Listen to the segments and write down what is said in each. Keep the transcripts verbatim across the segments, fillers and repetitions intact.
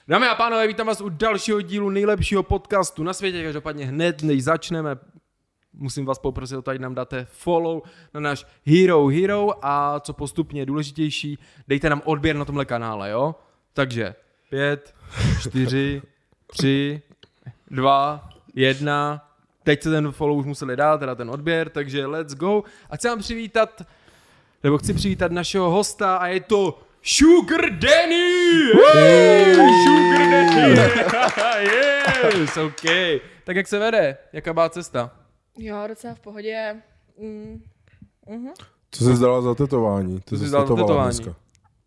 Dámy a pánové, vítám vás u dalšího dílu nejlepšího podcastu na světě. Každopádně hned, než začneme, musím vás poprosit o to, ať nám dáte follow na náš Hero Hero a co postupně je důležitější, dejte nám odběr na tomhle kanále, jo? Takže pět, čtyři, tři, dva, jedna. Teď se ten follow už museli dát, teda ten odběr, takže let's go. A chci vám přivítat, nebo chci přivítat našeho hosta a je to Sugar Danny! Hey, Sugar Danny! Yes, OK. Tak jak se vede? Jaká byla cesta? Jo, docela v pohodě. Mm. Uh-huh. Co jsi dala za tetování? Co jsi dala za tetování? Uh,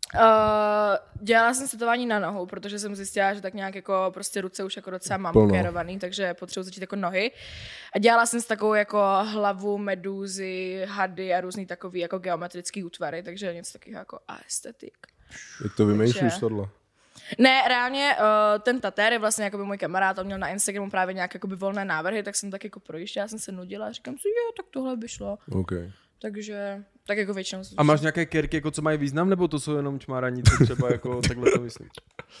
dělala jsem tetování na nohu, protože jsem zjistila, že tak nějak jako prostě ruce už jako docela mám pokérovaný, takže potřebuji začít jako nohy. A dělala jsem s takovou jako hlavu, medúzy, hady a různý takový jako geometrický útvary, takže něco takového jako aesthetic. Jak to vymýšlíš tohle? Ne, reálně uh, ten tatér je vlastně jako by můj kamarád, on měl na Instagramu právě nějaké jakoby volné návrhy, tak jsem tak jako projížděla, jsem se nudila a říkám si, jo, tak tohle by šlo. Okay. Takže tak jako většinou. A máš nějaké kérky, jako co mají význam, nebo to jsou jenom čmáranice třeba jako takhle to myslím?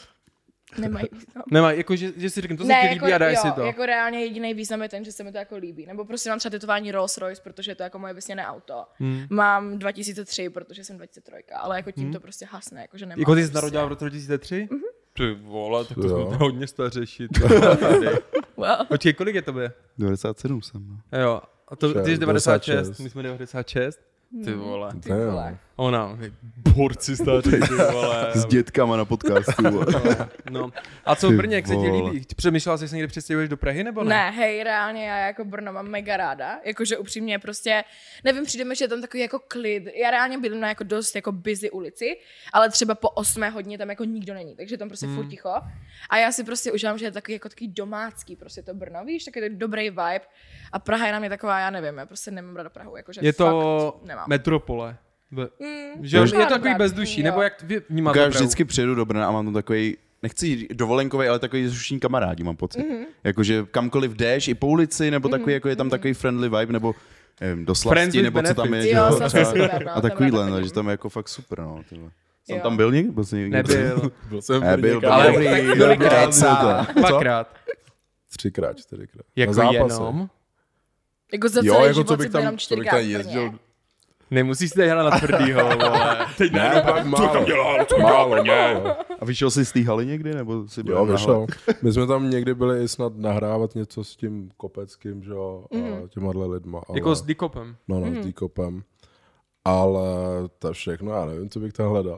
Nemají význam. Nemají, jako že, že si řeknu, to se ne, ti jako, líbí a daj jo, si to. jako reálně jediný význam je ten, že se mi to jako líbí. Nebo prostě mám třeba tetování Rolls Royce, protože je to jako moje vysněné auto. Hmm. Mám dva tisíce tři, protože jsem dva tisíce tři, ale jako tím hmm. to prostě hasne, jako že nemám. Jako ty jsi prostě... narodila v roce dva tisíce tři? Mhm. Ty vole, tak to jo. jsme hodně stařešit. Wow. Počkej, kolik je tobě? devadesát sedm jsem. No. Jo, a to, ty jsi devadesát šest, my jsme devadesát šest. Ty vole. Ty vole. Ona, borci stáří, ty vole. S dětkama na podcastu. No. A co v Brně, jak se ti líbí? Přemýšlela jsi, že se někde přestěhuješ do Prahy, nebo ne? Ne, hej, reálně já jako Brno mám mega ráda. Jakože upřímně prostě, nevím, přijde mi, že je tam takový jako klid. Já reálně bydlím na jako dost jako busy ulici, ale třeba po osmé hodině tam jako nikdo není, takže tam prostě hmm. furt ticho. A já si prostě užívám, že je takový jako takový domácký prostě to Brno, víš, takový dobrý vibe. A Praha je na mě taková, já nevím, já prostě nemám ráda Prahu, jakože je to fakt nemám. Metropole. Mm, že je to takový bezduší, jo. Nebo jak vy vnímáte Já vždycky přijedu do Brna a mám tam takový, nechci jít dovolenkový, ale takový zrušení kamarádi, mám pocit. Mm-hmm. Jakože kamkoliv jdeš, i po ulici, nebo takový, mm-hmm. jako je tam takový friendly vibe, nebo nevím, do Slasti, nebo co tam je. Jo, Slasti super, no, a takovýhle, takže tam je jako fakt super, no. Tyhle. Jsem jo. tam byl někdy? Byl jsi někdy? Nebyl. Byl jsem Nebyl, ale dobrý. Dvakrát. Třikrát, čtyřikrát. Jako jenom? Jako za jo, celý jako život bych jsi tam, jenom čtyřikrát v Brně. Nemusíš si tady hrát na tvrdýho, vole. Teď ne, pak málo. Co tam dělal? Co málo, ne. A vyšel jsi z té haly někdy? Nebo jsi byl jo, vyšel. My jsme tam někdy byli i snad nahrávat něco s tím Kopeckým, že jo, mm. a těmahle lidma. Ale... Jako s Dikopem. No, no, mm. s Dikopem. Ale to všechno, já nevím, co bych tam hledal.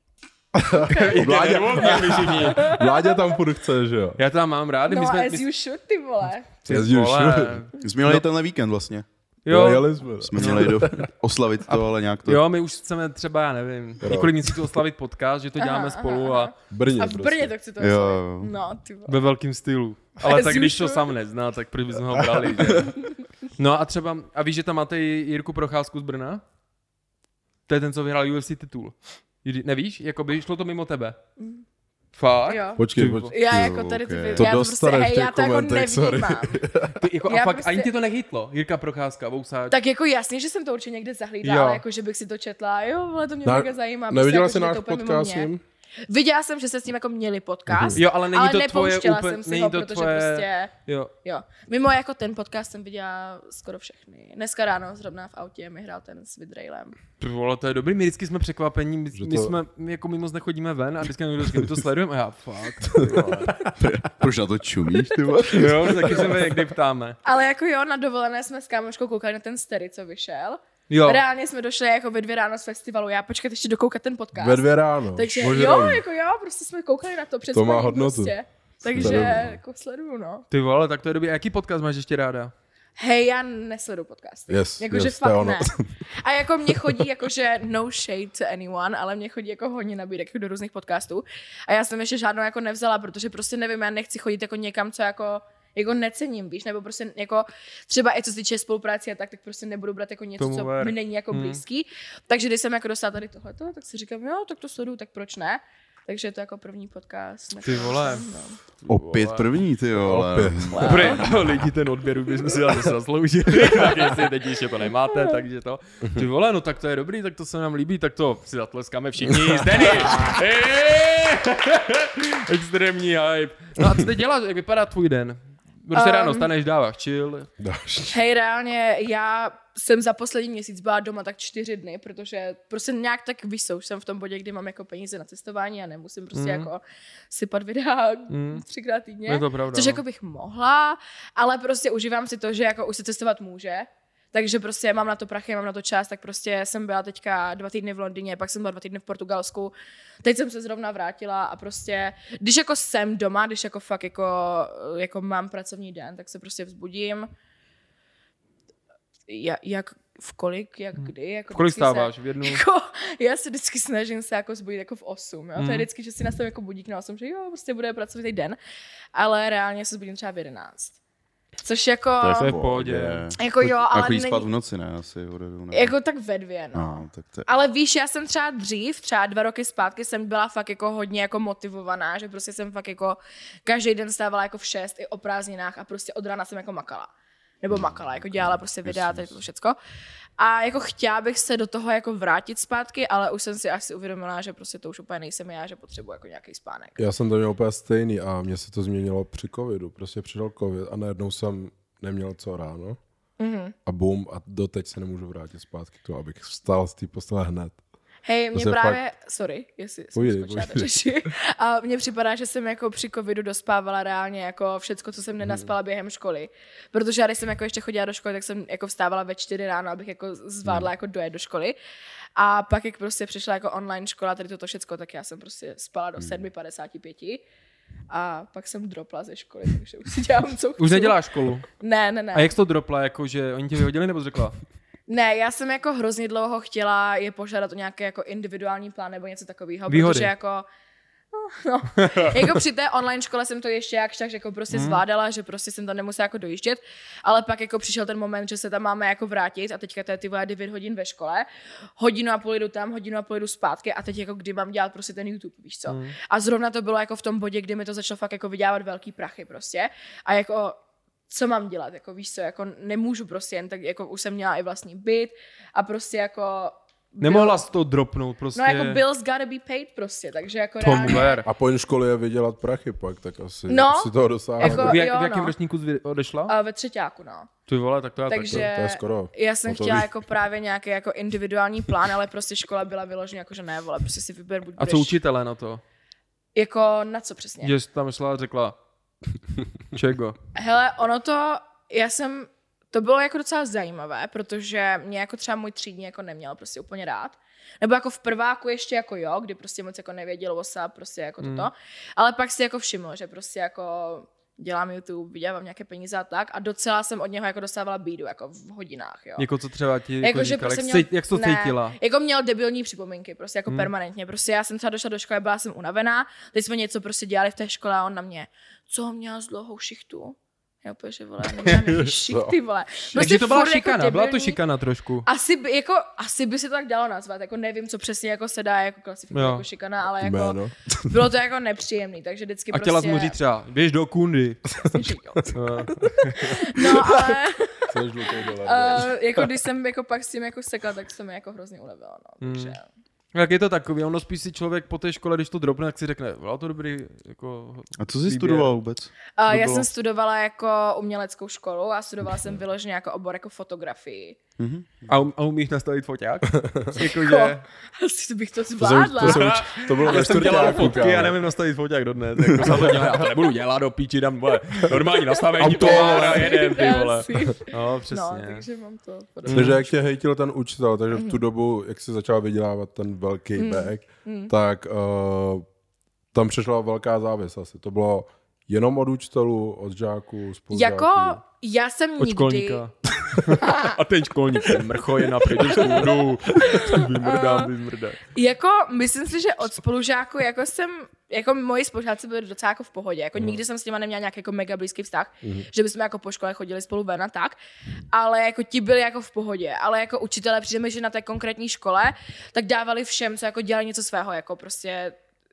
Vládě, Vládě tam furt chce, že jo. Já to tam mám rád. No my jsme, as my... you should, ty vole. As you should. Jsme měli no. tenhle víkend vlastně. Jo, jeli jsme. Jsme měli do, oslavit to, ale nějak to... Jo, my už chceme třeba, já nevím, několik měsíců oslavit podcast, že to děláme aha, spolu aha. a... Brně, a v Brně prostě. to chci to jo. oslavit. No, ty vole. Ve velkým stylu. Ale As tak you když to should. sám nezná, tak proč bychom ho brali, že? No a třeba, a víš, že tam máte Jirku Procházku z Brna? To je ten, co vyhrál U F C titul. Nevíš? Jakoby šlo to mimo tebe. Mm. Fakt? Jo. Počkej, počkej. Já jako tady ty okay. to já to prostě, hej, já to jako nevnímám. Ty, jako, a Já fakt prostě... ani tě to nechytlo, Jirka Procházka, vousáč. Tak jako jasně, že jsem to určitě někde zahlídala, ale jako že bych si to četla, jo, ale to mě mega zajímá. Neviděla prostě, jsi jako, náš podcast s ním? Viděla jsem, že se s ním jako měli podcast, jo, ale není ale to tvoje nepouštěla úplně, jsem si není ho, to protože tvoje... prostě, jo. jo. Mimo jako ten podcast jsem viděla skoro všechny. Dneska ráno zrovna v autě mi hrál ten s Vidrailem. Vole, to je dobrý, my vždycky jsme překvapení, my, to... my jsme, my jako my moc nechodíme ven a vždycky někdo říká, my to sledujeme a já fakt. Proč na to čumíš, ty vole? Jo, taky se mě někdy ptáme. Ale jako jo, na dovolené jsme s kámoškou koukali na ten Stery, co vyšel. Jo. Reálně jsme došli jako ve dvě ráno z festivalu, já počkat ještě dokoukat ten podcast. Ve dvě ráno. Takže Bože jo, ráno. jako jo, prostě jsme koukali na to před To má spaním hodnotu. Prostě. Takže Sleduju. jako sleduju, no. Ty vole, tak to je dobrý. A jaký podcast máš ještě ráda? Hej, já nesleduju podcasty. Yes, jakože yes, to je fakt ono. ne. A jako mě chodí jakože no shade to anyone, ale mě chodí jako hodně nabídek do různých podcastů. A já jsem ještě žádnou jako nevzala, protože prostě nevím, já nechci chodit jako někam, co jako jako necením, víš, nebo prostě jako třeba i co se týče spolupráce a tak, tak prostě nebudu brát jako něco, Tomu co ver. mi není jako hmm. blízký. Takže když jsem jako dostala tady tohleto, tak si říkám, jo, tak to sleduju, tak proč ne? Takže je to jako první podcast. na Ty kterém vole. jsem, no. Opět první, ty vole. Opět. Dobré, lidi ten odběr bychom si asi zasloužili, tak jestli teď ještě to nemáte, takže to. Ty vole, no tak to je dobrý, tak to se nám líbí, tak to si zatleskáme všichni. Zdeny! Extrémní hype. No a co teď děláš, jak vypadá tvůj den? Prostě ráno staneš, dáváš chill. Hej, reálně já jsem za poslední měsíc byla doma tak čtyři dny, protože prostě nějak tak víš, už jsem v tom bodě, kdy mám jako peníze na cestování a nemusím prostě mm. jako sypat videa mm. třikrát týdně. Je to pravda, což no. jako bych mohla, ale prostě užívám si to, že jako už se cestovat může. Takže prostě mám na to prachy, mám na to čas, tak prostě jsem byla teďka dva týdny v Londýně, pak jsem byla dva týdny v Portugalsku, teď jsem se zrovna vrátila a prostě, když jako jsem doma, když jako fakt jako, jako mám pracovní den, tak se prostě vzbudím, ja, jak v kolik, jak kdy. Jako v kolik stáváš? Se, v jednu? Jako, já se vždycky snažím se jako zbudit jako v osm, jo? Mm. To je vždycky, že si nastavím jako budík na osm, že jo, prostě bude pracovní den, ale reálně se zbudím třeba v jedenáct. Což jako... To je v pohodě. Jako jo, ale jako jít není... spát v noci, ne? Asi odedu, ne? Jako tak ve dvě, no. no tak to je... Ale víš, já jsem třeba dřív, třeba dva roky zpátky jsem byla fakt jako hodně jako motivovaná, že prostě jsem fakt jako každý den stávala jako v šest i o prázdninách a prostě od rána jsem jako makala. Nebo makala, jako dělala prostě videa, tady to všecko. A jako chtěla bych se do toho jako vrátit zpátky, ale už jsem si asi uvědomila, že prostě to už úplně nejsem já, že potřebuji jako nějaký spánek. Já jsem to měl úplně stejný a mně se to změnilo při covidu. Prostě přišel covid a najednou jsem neměl co ráno. Mm-hmm. A bum, a doteď se nemůžu vrátit zpátky k tomu, abych vstal z té postele hned. Hej, mě právě, fakt... sorry, jestli jsem Ujde, skočila do řeči, a mně připadá, že jsem jako při covidu dospávala reálně jako všecko, co jsem nenaspala během školy. Protože já, když jsem jako ještě chodila do školy, tak jsem jako vstávala ve čtyři ráno, abych jako zvládla jako dojet do školy. A pak, jak prostě přišla jako online škola, tady toto všecko, tak já jsem prostě spala do sedm padesát pět. A pak jsem dropla ze školy, takže už si dělám, co chci. Už neděláš školu? Ne, ne, ne. A jak jsi to dropla, jako že oni tě vyhodili, nebo jsi řekla? Ne, já jsem jako hrozně dlouho chtěla je požádat o nějaký jako individuální plán nebo něco takového, Výhody. protože jako no, no, jako při té online škole jsem to ještě jakž tak jako prostě hmm. zvládala, že prostě jsem tam nemusela jako dojíždět, ale pak jako přišel ten moment, že se tam máme jako vrátit a teďka to je ty vole devět hodin ve škole, hodinu a půl jdu tam, hodinu a půl jdu zpátky a teď jako kdy mám dělat prostě ten YouTube, víš co. Hmm. A zrovna to bylo jako v tom bodě, kdy mi to začalo fakt jako vydělávat velký prachy prostě a jako co mám dělat, jako víš co, jako nemůžu prostě jen tak, jako už jsem měla i vlastní byt a prostě jako... Nemohla jsi to dropnout prostě. No jako bills gotta be paid prostě, takže jako Tomu reálně... ver. A po škole je vydělat prachy pak, tak asi No, si toho dosáhla. jako- V, jak, jo, v jakém no. ročníku jsi odešla? A ve třetíku, no. Ty vole, tak to já Takže taky. to je skoro já jsem hotový. chtěla jako právě nějaký jako individuální plán, ale prostě škola byla vyloženě jako, že ne, vole, prostě si vyber, buď A budeš... co učitelé na to? Jako na co přesně? Že jsi tam šla a řekla, čego? Hele, ono to, já jsem, to bylo jako docela zajímavé, protože mě jako třeba můj třídní jako neměl prostě úplně rád. Nebo jako v prváku ještě jako jo, kdy prostě moc jako nevěděl what's up, prostě jako Hmm. toto. Ale pak si jako všiml, že prostě jako dělám YouTube, vydělávám nějaké peníze a tak a docela jsem od něho jako dostávala bídu jako v hodinách, jo. Jako co třeba ti jako Jako, že říkal, prostě jak, měl, jsi, jak jsi to ne, cítila? jako měl debilní připomínky, prostě jako hmm. permanentně. Prostě já jsem třeba došla do školy, byla jsem unavená, teď jsme něco prostě dělali v té škole a on na mě, co měla z dlouhou šichtu? Já úplně, že vole, nemám nějaký šichty, vole. Prostě Takže to byla furt šikana, jako byla to debilní. šikana trošku. Asi by, jako, asi by se to tak dalo nazvat, jako nevím, co přesně jako se dá jako klasifikovat Jo. jako šikana, ale jako Jméno. bylo to jako nepříjemný, takže vždycky A prostě... chtěla jsi mu říct třeba, běž do kundy. No, ale Chceš žlutou dolar. uh, jako když jsem jako pak s tím jako sekla, tak jsem jako hrozně ulevila, no, takže... Jak je to takový, ono spíš si člověk po té škole, když to dropne, tak si řekne, bylo to dobrý, jako... A co jsi výběr. studoval vůbec? Uh, To já bylo? jsem studovala jako uměleckou školu a studovala jsem vyloženě jako obor jako fotografii. A, um, a umíš nastavit foťák? Jako, Jakože... asi bych to To, se, zvládla. to, se, uč- to bylo ve Já jsem dělal čtvrťáku, fotky, kámo. já nevím nastavit foťák dodnes. Jako jsem to dělal, já to nebudu dělat do píči, dám vole, normální nastavení Auto, toho vole. a jedem, ty vole. Asi. No, přesně. No, takže mám to. Takže jak tě hejtil ten učitel, takže v tu dobu, jak jsi začal vydělávat ten velký Mm. bag, tak uh, tam přišla velká závis asi. To bylo jenom od učitelů, od žáků, spolužáků. Jako já jsem Od nikdy... školníka. A ten školník, ten mrchoje na předeškůru. Vymrdám, vymrdám. Jako, myslím si, že od spolužáků, jako jsem, jako moji spolužáci byli docela jako v pohodě, jako nikdy jsem s nima neměla nějaký jako mega blízký vztah, že bychom jako po škole chodili spolu ven a tak, ale jako ti byli jako v pohodě, ale jako učitelé, přijde mi, že na té konkrétní škole, tak dávali všem, co jako dělali něco svého, jako prostě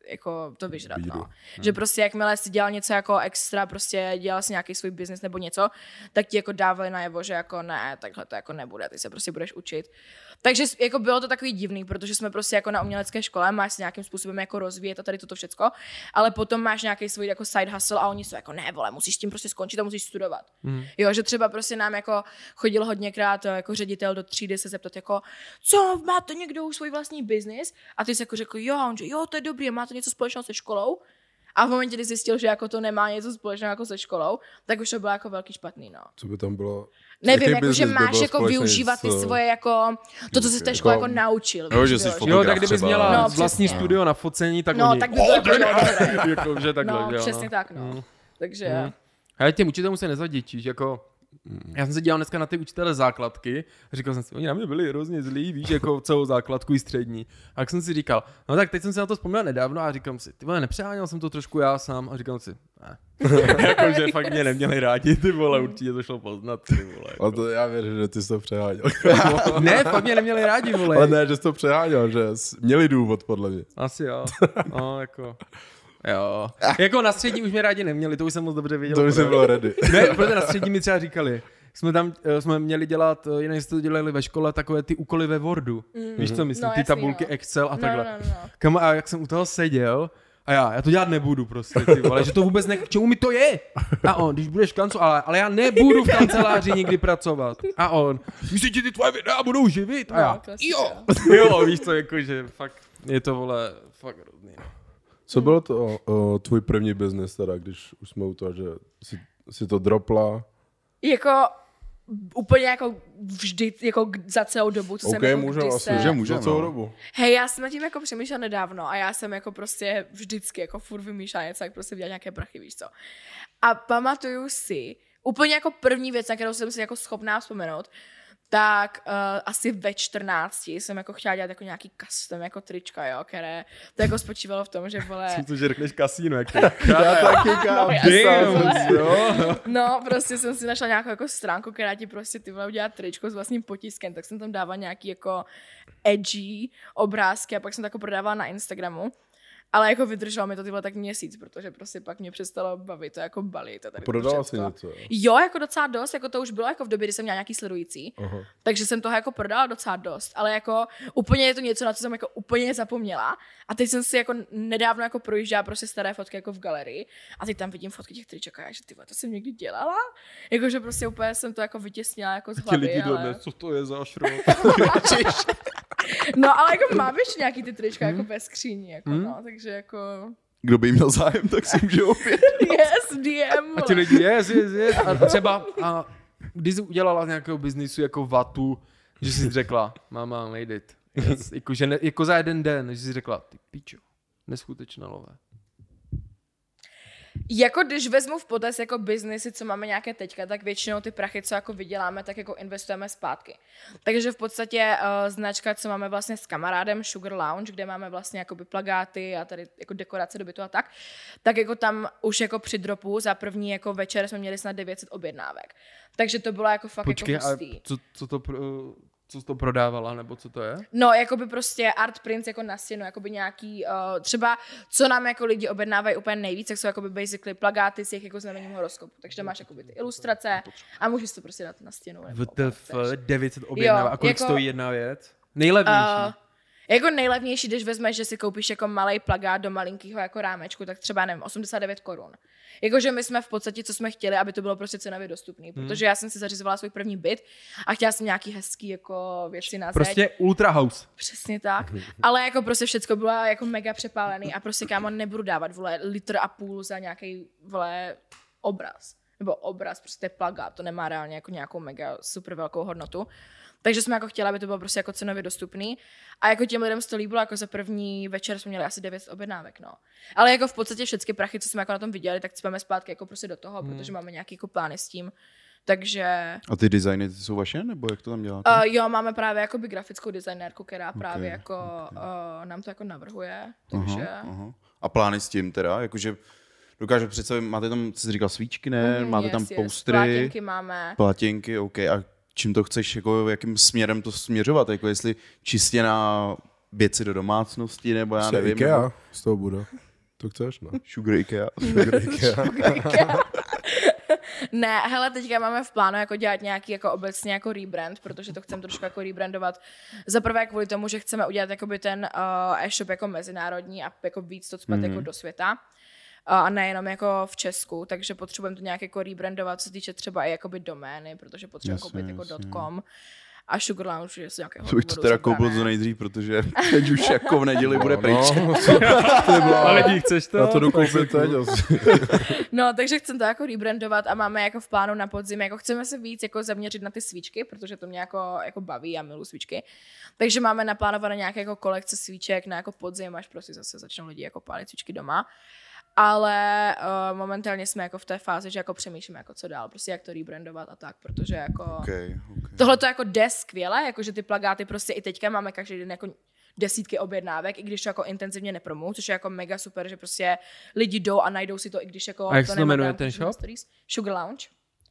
jako to vyžrat, Bídu. no. Hmm. Že prostě jakmile si dělal něco jako extra, prostě dělal si nějaký svůj biznis nebo něco, tak ti jako dávali najevo, že jako ne, takhle to jako nebude, ty se prostě budeš učit. Takže jako bylo to takový divný, protože jsme prostě jako na umělecké škole, máš se nějakým způsobem jako rozvíjet a tady toto všecko, ale potom máš nějaký svůj jako side hustle a oni jsou jako ne, vole, musíš s tím prostě skončit a musíš studovat. Hmm. Jo, že třeba prostě nám jako chodil hodněkrát jako ředitel do třídy se zeptat jako, co, máte někdo už svůj vlastní biznis? A ty jsi jako řekl, jo, on že jo, to je dobrý, má to něco společného se školou? A v momentě, kdy zjistil, že jako to nemá něco společného jako se školou, tak už to bylo jako velký špatný, no. Co by tam bylo? Nevím, Jaký jako, že business by máš byl jako společný využívat ty s- svoje jako, to, co jsi v té škole jako naučil. No, víš, že jsi jo, fotograf Jo, tak kdybys třeba. měla No, vlastní přesně. studio na focení, tak No, oni... tak by bylo jako, no, dobré. jako, že takhle, No, že jo, přesně tak, no. Mm. Takže... Mm. Ale těm učitelům se nezadíčíš, jako... Já jsem se dělal dneska na ty učitele základky a říkal jsem si, oni na mě byli hrozně zlí, víš, jako celou základku i střední. A tak jsem si říkal, no tak teď jsem si na to vzpomněl nedávno a říkám si, ty vole, nepřeháněl jsem to trošku já sám a říkám si, ne. Jako, že fakt mě neměli rádi, ty vole, určitě to šlo poznat, ty vole. Jako. Ale to já věřím, že ty jsi to přeháněl. Ne, fakt mě neměli rádi, vole. Ale ne, že jsi to přeháněl, že jsi- měli důvod, podle mě. Asi jo, no jako... Jo. Jako na střední už mě rádi neměli, to už jsem moc dobře věděl. To by se proč. bylo ready. Ne, protože na střední mi třeba říkali, jsme tam eh, jsme měli dělat, eh, jinak jste to dělali ve škole, takové ty úkoly ve Wordu. Mm. Víš, co myslím, No, ty jasný, tabulky no. Excel a No, takhle. no, no, no. Kam, a jak jsem u toho seděl, a já, já to dělat nebudu prostě, ty vole, že to vůbec ne, k čemu mi to je? A on, když budeš v kancu, ale, ale já nebudu v kanceláři nikdy pracovat. A on, myslíš, že ty tvoje videa budou živit? A No, já, klasika. jo, jo, víš co, jako, že fakt, je to, vole, fakt hrozný, no. Co bylo to o, tvůj první biznis teda, když už jsme u toho, že si, si to dropla? Jako úplně jako vždy, jako k- za celou dobu, co OK, jsem jako můžeme kdy asi, se... že můžeme, za celou no. dobu. Hej, já jsem nad tím jako přemýšlela nedávno a já jsem jako prostě vždycky jako furt vymýšlela něco, jak prostě vydělat nějaké prachy, víš co. A pamatuju si, úplně jako první věc, na kterou jsem si jako schopná vzpomenout, tak uh, asi ve čtrnácti jsem jako chtěla dělat jako nějaký custom, jako trička, jo, které to jako spočívalo v tom, že vole... Myslím, že řekneš kasíno, jak to Já taky, kámo. No, jasně, vole. jo. No, prostě jsem si našla nějakou jako stránku, která ti prostě ty vole udělá tričko s vlastním potiskem, tak jsem tam dávala nějaký jako edgy obrázky a pak jsem to jako prodávala na Instagramu. Ale jako vydrželo mi to tyhle tak měsíc, protože prostě pak mě přestalo bavit to jako balit. A tady to Prodala si všecko. něco, jo? Jo, jako docela dost, jako to už bylo jako v době, kdy jsem měla nějaký sledující. Aha. Takže jsem toho jako prodala docela dost, ale jako úplně je to něco, na co jsem jako úplně zapomněla. A teď jsem si jako nedávno jako projížděla prostě staré fotky jako v galerii a teď tam vidím fotky těch triček a já, že ty vole, to jsem někdy dělala. Jakože prostě úplně jsem to jako vytěsnila jako z Ti hlavy, lidi ale... dodnes, co to je za šrot? No ale jako mám ještě nějaký ty trička jako ve skříni, jako no, takže jako... Kdo by měl zájem, tak si může opět. Yes, D M, A ti lidi, yes, yes, yes. A třeba, a když jsi udělala z nějakého biznisu jako vatu, že jsi řekla, mama, made it. Yes. Jako, že ne, jako za jeden den, že jsi řekla, ty pičo, neskutečné lové. Jako když vezmu v potaz jako biznesy, co máme nějaké teďka, tak většinou ty prachy, co jako vyděláme, tak jako investujeme zpátky. Takže v podstatě uh, značka, co máme vlastně s kamarádem Sugar Lounge, kde máme vlastně jakoby plagáty a tady jako dekorace do bytu a tak, tak jako tam už jako při dropu za první jako večer jsme měli snad devět set objednávek. Takže to bylo jako fakt Počkej, jako a hustý. co, co to pro, co jsi to prodávala, nebo co to je? No, jakoby prostě art prints jako na stěnu, jakoby nějaký, uh, třeba, co nám jako lidi objednávají úplně nejvíc, tak jsou jakoby basically plagáty s jejich jako znamením horoskopu. Takže tam máš jakoby ty ilustrace a můžeš to prostě dát na stěnu. nebo W T F, opak chceš. devět set objednává. A kolik jako- stojí jedna věc? Nejlevnější. Uh, jako nejlevnější, když vezmeš, že si koupíš jako malej plagát do malinkého jako rámečku, tak třeba nevím, osmdesát devět korun. Jakože my jsme v podstatě, co jsme chtěli, aby to bylo prostě cenově dostupné, Hmm. protože já jsem si zařizovala svůj první byt a chtěla jsem nějaký hezký jako věci na zeď. Prostě ultra house. Přesně tak. Ale jako prostě všecko bylo jako mega přepálený a prostě kámo nebudu dávat, vole, litr a půl za nějaký, vole, obraz. Nebo obraz, prostě plagát, to nemá reálně jako nějakou mega super velkou hodnotu. Takže jsme jako chtěli, aby to bylo prostě jako cenově dostupný. A jako těm lidem se to líbilo, jako za první večer jsme měli asi devět objednávek, no. Ale jako v podstatě všechny prachy, co jsme jako na tom viděli, tak cpeme zpátky jako prostě do toho, hmm. protože máme nějaký jako plány s tím. Takže... A ty designy ty jsou vaše, nebo jak to tam děláte? Uh, jo, máme právě jakoby grafickou designérku, která právě Okay, jako okay. uh, nám to jako navrhuje, takže... Aha, aha. A plány s tím teda, jakože dokážu představit, máte tam, co jsi říkal, svíčky, ne? Mhm, Máte yes, tam yes. poustry, Plátěnky máme. platěnky, OK. A čím to chceš, jako jakým směrem to směřovat? Jako jestli čistě na věci do domácnosti, nebo já nevím. Ikea, nebo... z toho bude. To chceš, no? Sugar Ikea. Sugar Ikea. Ne, hele, teďka máme v plánu jako dělat nějaký jako obecně jako rebrand, protože to chceme trošku jako rebrandovat. Za prvé kvůli tomu, že chceme udělat jakoby ten uh, e-shop jako mezinárodní a jako víc to cpat mm-hmm. jako do světa. A nejenom jako v Česku, takže potřebujeme to nějak jako rebrandovat, co se týče třeba i jakoby domény, protože potřebujeme koupit jako .com a Sugar Lounge je z nějakého To bych to teda koupil co nejdřív, protože teď už jako v neděli bude pryč. No, ale lidi, chceš to? Já to dokoupit teď asi. No, takže chceme to jako rebrandovat a máme jako v plánu na podzim, jako chceme se víc jako zaměřit na ty svíčky, protože to mě jako, jako baví, já miluji svíčky. Takže máme naplánované nějaké jako kolekce svíček na jako podzim, až prostě zase začnou lidi jako pálit svíčky doma. Ale uh, momentálně jsme jako v té fázi, že jako přemýšlíme jako co dál, prostě jak to rebrandovat a tak, protože jako Okay, okay. tohle to jako jde skvěle, jakože ty plakáty prostě i teďka máme každý den jako desítky objednávek, i když to jako intenzivně nepromu, což je jako mega super, že prostě lidi jdou a najdou si to, i když jako a jak to se to jmenuje ten shop? Sugar Lounge.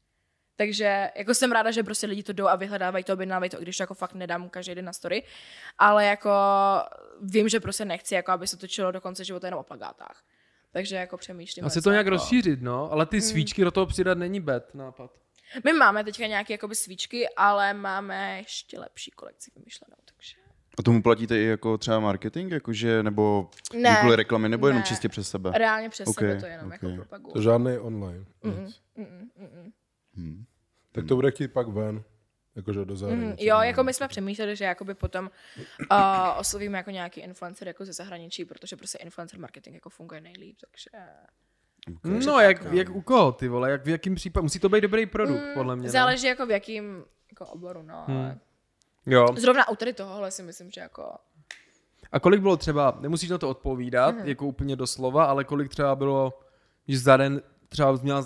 Takže jako jsem ráda, že prostě lidi to jdou a vyhledávají to, objednávají to, i když to jako fakt nedám každý den na story, ale jako vím, že prostě nechci, jako aby se točilo do konce života jenom o plakátách. Takže jako přemýšlím. Asi to nějak jako... rozšířit, no, ale ty svíčky do toho přidat není bad nápad. My máme teďka nějaké jakoby svíčky, ale máme ještě lepší kolekci vymyšlenou, takže... A tomu platíte i jako třeba marketing, jakože, nebo Ne, Google reklamy, nebo jenom ne. čistě přes sebe? Reálně přes Okay, sebe to jenom okay. jako propaguju. To žádný online. Mm, Nic. mm, mm, mm, Hmm. Tak to bude chtít pak ven. Jakože do mm. zahraničí. Jo, jako my jsme přemýšleli, že jakoby potom uh, oslovíme jako nějaký influencer jako ze zahraničí, protože prostě influencer marketing jako funguje nejlíp, takže... Okay. No, jak, jak u koho, ty vole, jak v jakým případě, musí to být dobrý produkt, mm, podle mě. Záleží jako v jakým jako oboru, no, Hmm. ale Jo. zrovna u tady tohohle si myslím, že jako... A kolik bylo třeba, nemusíš na to odpovídat, mm. jako úplně doslova, ale kolik třeba bylo, že za den třeba měla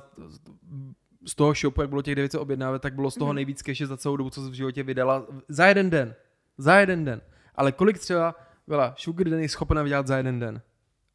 z toho shopu, jak bylo těch devět set objednávat, tak bylo z toho mm. nejvíc cache za celou dobu, co jsi v životě vydala, za jeden den. Za jeden den. Ale kolik třeba byla Sugar Daddy schopna vydělat za jeden den?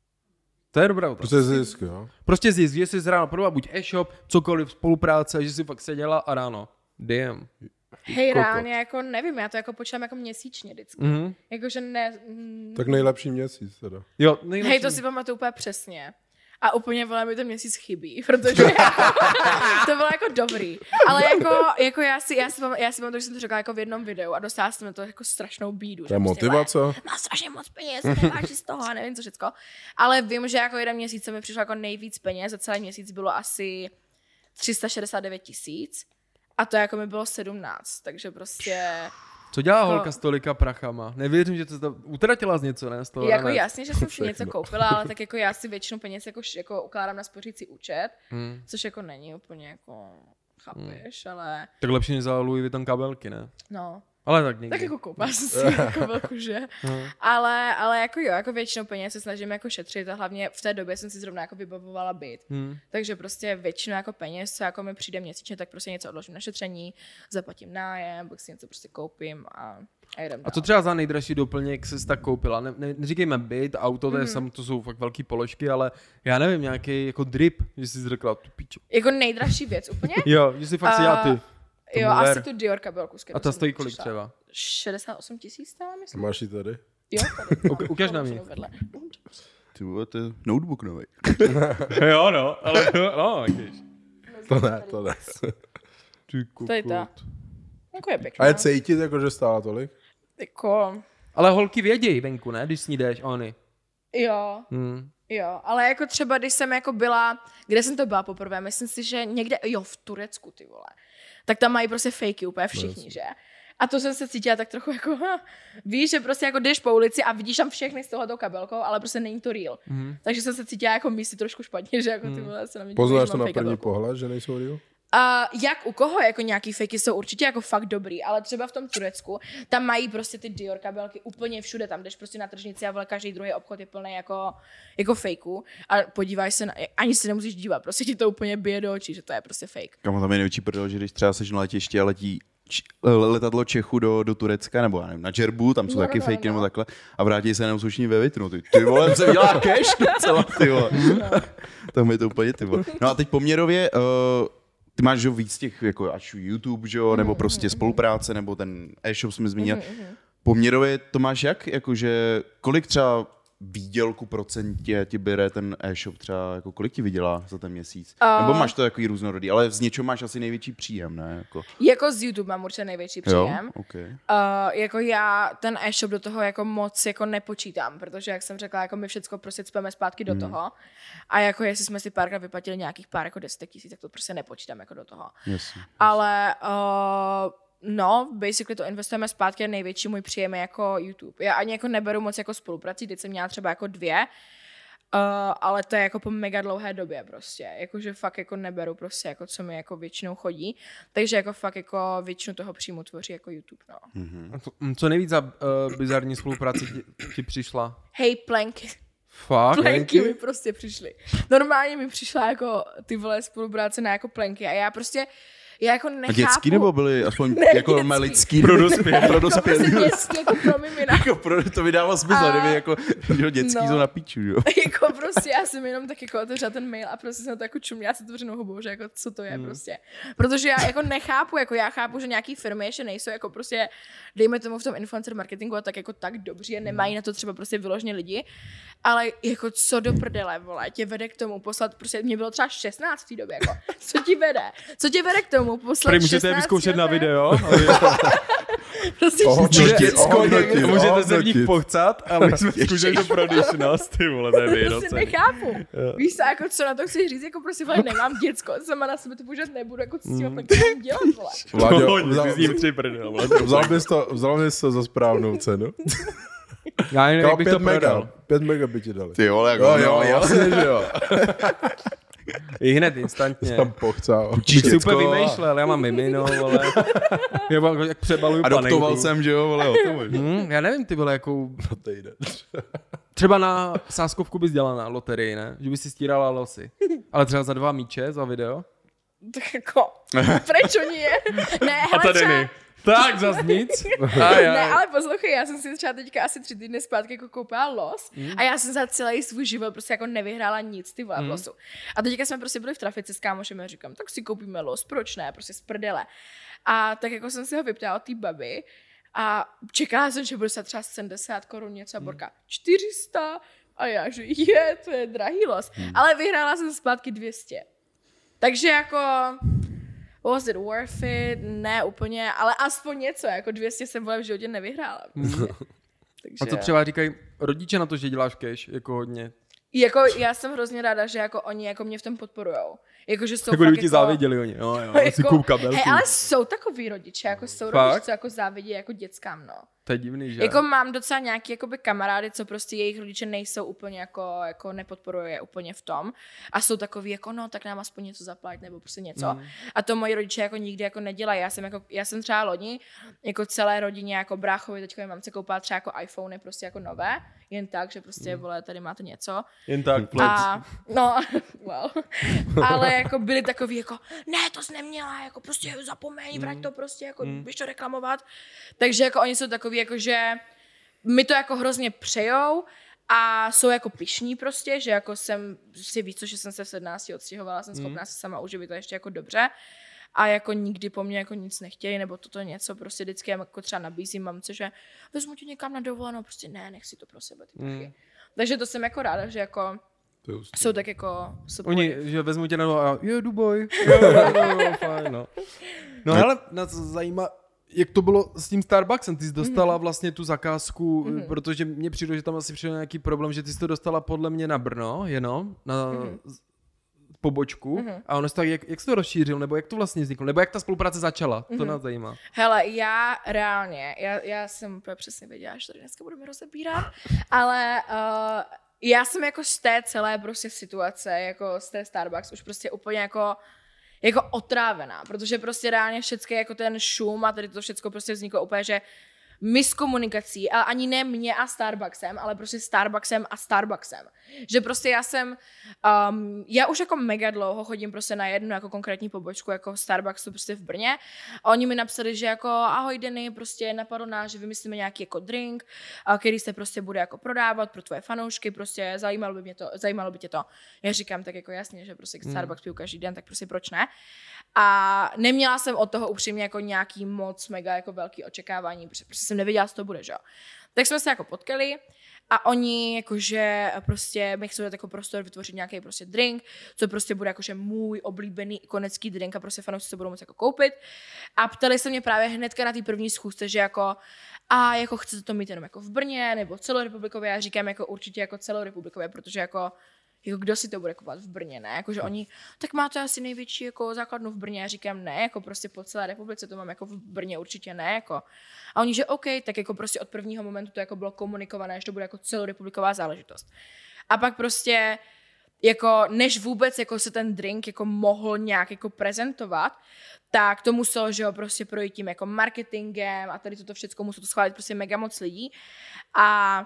To je dobrá otázka. Prostě zisk, jo. Prostě zisk, že jsi ráno prodala buď e-shop, cokoliv, spolupráce, že si fakt seděla a ráno. Damn. Hej, kokot. reálně jako nevím, já to jako počítám jako měsíčně vždycky. Mhm. Jakože ne... Mm, Tak nejlepší měsíc teda. Jo, nejlepší. hej, to si pamatuju úplně přesně. A úplně vole mi ten měsíc chybí, protože jako, to bylo jako dobrý. Ale jako, jako já si, já si, pamatuju, já si pamatuju, že jsem to řekla jako v jednom videu a dostala jsem to jako strašnou bídu. To je motivace. Má strašně moc peněz, neváží z toho a nevím co všecko. Ale vím, že jako jeden měsíc se mi přišlo jako nejvíc peněz, za celý měsíc bylo asi tři sta šedesát devět tisíc a to jako mi bylo sedmnáct, takže prostě... Co dělá Jako- holka s tolika prachama? Nevěřím, že to to utratila z něco, ne? Z toho Jako ne? jasně, že jsem si Všechno. něco koupila, ale tak jako já si většinu peněz jako, jako ukládám na spořící účet, Hmm. což jako není úplně jako, chápeš, ale Tak lepší než za Louis Vuitton kabelky, ne? no. Ale tak někdy. Tak jako koupá jsem si jako velkou, že? Hmm. Ale, ale jako jo, jako většinou peněz se snažím jako šetřit a hlavně v té době jsem si zrovna jako vybavovala byt. Hmm. Takže prostě většinou jako peněz, co jako mi přijde měsíčně, tak prostě něco odložím na šetření, zaplatím nájem, pak si něco prostě koupím a, a jdem A co dál. třeba za nejdražší doplněk jsi tak koupila? Ne, ne, neříkejme byt, auto, to, je Mhm. sam, to jsou fakt velký položky, ale já nevím, nějaký jako drip, že jsi řekla tu piču. Jako nejdražší věc úplně? Jo, že jsi fakt si A- já ty. Jo, tomu ver. asi tu Dior kabelku. s kterou A ta jsem stojí kolik přišla. třeba? šedesát osm tisíc stále, myslím. Máš ji tady? Jo, tady. Uk- ukaž nám ji. Vedle. Ty vole, to je notebook nový. Jo, no, ale no, když. To ne, to ne. Ty To je ta. kokot. Jako je pěkná. A je cítit, jako, že stála tolik? Jako, Ale holky vědějí venku, ne, když snídeš, oni. jo, Hmm. jo, ale jako třeba, když jsem jako byla, kde jsem to byla poprvé, myslím si, že někde, jo, v Turecku, ty vole, tak tam mají prostě fakey úplně všichni, že? A to jsem se cítila tak trochu jako, ha, víš, že prostě jako jdeš po ulici a vidíš tam všechny s tohletou kabelkou, ale prostě není to real. Mhm. Takže jsem se cítila jako místy trošku špatně, že jako ty vole se na mě Poznáš dívají, že to mám na fake první kabelku. pohled, že nejsou real? A jak u koho, jako nějaký fakey jsou určitě jako fakt dobrý, ale třeba v tom Turecku, tam mají prostě ty Dior kabelky úplně všude, tam jdeš prostě na tržnici a vole, každý druhý obchod je plný jako, jako fakeů a podíváš se, na, ani se nemusíš dívat, prostě ti to úplně bije do očí, že to je prostě fake. Kamo, tam je největší prdel, že když třeba seš na letišti a letí č- letadlo Čechu do, do Turecka, nebo já nevím, na Džerbu, tam jsou No, taky no, fakey no. nebo takhle, a vrátí se jenom slušní ve vitru. Ty, ty vole, se dělá cash docela, ty vole. Tam je to úplně, ty vole. No a teď poměrově, uh, ty máš jo víc těch, jako až YouTube, že jo, nebo prostě spolupráce, nebo ten e-shop jsme zmínil. poměrově to máš jak? Jakože kolik třeba výdělku procentě ti bere ten e-shop třeba, jako kolik ti vydělá za ten měsíc? Uh, Nebo máš to takový různorodý, ale z něčeho máš asi největší příjem, ne? Jako, jako z YouTube mám určitě největší příjem. Jo? Okay. Uh, jako já ten e-shop do toho jako moc jako nepočítám, protože jak jsem řekla, jako my všecko prostě cpeme zpátky do hmm. toho a jako jestli jsme si párkrát vyplatili nějakých pár jako deset tisíc, tak to prostě nepočítám jako do toho. Yes. Ale uh, no, basically to investujeme zpátky a největší můj příjem je jako YouTube. Já ani jako neberu moc jako spoluprací, teď jsem měla třeba jako dvě, uh, ale to je jako po mega dlouhé době prostě. Jakože fakt jako neberu prostě jako co mi jako většinou chodí. Takže jako fakt jako většinu toho příjmu tvoří jako YouTube, no. Mm-hmm. Co, co nejvíc za uh, bizarní spolupráci ti, ti přišla? Hej, plenky. Fakt? Plenky mi prostě přišly. Normálně mi přišla jako ty vole spolupráce na jako plenky a já prostě já jako nechápu. A dětský nebo byly aspoň ne, jako lidský? Pro dospělé. Pro dospělé. Jako prostě dětský, jako pro mimina. Jako pro, to mi dává smysl, A... kdyby jako dětský no. jsou na píču, jo. Jako prostě já jsem jenom tak jako otevřela ten mail a prostě jsem to jako čuměla se tvořenou hubou, že jako co to je hmm. prostě. Protože já jako nechápu, jako já chápu, že nějaký firmy ještě nejsou jako prostě, dejme tomu v tom influencer marketingu a tak jako tak dobří a nemají na to třeba prostě vyloženě lidi, ale jako co do prdele, vole, tě vede k tomu poslat, prostě mě bylo třeba šestnáct v té době, jako, co ti vede? Co tě vede k tomu poslat šestnáct? Vyzkoušet na video. Prostě můžete se v nich pochcat a my jsme zkoušeli to prodejšnost, ty vole, to je výroce. To si nechápu. Víš co, jako co na to chci říct, jako prostě vole, nemám děcko, sama na sebe to použít nebudu, jako co s tím tak mám dělat, vole. Vláďo, vzal, vzal, vzal, bys to, vzal bys to za správnou cenu. Já nevím, jak bych to mega, prodal. Pět mega by ti dali. Ty vole, jako jo, no, jo, jasně, že jo. I hned, instantně. Tam pochcál. Bych si úplně vymýšlel, já mám mimino, vole. Já jak přebaluju panenku. Adoptoval jsem, že jo, vole, o tom. Hmm, já nevím, ty vole, jakou... No to jde. Třeba na sázkovku bys dělala na loterii, ne? Že bys si stírala losy. Ale třeba za dva míče, za video. Tak jako, proč oni je? Ne, hele, A tady třeba... ne. Tak, zas nic. Ne, ale poslouchej, já jsem si třeba teďka asi tři týdny zpátky jako koupila los mm. a já jsem za celý svůj život prostě jako nevyhrála nic, ty vole, mm. losu. A teďka jsme prostě byli v trafice s kámošem a říkám, tak si koupíme los, proč ne, prostě z prdele. A tak jako jsem si ho vyptala od té baby a čekala jsem, že bude se třeba sedmdesát korun něco a Borka čtyři sta a já, že je, to je drahý los. Mm. Ale vyhrála jsem zpátky dvě stě. Takže jako... Was it worth it? Ne úplně, ale aspoň něco, jako dvě stě jsem v životě nevyhrála. Mm. Takže... A co třeba říkají rodiče na to, že děláš cash, jako hodně? Jako já jsem hrozně ráda, že jako oni jako mě v tom podporujou. Jako, že jsou jako fakt ti jako... záviděli oni, jo, jo, jako... si koup kabelky. Hey, ale jsou takový rodiče, jako jsou Fakt? rodiče, co jako závidí jako dětskám, no. To je divný, že? Jako mám docela nějaký jakoby kamarády, co prostě jejich rodiče nejsou úplně jako, jako nepodporuje úplně v tom a jsou takový jako no, tak nám aspoň něco zaplať nebo prostě něco. Mm. A to moji rodiče jako nikdy jako nedělají. Já jsem jako, já jsem třeba loni jako celé rodině jako bráchovi, teďka mamce koupila třeba jako iPhony prostě jako nové, jen tak, že prostě mm. vole, tady máte něco. Jen tak, flex. A no, well. Ale jako byli takový jako, ne, to jsi neměla, jako prostě zapomeň, vrať to prostě, jako mm. běž to reklamovat. Takže jako oni jsou takový jako, že mi to jako hrozně přejou a jsou jako pyšní prostě, že jako jsem si víc, že jsem se v sedmnácti odstěhovala, jsem schopná mm. se sama uživit to ještě jako dobře a jako nikdy po mně jako nic nechtějí, nebo toto něco, prostě vždycky jako třeba nabízím mamce, že vezmu tě někam na dovolenou, prostě ne, nech si to pro sebe ty prachy. Mm. Takže to jsem jako ráda, že jako jsou tak jako support. Oni, že vezmu tě na dovolenou a je Duboj, jo, jo, jo, jo, fajn, no. No hele, nás zajímá, jak to bylo s tím Starbucksem? Ty jsi dostala mm-hmm. vlastně tu zakázku, mm-hmm. protože mně přijde, že tam asi přišel nějaký problém, že ty jsi to dostala podle mě na Brno, jenom, na mm-hmm. pobočku. Mm-hmm. A ono tak, jak, jak jsi to rozšířil, nebo jak to vlastně vzniklo, nebo jak ta spolupráce začala? Mm-hmm. To nás zajímá. Hele, já reálně, já, já jsem úplně přesně věděla, že tady dneska budeme rozebírat, ale uh, já jsem jako z té celé prostě situace, jako z té Starbucks, už prostě úplně jako jako otrávená, protože prostě reálně všechny jako ten šum a tady to všechno prostě vzniklo úplně, že miskomunikací, ale ani ne mě a Starbucksem, ale prostě Starbucksem a Starbucksem. Že prostě já jsem, um, já už jako mega dlouho chodím prostě na jednu jako konkrétní pobočku jako Starbucksu prostě v Brně a oni mi napsali, že jako ahoj Denny, prostě napadlo nás, že vymyslíme nějaký jako drink, který se prostě bude jako prodávat pro tvoje fanoušky, prostě zajímalo by mě to, zajímalo by tě to. Já říkám tak jako jasně, že prostě Starbucks piju každý den, tak prostě proč ne? A neměla jsem od toho upřímně jako nějaký moc mega jako velký očekávání, protože prostě jsem nevěděla, co to bude, že jo. Tak jsme se jako potkali a oni jakože prostě mi chcou dát jako prostor vytvořit nějaký prostě drink, co prostě bude jakože můj oblíbený ikonický drink a prostě fanoušci se budou moct jako koupit. A ptali se mě právě hnedka na té první schůzce, že jako a jako chcete to mít jenom jako v Brně nebo celorepublikově. Já říkám jako určitě jako celorepublikově, protože jako jako kdo si to bude kupovat v Brně, ne? Jakože oni, tak máte asi největší jako základnu v Brně. Já říkám ne, jako prostě po celé republice to mám jako v Brně určitě ne, jako. A oni, že OK, tak jako prostě od prvního momentu to jako bylo komunikované, že to bude jako celorepubliková záležitost. A pak prostě jako než vůbec jako se ten drink jako mohl nějak jako prezentovat, tak to muselo, že jo, prostě projít tím jako marketingem a tady toto všechno muselo to schválit prostě mega moc lidí. A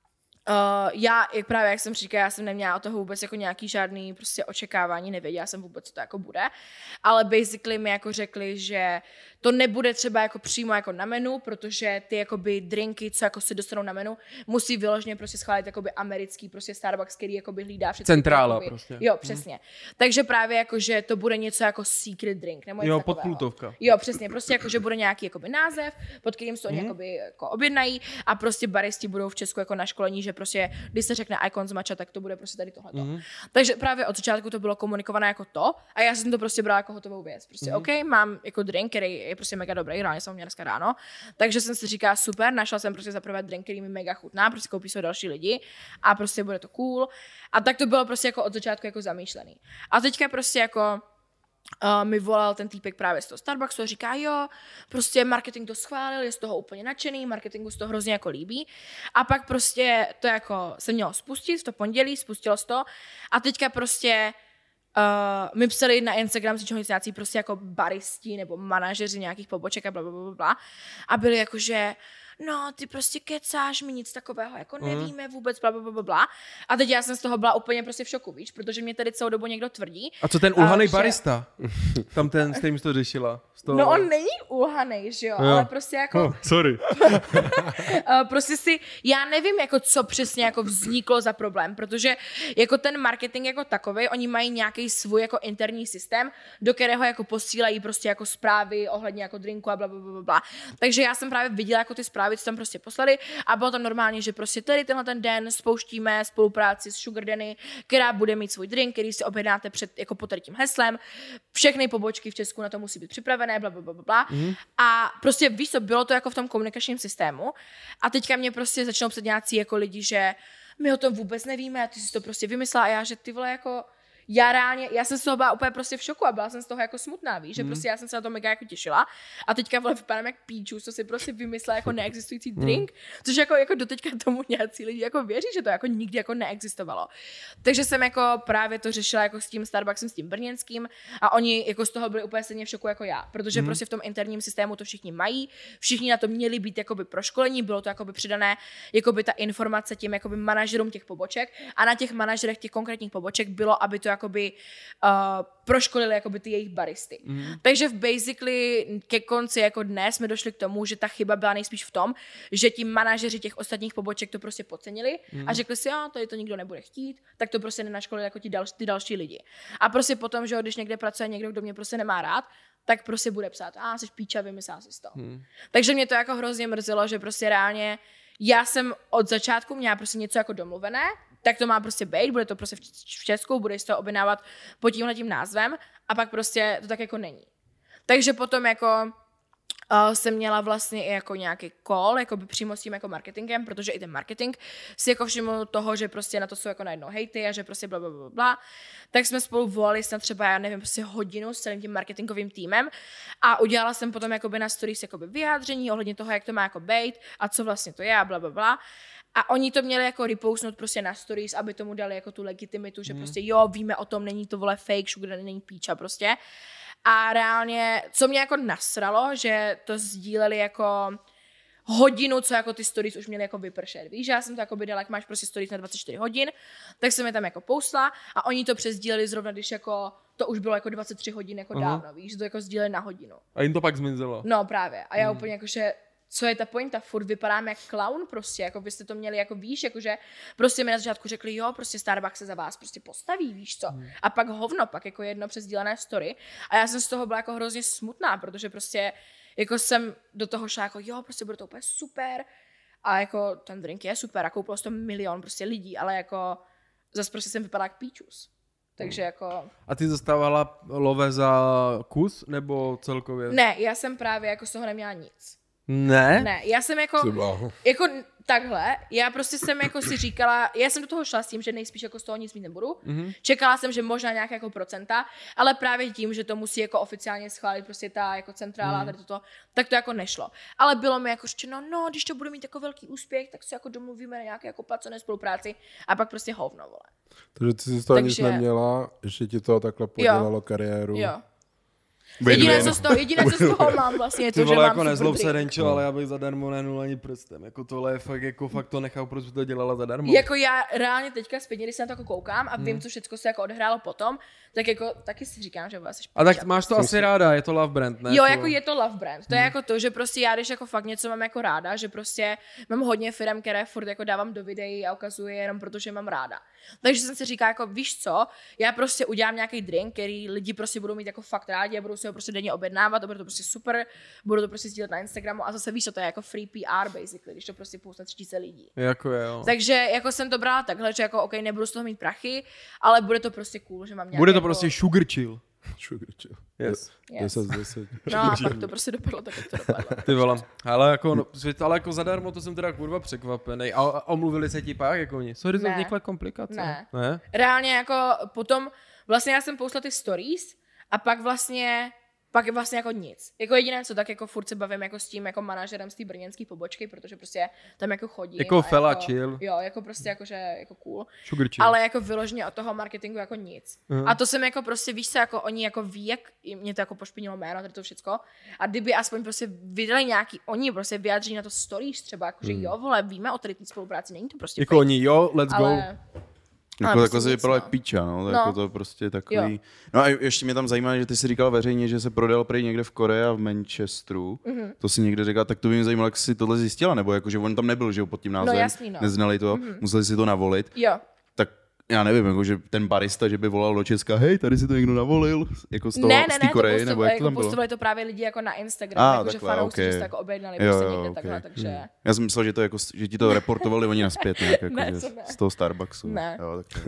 Uh, já, jak právě jak jsem říkala, já jsem neměla od toho vůbec jako nějaký žádný prostě očekávání, nevěděla jsem vůbec, co to jako bude, ale basically mi jako řekli, že to nebude třeba jako přímo jako na menu, protože ty jakoby drinky, co jako se dostanou na menu, musí vyloženě prostě schválit jakoby americký prostě Starbucks, který jakoby hlídá všechny. Centrála jakoby, prostě. Jo, přesně. Hmm. Takže právě jako, že to bude něco jako secret drink, nebo jo, podplutovka. Jo, přesně, prostě jako, že bude nějaký jakoby název, pod kterým se oni hmm. jakoby jako objednají a prostě baristi budou v Česku jako na školení, že prostě, když se řekne Icons Matcha, tak to bude prostě tady tohleto. Mm. Takže právě od začátku to bylo komunikované jako to a já jsem to prostě brala jako hotovou věc. Prostě mm. OK, mám jako drink, který je prostě mega dobrý, ráno jsem ho měla dneska ráno, takže jsem si říkala super, našla jsem prostě za prvé drink, který mi mega chutná, prostě koupí se ho další lidi a prostě bude to cool. A tak to bylo prostě jako od začátku jako zamýšlený. A teďka prostě jako Uh, mi volal ten týpek právě z toho Starbucksu a říká, jo, prostě marketing to schválil, je z toho úplně nadšený, marketingu se to hrozně jako líbí. A pak prostě to jako se mělo spustit v to pondělí, spustilo se to a teďka prostě uh, mi psali na Instagram si čeho nějací prostě jako baristi nebo manažeři nějakých poboček a blablabla a byli jako, že no, ty prostě kecáš, my nic takového jako nevíme vůbec, blablabla. A teď já jsem z toho byla úplně prostě v šoku, víš, protože mě tady celou dobu někdo tvrdí. A co ten ulhanej že... barista? Tam ten, s kterým jsi to řešila. Toho... No on není ulhanej, že jo, jo. Ale prostě jako... Oh, sorry. prostě si, já nevím jako co přesně jako vzniklo za problém, protože jako ten marketing jako takový, oni mají nějaký svůj jako interní systém, do kterého jako posílají prostě jako zprávy ohledně jako drinku a blablabla. Takže já jsem právě viděla jako ty zprávy, co tam prostě poslali a bylo tam normálně, že prostě tady tenhle ten den spouštíme spolupráci s Sugar Danny, která bude mít svůj drink, který si objednáte před, jako pod tím heslem. Všechny pobočky v Česku na to musí být připravené, bla, bla, bla, bla. Mm. A prostě víš co, bylo to jako v tom komunikačním systému a teďka mě prostě začnou psat nějací jako lidi, že my o tom vůbec nevíme a ty jsi to prostě vymyslela a já, že ty vole jako já reálně, já jsem z toho byla úplně prostě v šoku a byla jsem z toho jako smutná, víš, že mm. prostě já jsem se na to mega jako těšila a teďka vole vypadám jak píču, co si prostě vymyslela jako neexistující drink, mm. což jako, jako doteďka tomu nějací lidi jako věří, že to jako nikdy jako neexistovalo. Takže jsem jako právě to řešila jako s tím Starbucksem, s tím brněnským a oni jako z toho byli úplně stejně v šoku jako já, protože mm. prostě v tom interním systému to všichni mají, všichni na to měli být jakoby proškolení, bylo to jakoby přidané jakoby ta informace těm jakoby manažerům těch poboček a na těch manažerech těch konkrétních poboček bylo, aby to jakoby uh, proškolili jakoby ty jejich baristy. Mm. Takže v basically ke konci jako dnes jsme došli k tomu, že ta chyba byla nejspíš v tom, že ti manažeři těch ostatních poboček to prostě podcenili mm. a řekli si, jo, tady to nikdo nebude chtít, tak to prostě nenaškolili jako ti dal, ty další lidi. A prostě potom, že když někde pracuje někdo, kdo mě prostě nemá rád, tak prostě bude psát, a jsi píča, vymyslel si to. Mm. Takže mě to jako hrozně mrzelo, že prostě reálně já jsem od začátku měla prostě něco jako domluvené, tak to má prostě být, bude to prostě v Česku, budeš to objednávat pod tímhletím názvem a pak prostě to tak jako není. Takže potom jako uh, jsem měla vlastně i jako nějaký call, jako by přímo s tím jako marketingem, protože i ten marketing si jako všiml toho, že prostě na to jsou jako najednou hejty a že prostě bla, bla, bla, bla. Tak jsme spolu volali snad třeba, já nevím, prostě hodinu s celým tím marketingovým týmem a udělala jsem potom jakoby na stories jakoby vyjádření ohledně toho, jak to má jako být a co vlastně to je a bla, bla, bla. A oni to měli jako repoustnout prostě na stories, aby tomu dali jako tu legitimitu, že mm. prostě jo, víme o tom, není to vole fake, Sugar Danny není píča prostě. A reálně, co mě jako nasralo, že to sdíleli jako hodinu, co jako ty stories už měly jako vypršet. Víš, já jsem to jako by dala, jak máš prostě stories na dvacet čtyři hodin, tak jsem je tam jako poustla a oni to přesdíleli zrovna, když jako to už bylo jako dvacet tři hodin jako uh-huh. dávno, víš, že to jako sdíleli na hodinu. A jim to pak zmizelo. No právě. A já hmm. úplně jakože co je ta pointa, furt vypadám jak clown prostě, jako byste to měli, jako víš, jakože prostě mi na začátku řekli, jo, prostě Starbucks se za vás prostě postaví, víš co, hmm. a pak hovno, pak jako jedno přesdílené story a já jsem z toho byla jako hrozně smutná, protože prostě jako jsem do toho šla jako jo, prostě bude to úplně super a jako ten drink je super a koupilo to milion prostě lidí, ale jako zase prostě jsem vypadala jak píčus. Takže jako... A ty dostávala love za kus, nebo celkově? Ne, já jsem právě jako z toho neměla nic. Ne? Ne, já jsem jako, jako takhle, já prostě jsem jako si říkala, já jsem do toho šla s tím, že nejspíš jako z toho nic mít nebudu. Mm-hmm. Čekala jsem, že možná nějaké jako procenta, ale právě tím, že to musí jako oficiálně schválit prostě ta jako centrála, mm. tady toto, tak to jako nešlo. Ale bylo mi jako řečeno, no, když to bude mít jako velký úspěch, tak se jako domluvíme na nějaké jako placené spolupráci a pak prostě hovno, vole. Takže ty jsi z toho Takže... nic neměla, ještě ti to takhle podělalo kariéru. Jo. Jediné, co z toho, jediné, co z toho mám vlastně, je to, ty vole, že jako mám nezlob se, Renčo, ale já bych zadarmo nenul ani prstem. Jako tohle je fakt, jako fakt to nechal, proč to dělala zadarmo. Jako já reálně teďka zpětně, když se na to jako koukám a vím, hmm. co všechno se jako odehrálo potom, tak jako taky si říkám, že vlastně A tak máš to asi ráda, je to love brand, ne? Jo, to... jako je to love brand. To hmm. je jako to, že prostě já, když jako fakt něco mám jako ráda, že prostě mám hodně firem, které furt jako dávám do videí a ukazuji jenom protože mám ráda. Takže jsem si říká, jako víš co, já prostě udělám nějaký drink, který lidi prostě budou mít jako fakt rádi a budou si ho prostě denně objednávat, a bude to prostě super, budu to prostě sdílet na Instagramu a zase víš co, to je jako free P R basically, když to prostě pousta tři tisíce lidí. Jako je, jo. Takže jako jsem to brala takhle, že jako OK, nebudu z toho mít prachy, ale bude to prostě cool, že mám nějaký Bude to jako... prostě sugar chill. Sugar chill. Yes. yes. deset z deseti. No a pak to prostě dopadlo tak, jak to dopadlo. Ty vole, ale jako, no, ale jako zadarmo, to jsem teda kurva překvapený. A, a omluvili se ti pak jako oni? Sorry, to vznikla komplikace. Ne. ne. Reálně jako potom, vlastně já jsem poslala ty stories a pak vlastně pak vlastně jako nic. Jako jediné, co tak jako furt se bavím jako s tím jako manažerem z té brněnské pobočky, protože prostě tam jako chodím. Jako fela jako, chill. Jo, jako prostě jako, že jako cool. Sugar chill. Ale jako vyloženě od toho marketingu jako nic. Uh-huh. A to jsem jako prostě, víš co, jako oni jako ví, jak mě to jako pošpinilo jméno, tady to všecko. A kdyby aspoň prostě vydali nějaký, oni prostě vyjádří na to stories třeba, jako, že mm. jo, vole, víme o tady té spolupráci, není to prostě jako fake. Oni, jo, let's ale... go. Jako takhle se vypadalo jak píča, no, no. Jako to prostě takový. Jo. No a ještě mě tam zajímá, že ty jsi říkal veřejně, že se prodal prej někde v Koreji a v Manchesteru. Mm-hmm. To si někde říkal, tak to by mě zajímalo, jak jsi tohle zjistila, nebo jako, že on tam nebyl, že jo, pod tím názvem, no, jasný, no. Neznali to, mm-hmm. museli si to navolit. Jo. Tak já nevím, jako, že ten barista, že by volal do Česka, hej, tady si to někdo navolil, jako z toho, ne, ne, z té Koreji, to nebo jak to jako tam bylo? postovali to právě lidi jako na Instagram, ah, jakože fanoušci, okay. že se jako objednali jo, prostě jo, někde okay. takhle, takže... Hmm. Já jsem myslel, že, to jako, že ti to reportovali oni naspět, nějak, jako, ne, že ne. z toho Starbucksu. Ne. Jo, tak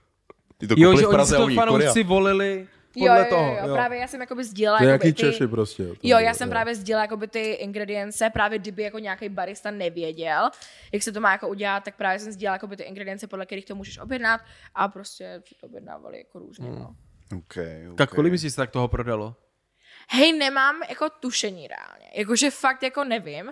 ty to jo, že v Praze, oni si to fanoušci volili podle jo, jo, toho. Jo, jo, jo. právě já jsem jakoby sdílela nějaký ty... Češi prostě. Jo, jo já jsem jo. právě sdílela jakoby ty ingredience, právě kdyby jako nějaký barista nevěděl, jak se to má jako udělat, tak právě jsem sdílela jakoby ty ingredience, podle kterých to můžeš objednat a prostě to objednávali jako různě, hmm. no. Okay, okay. Tak kolik myslíš, tak toho prodalo? Hej, nemám jako tušení reálně, jakože fakt jako nevím.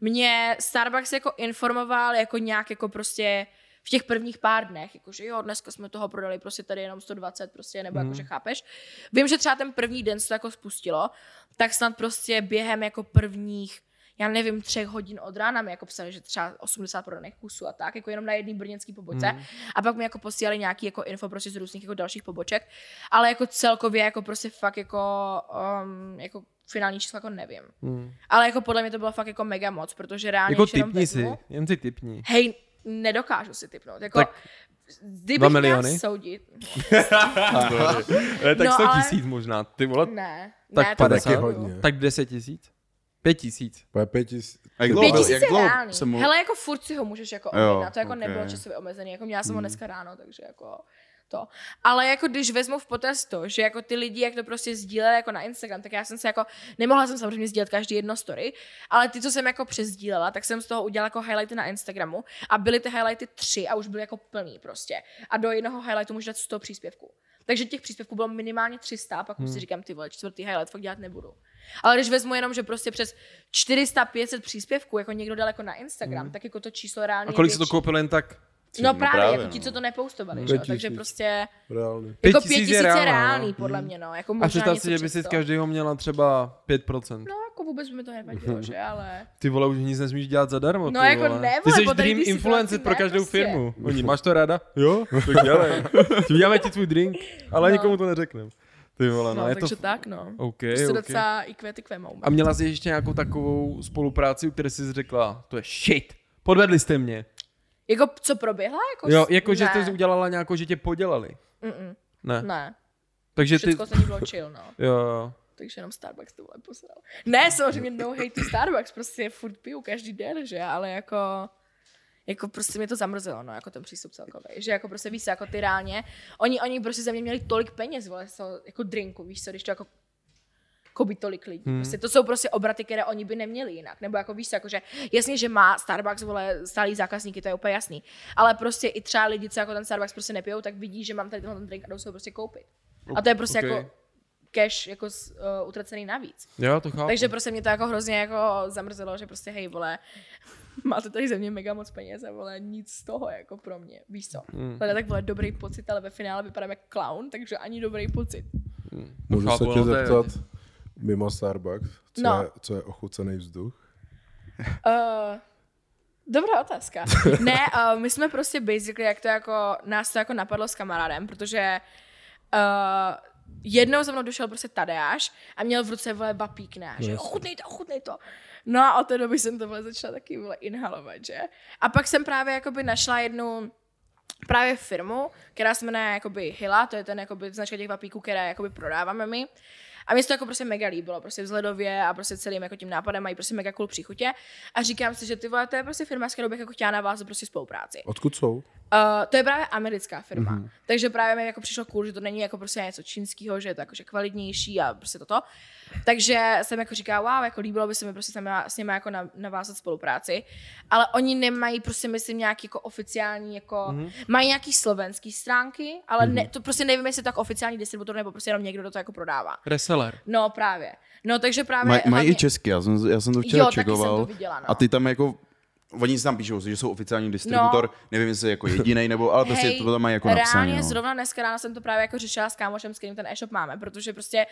Mě Starbucks jako informoval jako nějak jako prostě v těch prvních pár dnech, jakože jo, dneska jsme toho prodali prostě tady jenom sto dvacet prostě, nebo mm. jakože chápeš. Vím, že třeba ten první den se to jako spustilo, tak snad prostě během jako prvních, já nevím, třech hodin od rána mi jako psali, že třeba osmdesát prodaných kusů a tak, jako jenom na jedné brněnské pobočce. Mm. A pak mi jako posílali nějaký jako info prostě z různých jako dalších poboček, ale jako celkově jako prostě fakt jako, um, jako finální číslo jako nevím. Mm. Ale jako podle mě to bylo fakt jako mega moc, protože reálně jako typni si, jen si typni. Hej, nedokážu si typnout. Jako, tak kdybych měla soudit. tak no, sto tisíc ale... možná, ty vole. Ne, tak ne, padesát, hodně. Tak deset tisíc? Pět tisíc. Pět tisíc. Pět tisíc je reálný. Mu... Hele, jako furt si ho můžeš jako objednat, to jako okay. nebylo časově omezený, jako měla jsem ho dneska ráno, takže jako to. Ale jako když vezmu v potaz to, že jako ty lidi, jak to prostě sdíleli jako na Instagram, tak já jsem se jako, nemohla jsem samozřejmě sdílet každý jedno story, ale ty, co jsem jako přesdílela, tak jsem z toho udělala jako highlighty na Instagramu a byly ty highlighty tři a už byly jako plný prostě. A do jednoho highlightu můžu dát sto příspěvků. Takže těch příspěvků bylo minimálně tři sta, a pak hmm. si říkám, ty vole, čtvrtý highlight fakt dělat nebudu. Ale když vezmu jenom, že prostě přes čtyři sta pět set příspěvků jako někdo dal jako na Instagram, hmm. tak jako to číslo reálně. A kolik se to koupilo jen tak? No právě, no právě, jako ti, co to nepoustovali, že? Takže prostě reálný. Jako pět tisíc je reálný, podle mě, no. Jako a představ si, že by si z každého měla třeba pět procent. No, jako vůbec by mi to nevadilo, že, ale... Ty vole, už nic nesmíš dělat zadarmo, no, ty jako vole. Ne, ty vole, jsi dream influencer pro každou prostě. firmu. Oni, máš to ráda? Jo? Tak dělej. Uděláme ti tvůj drink, ale no. nikomu to neřekneme. Ty vole, no, no je takže to... tak, no. Okay, prostě okay. docela i květy kvěmou. A měla jsi ještě nějakou takovou spolupráci, u které jsi řekla, to je shit, podvedli jste mě. Jako, co proběhla? Jako, jo, jako, že jsi udělala nějakou, že tě podělali. Mm-mm. Ne. Ne. Takže Všecko ty... se mi bylo chill, no. Jo, jo. takže jenom Starbucks to vole posral. Ne, samozřejmě no hate to Starbucks, prostě furt piju každý den, že, ale jako... Jako prostě mě to zamrzelo, no, jako ten přístup celkový. Že jako prostě víš, jako ty reálně, oni, oni prostě ze mě měli tolik peněz, vole, jako drinku, víš co, když to jako koupí tolik lidí. Hmm. Prostě to jsou prostě obraty, které oni by neměli jinak. Nebo jako víš co, jakože jasně, že má Starbucks, vole, stálý zákazníky, to je úplně jasný. Ale prostě i třeba lidi, co jako ten Starbucks prostě nepijou, tak vidí, že mám tady ten drink a jdou se ho prostě koupit. A to je prostě okay. Jako cash jako uh, utracený navíc. Jo, to chápu. Takže prostě mě to jako hrozně jako zamrzelo, že prostě hej, vole, máte tady ze mě mega moc peněz a vole, nic z toho jako pro mě, víš co. Hmm. To je tak vole dobrý pocit, ale ve finále vypadám jak clown, takže ani dobrý pocit. Hmm. Můžu chápu, se tě zeptat mimo Starbucks, co, no. je, co je ochucený vzduch? Uh, dobrá otázka. Ne, uh, my jsme prostě basically, jak to jako, nás to jako napadlo s kamarádem, protože uh, jednou za mnou došel prostě Tadeáš a měl v ruce vole vapík, ne? Že ochutnej to, ochutnej to. No a od té doby jsem to vole začala taky vole inhalovat, že? A pak jsem právě jakoby našla jednu právě firmu, která se jmenuje jakoby Hila, to je ten jakoby značka těch vapíků, které jakoby prodáváme my. A mě to jako prostě mega líbilo, prostě vzhledově a prostě celým jako tím nápadem mají prostě mega cool příchutě. A říkám si, že ty vole, to je prostě firma, s kterou bych jako chtěla navázat prostě spolupráci. Odkud jsou? Uh, to je právě americká firma. Mm-hmm. Takže právě mi jako přišlo cool, že to není jako prostě něco čínského, že je to jakože kvalitnější a prostě toto. Takže jsem jako říkala, wow, jako líbilo by se mi prostě s nimi jako navázat spolupráci. Ale oni nemají prostě, myslím, nějaký jako oficiální, jako, mm-hmm. mají nějaký slovenský stránky, ale mm-hmm. ne, to prostě nevím, jestli to jako oficiální distributor nebo prostě jenom někdo, kdo to jako prodává. Reseller. No právě. No takže právě... Maj, mají hlavně... i česky, já jsem, já jsem to včera jo, čekoval. Jsem to viděla, no. A ty tam jako... Oni si tam píšou, že jsou oficiální distributor, no. Nevím, jestli jako jedinej, nebo, ale prostě to tam mají jako napsané. Reálně no. Zrovna dneska ráno jsem to právě jako řešila s kámošem, s kterým ten e-shop máme, protože prostě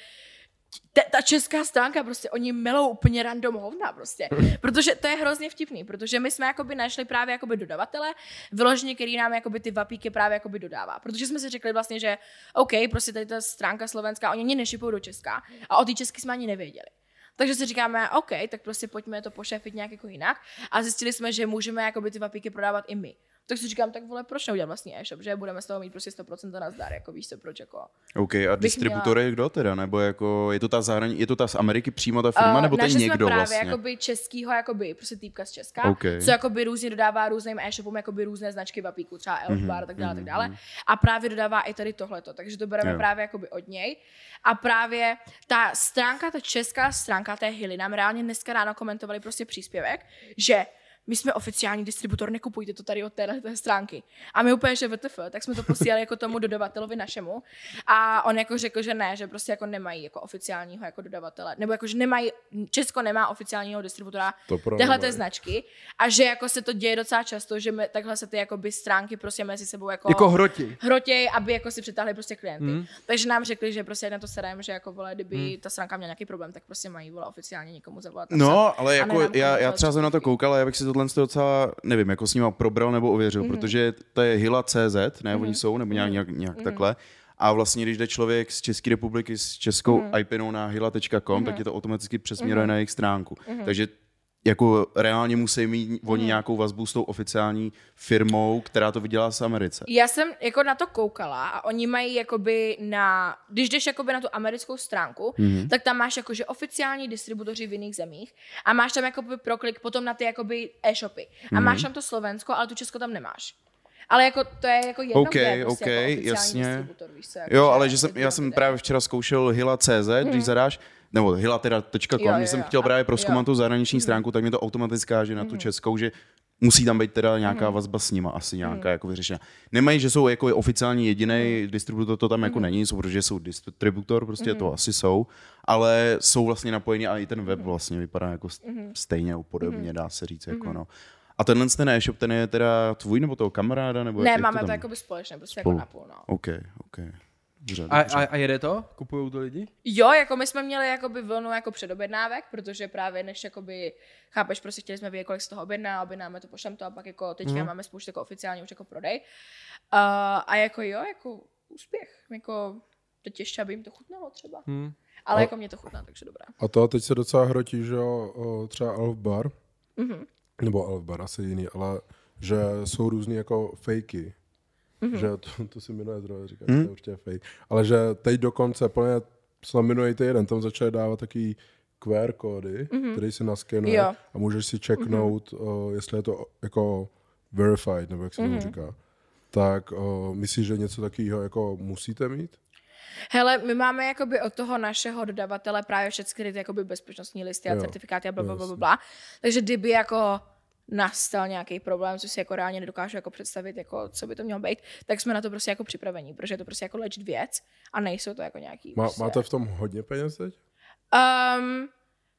ta, ta česká stránka, prostě oni melou úplně random hovna prostě. Protože to je hrozně vtipný, protože my jsme jakoby našli právě jakoby dodavatele, vyloženě, který nám jakoby ty vapíky právě jakoby dodává. Protože jsme si řekli vlastně, že OK, prostě tady ta stránka slovenská, oni ani nešipují do Česka a o ty česky jsme ani nevěděli. Takže si říkáme, OK, tak prostě pojďme to pošefit nějak jako jinak. A zjistili jsme, že můžeme jakoby ty vapíky prodávat i my. Tak si říkám, tak vole, proč neudělat vlastní e-shop, že budeme z toho mít prostě sto procent na zdar, jako víš co, proč jako. OK, a distributor měla... je kdo teda, nebo jako, je to ta zahrani... je to ta z Ameriky přímo ta firma, uh, nebo to je někdo právě vlastně? jakoby českýho, jakoby prostě týpka z Česka, okay. co jakoby různě dodává různým e-shopům jakoby různé značky vapíků, třeba Elfbar, mm-hmm. tak dále, mm-hmm. tak dále. A právě dodává i tady tohleto, takže to bereme jo. právě jakoby od něj. A právě ta stránka, ta česká stránka té Hily nám reálně dneska ráno komentovali prostě příspěvek, že my jsme oficiální distributor, nekupujte to tady od téhle stránky. A my úplně, že W T F, tak jsme to posílali jako tomu dodavateli našemu. A on jako řekl, že ne, že prostě jako nemají jako oficiálního jako dodavatele. Nebo jako, že nemají, Česko nemá oficiálního distributora téhleté značky. A že jako se to děje docela často, že my, takhle se ty jakoby stránky prostě mezi sebou jako, jako hroti. hrotěj, aby jako si přitáhli prostě klienty. Hmm. Takže nám řekli, že prostě na to serem, že jako vole, kdyby hmm. ta stránka měla nějaký problém, tak prostě mají vole oficiálně někomu zavolat. No, ale jako já, já třeba jsem na to koukal, já bych si to to docela, nevím, jako s nima probral nebo ověřil, mm-hmm. protože to je Hila tečka cé zet, ne, mm-hmm. oni jsou, nebo nějak, nějak, nějak mm-hmm. takhle. A vlastně, když jde člověk z České republiky s českou mm-hmm. IPinou na hila tečka com, mm-hmm. tak je to automaticky přesměruje mm-hmm. na jejich stránku. Mm-hmm. Takže jako reálně musí mít oni mm. nějakou vazbu s tou oficiální firmou, která to vydělá z Americe. Já jsem jako na to koukala a oni mají jakoby na, když jdeš jakoby na tu americkou stránku, mm. tak tam máš jakože oficiální distributoři v jiných zemích a máš tam jakoby proklik potom na ty jakoby e-shopy. A mm. máš tam to Slovensko, ale tu Česko tam nemáš. Ale jako to je jako jedno, okay, kde je prostě okay, jako jasně. distributor, víš co, jako jo, ale že jsem, já jsem právě včera zkoušel hila tečka cé zet, mm. když zadáš, nebo hila tečka com, když jsem chtěl právě prozkoumat tu zahraniční mm. stránku, tak mi to automaticky káže na tu mm. českou, že musí tam být teda nějaká mm. vazba s nima, asi nějaká mm. jako vyřešená. Nemají, že jsou jako oficiální jediný mm. distributor, to tam jako mm. není, jsou, protože jsou distributor, prostě mm. to asi jsou, ale jsou vlastně napojení a i ten web vlastně vypadá jako mm. stejně podobně, dá se říct, jako no. A tenhle ten e-shop, ten je teda tvůj nebo toho kamaráda? Nebo ne, jak máme to, to jakoby společně, prostě Spolu. Jako napůl, no. OK, OK. Dobře, a, dobře. A, a jede to? Kupujou to lidi? Jo, jako my jsme měli jakoby vlnu jako předobjednávek, protože právě než jakoby, chápeš, prostě chtěli jsme vědět, kolik z toho objedná, objednáme to, pošlem to a pak jako teďka mm. máme spoustu jako oficiálně už jako prodej. Uh, a jako jo, jako úspěch, jako teď ještě, aby jim to chutnalo třeba. Mm. Ale a, jako mě to chutná, takže dobrá. A to teď se docela hrotí, že jo, třeba Elfbar. Mhm. Nebo Elfbar, asi jiný, ale že jsou různý jako fakey. Mm-hmm. Že to, to si minulé zdroje říká, mm. že to je určitě fake. Ale že teď dokonce plně snad minulý týden, tam začali dávat takový Q R kódy, mm-hmm. který se naskenuje Jo. a můžeš si checknout, mm-hmm. uh, jestli je to jako verified, nebo jak se mm-hmm. tomu říká. Tak uh, myslíš, že něco takového jako musíte mít? Hele, my máme jakoby od toho našeho dodavatele právě všechny ty jakoby bezpečnostní listy a Jo, certifikáty a blablabla. Takže kdyby jako nastal nějaký problém, co si jako reálně nedokážu jako představit, jako co by to mělo být, tak jsme na to prostě jako připravení, protože je to prostě jako legit věc a nejsou to jako nějaký... Má, prostě... Máte v tom hodně peněz teď? Um,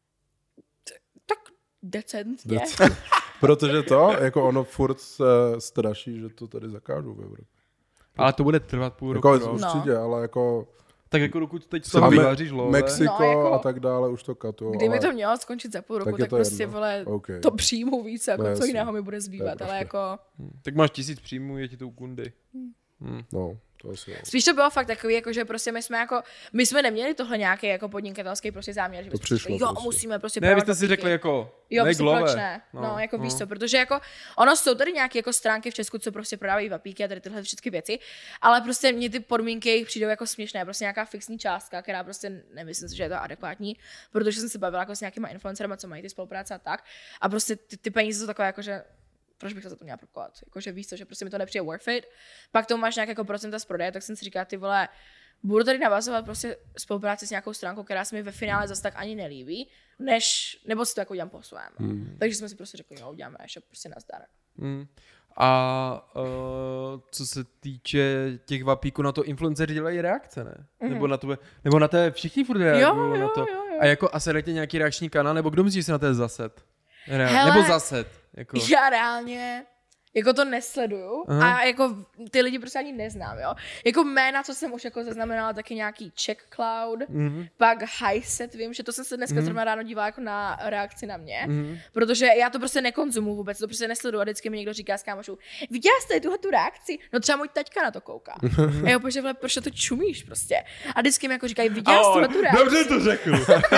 t- tak decentně. Decent. Protože to, jako ono furt se straší, že to tady zakážou v Evropě. Ale to bude trvat půl Jako roku. No. určitě, no. ale jako... Tak jako dokud teď Jsem to Me- vyvaříš love. Mexiko No, jako- a tak dále už to katuje. Kdyby ale... to mělo skončit za půl roku, Tak tak, je to prostě, jedno. vole, Okay. to přijmu víc, jako No, co jasně. jiného mi bude zbývat, To je ale pravda. jako... Tak máš tisíc příjmů, je ti to u kundy. Hmm. No, to asi jo. Spíš to bylo fakt takový, jako, že prostě my jsme jako, my jsme neměli tohle nějaký jako podnikatelský prostě záměr, že To jsme si přišlo řekli, jo, prostě. musíme prostě Ne, vy prodávat jste si papíky. řekli jako, Jo, ne prostě glove. proč ne? No, no jako no. víš co, protože jako ono jsou tady nějaké jako stránky v Česku, co prostě prodávají vapíky a tady tyhle všechny věci, ale prostě mně ty podmínky jich přijdou jako směšné, prostě nějaká fixní částka, která prostě nemyslím si, že je to adekvátní, protože jsem se bavila jako s nějakýma influencerama, co mají ty spolupráce a tak, a prostě ty, ty peníze jsou takové jako, že proč bych to za to měla prokovat? Jakože víš to, že prostě mi to nepřijde worth it. Pak tomu máš nějaké jako procenta z prodeje, tak jsem si říkala, ty vole, budu tady navazovat prostě spolupráci s nějakou stránkou, která se mi ve finále zase tak ani nelíbí, než, nebo si to jako udělám po svém. Hmm. Takže jsme si prostě řekli, jo, uděláme ještě prostě nazdar. Hmm. A uh, co se týče těch vapíků, na to influenceři dělají reakce, ne? Mm-hmm. Nebo na to, nebo na té všichni furt reagují na to. Jo, jo. A jako a sedete nějaký reakční kanál, nebo kdo myslíš se na té zased? Rea- Hele, nebo zased? Jako. Já reálně jako to nesleduju. Aha. A jako ty lidi prostě ani neznám, jo. Jako jména, co jsem už jako zaznamenala, taky nějaký Check Cloud, mm-hmm. pak Highset, vím, že to jsem se dneska mm-hmm. zrovna ráno dívala jako na reakci na mě, mm-hmm. protože já to prostě nekonzumuju vůbec, to prostě nesleduju a vždycky mi někdo říká s kámošů, viděla jste tuhle tu reakci? No třeba můj taťka na to kouká. A jo, protože vle, proč to čumíš prostě? A vždycky mi jako říkají, viděla jsi tuhle tu reakci? Dobře to řekl.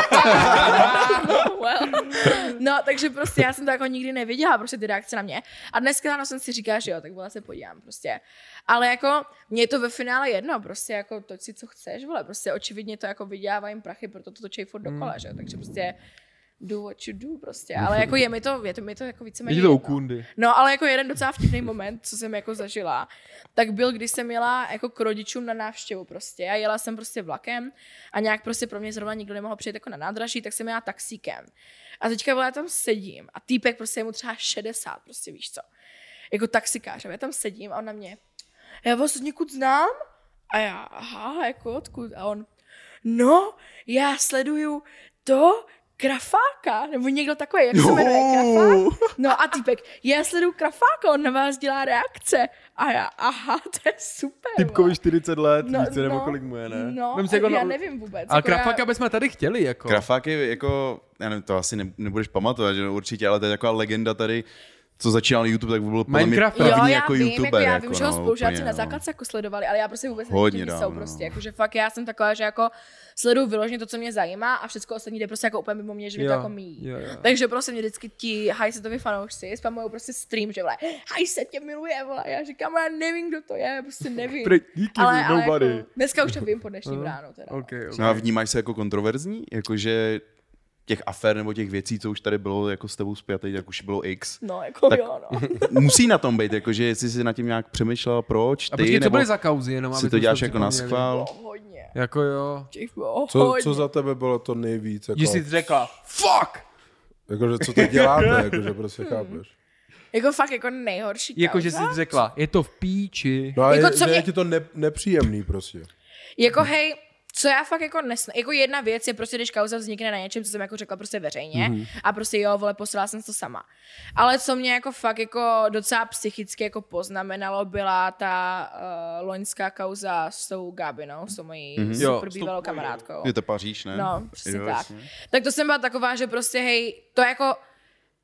well. No, takže prostě já jsem to jako nikdy neviděla, prostě ty reakce na mě. A dneska ráno jsem si říkala, že jo, tak vole se podívám prostě. Ale jako, mně je to ve finále jedno, prostě jako toč si co chceš, vole, prostě očividně to jako vydělává jim prachy, proto to točej furt dokola, že jo, takže prostě do what you do prostě, ale jako je mi to, je to, mi to jako víceméně Je to u jedno. kundy. No, ale jako jeden docela vtipný moment, co jsem jako zažila, tak byl, když jsem jela jako k rodičům na návštěvu prostě a jela jsem prostě vlakem a nějak prostě pro mě zrovna nikdo nemohl přijet jako na nádraží, tak jsem jela taxíkem. A teďka vole, já tam sedím a týpek prostě je mu třeba šedesát, prostě víš co. Jako taxikář, já tam sedím a on na mě, já vás od někud znám? A já, aha, jako odkud? A on, no, já sleduju to, Krafáka, nebo někdo takový, jak se jmenuje, Krafák? No a týpek, já sleduju Krafáka, on na vás dělá reakce. A já, aha, to je super. Typkovi čtyřicet let, no, víš co, nebo no, kolik mu je, ne? No, Vem si jako, já no, nevím vůbec. ale jako Krafáka já... bychom tady chtěli, jako. Krafák je jako, já nevím, to asi ne, nebudeš pamatovat, že no, určitě, ale to je taková legenda tady, co začínal na YouTube, tak byl podle mě Minecraft. první Jo, já jako vím, YouTuber. jako já jako, vím, že ho no, spolužáci úplně, na no. základce jako sledovali, ale já prostě vůbec Hodně nevím, jsou dávno, prostě, no. jakože fakt já jsem taková, že jako sleduju vyloženě to, co mě zajímá a všechno ostatní jde prostě jako úplně mimo mě, že mě Jo, to jako míjí. jo, jo. Takže prostě mě vždycky ti highsetovi fanoušci spamujou prostě stream, že vole, highset tě miluje, vole, já říkám, já nevím, kdo to je, prostě nevím. Pre, díky, ale, ale nobody. jako, dneska už to vím po dnešním ránu teda. Okay, okay. No a vnímáš se jako kontroverzní? Jakože těch afér nebo těch věcí, co už tady bylo jako s tebou zpětej, tak už bylo X. No, jako Tak- jo, no. Musí na tom být, jakože jestli jsi nad tím nějak přemýšlela, proč A ty, počkej, co nebo byly za kauzy, jenom si aby to jsme děláš to jako na připomněli. schvál? Bylo hodně. Jako jo. Těch bylo Co, hodně. co za tebe bylo to nejvíc? Jako, Že jsi řekla, fuck! jakože, co to děláte, jakože prostě chápeš. Jako fakt jako nejhorší Jako, že kauza. jsi řekla, je to v píči. No a Jako, je, co že mě- je ti to ne, nepříjemný prostě. Jako hej, co já fakt jako nesna... Jako jedna věc je prostě, když kauza vznikne na něčem, co jsem jako řekla prostě veřejně mm-hmm. a prostě jo, vole, poslala jsem to sama. Ale co mě jako fakt jako docela psychicky jako poznamenalo, byla ta uh, loňská kauza s tou Gabinou, s tou mojí mm-hmm. Jo, super s tou- bývalou kamarádkou. Je to Paříž, ne? No, přesně Jo, tak. jasně. Tak to jsem byla taková, že prostě hej, to jako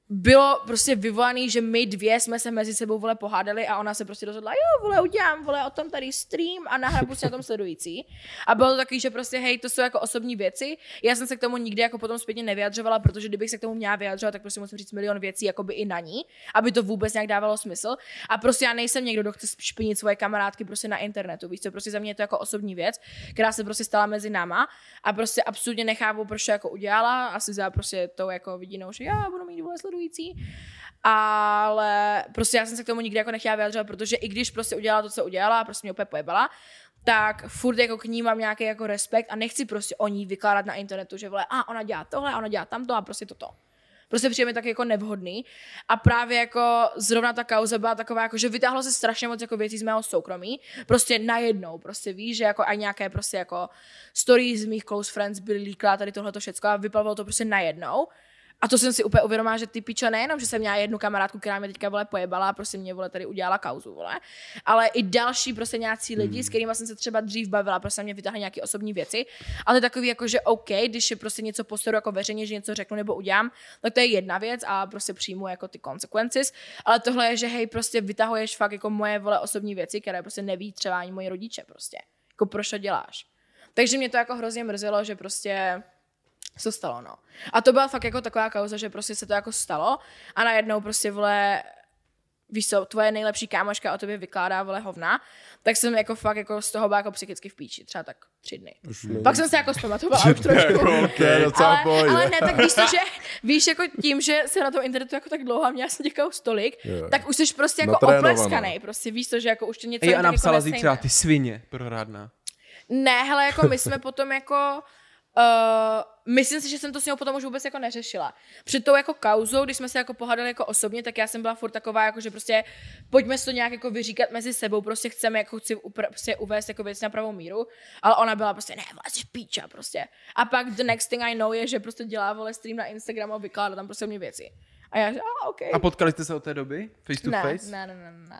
bylo prostě vyvolaný, že my dvě jsme se mezi sebou, vole, pohádali a ona se prostě rozhodla, jo, vole, udělám, vole, o tom tady stream a nahrám prostě na tom sledující. A bylo to takový, že prostě, hej, to jsou jako osobní věci. Já jsem se k tomu nikdy jako potom zpětně nevyjadřovala, protože kdybych se k tomu měla vyjadřovat, tak prostě musím říct milion věcí, jakoby i na ní, aby to vůbec nějak dávalo smysl. A prostě já nejsem někdo, kdo chce špinit svoje kamarádky prostě na internetu. Víš co, prostě za mě je to jako osobní věc, která se prostě stala mezi náma a prostě absolutně nechápu, proč to jako udělala. Asi za prostě tou jako vidinou, že já budu mít vole sledující. Ale prostě já jsem se k tomu nikdy jako nechtěla vyjadřovat, protože i když prostě udělala to, co udělala, prostě mě úplně pojebala, tak furt jako k ní mám nějaký jako respekt a nechci prostě o ní vykládat na internetu, že vole, a ona dělá tohle, ona dělá tamto a prostě toto. Prostě přijde mi tak jako nevhodný. A právě jako zrovna ta kauza byla taková, jako, že vytáhlo se strašně moc jako věcí z mého soukromí. Prostě najednou, prostě víš, že jako aj nějaké prostě jako stories z mých close friends byly líklá tady tohleto všecko a vyplavilo to prostě najednou. A to jsem si úplně uvědomila, že ty pičo nejenom, že jsem měla jednu kamarádku, která mě teďka vole pojebala a prostě mě vole tady udělala kauzu, vole, ale i další prostě nějací lidi, hmm. s kterými jsem se třeba dřív bavila, prostě mě vytáhly nějaké osobní věci, ale takový jako, že OK, když je prostě něco postaru jako veřejně, že něco řeknu nebo udělám, tak to je jedna věc a prostě přijmu jako ty consequences, ale tohle je, že hej, prostě vytahuješ fakt jako moje vole osobní věci, které prostě neví třeba ani moji rodiče prostě, jako proč to děláš. Takže mě to jako hrozně mrzelo, že prostě co stalo, no. A to byla fakt jako taková kauza, že prostě se to jako stalo a najednou prostě, vole, víš co, tvoje nejlepší kámoška o tobě vykládá, vole, hovna, tak jsem jako fakt jako z toho byla jako psychicky v píči, třeba tak tři dny. Pak jsem se jako zpamatovala už trošku. Okay, ale, ale ne, tak víš to, že víš jako tím, že se na tom internetu jako tak dlouho a měla jsem těkau stolik, yeah. tak už jsi prostě jako opleskanej, prostě víš to, že jako už to něco je a napsala jako zítra ty svině prohrádná. Ne, hele, jako my jsme potom jako Uh, myslím si, že jsem to s ním potom už vůbec jako neřešila. Před tou jako kauzou, když jsme se jako pohádali jako osobně, tak já jsem byla furt taková, jako že prostě pojďme si to nějak jako vyříkat mezi sebou, prostě chceme jako chci upra- prostě uvést jako věc na pravou míru, ale ona byla prostě ne, vlastně píča prostě. A pak the next thing I know je, že prostě dělá vole stream na Instagramu a vykládá tam prostě mě věci. A já že, ah, okay. A potkali jste se od té doby? Face to ne, face? Ne, ne, ne, ne.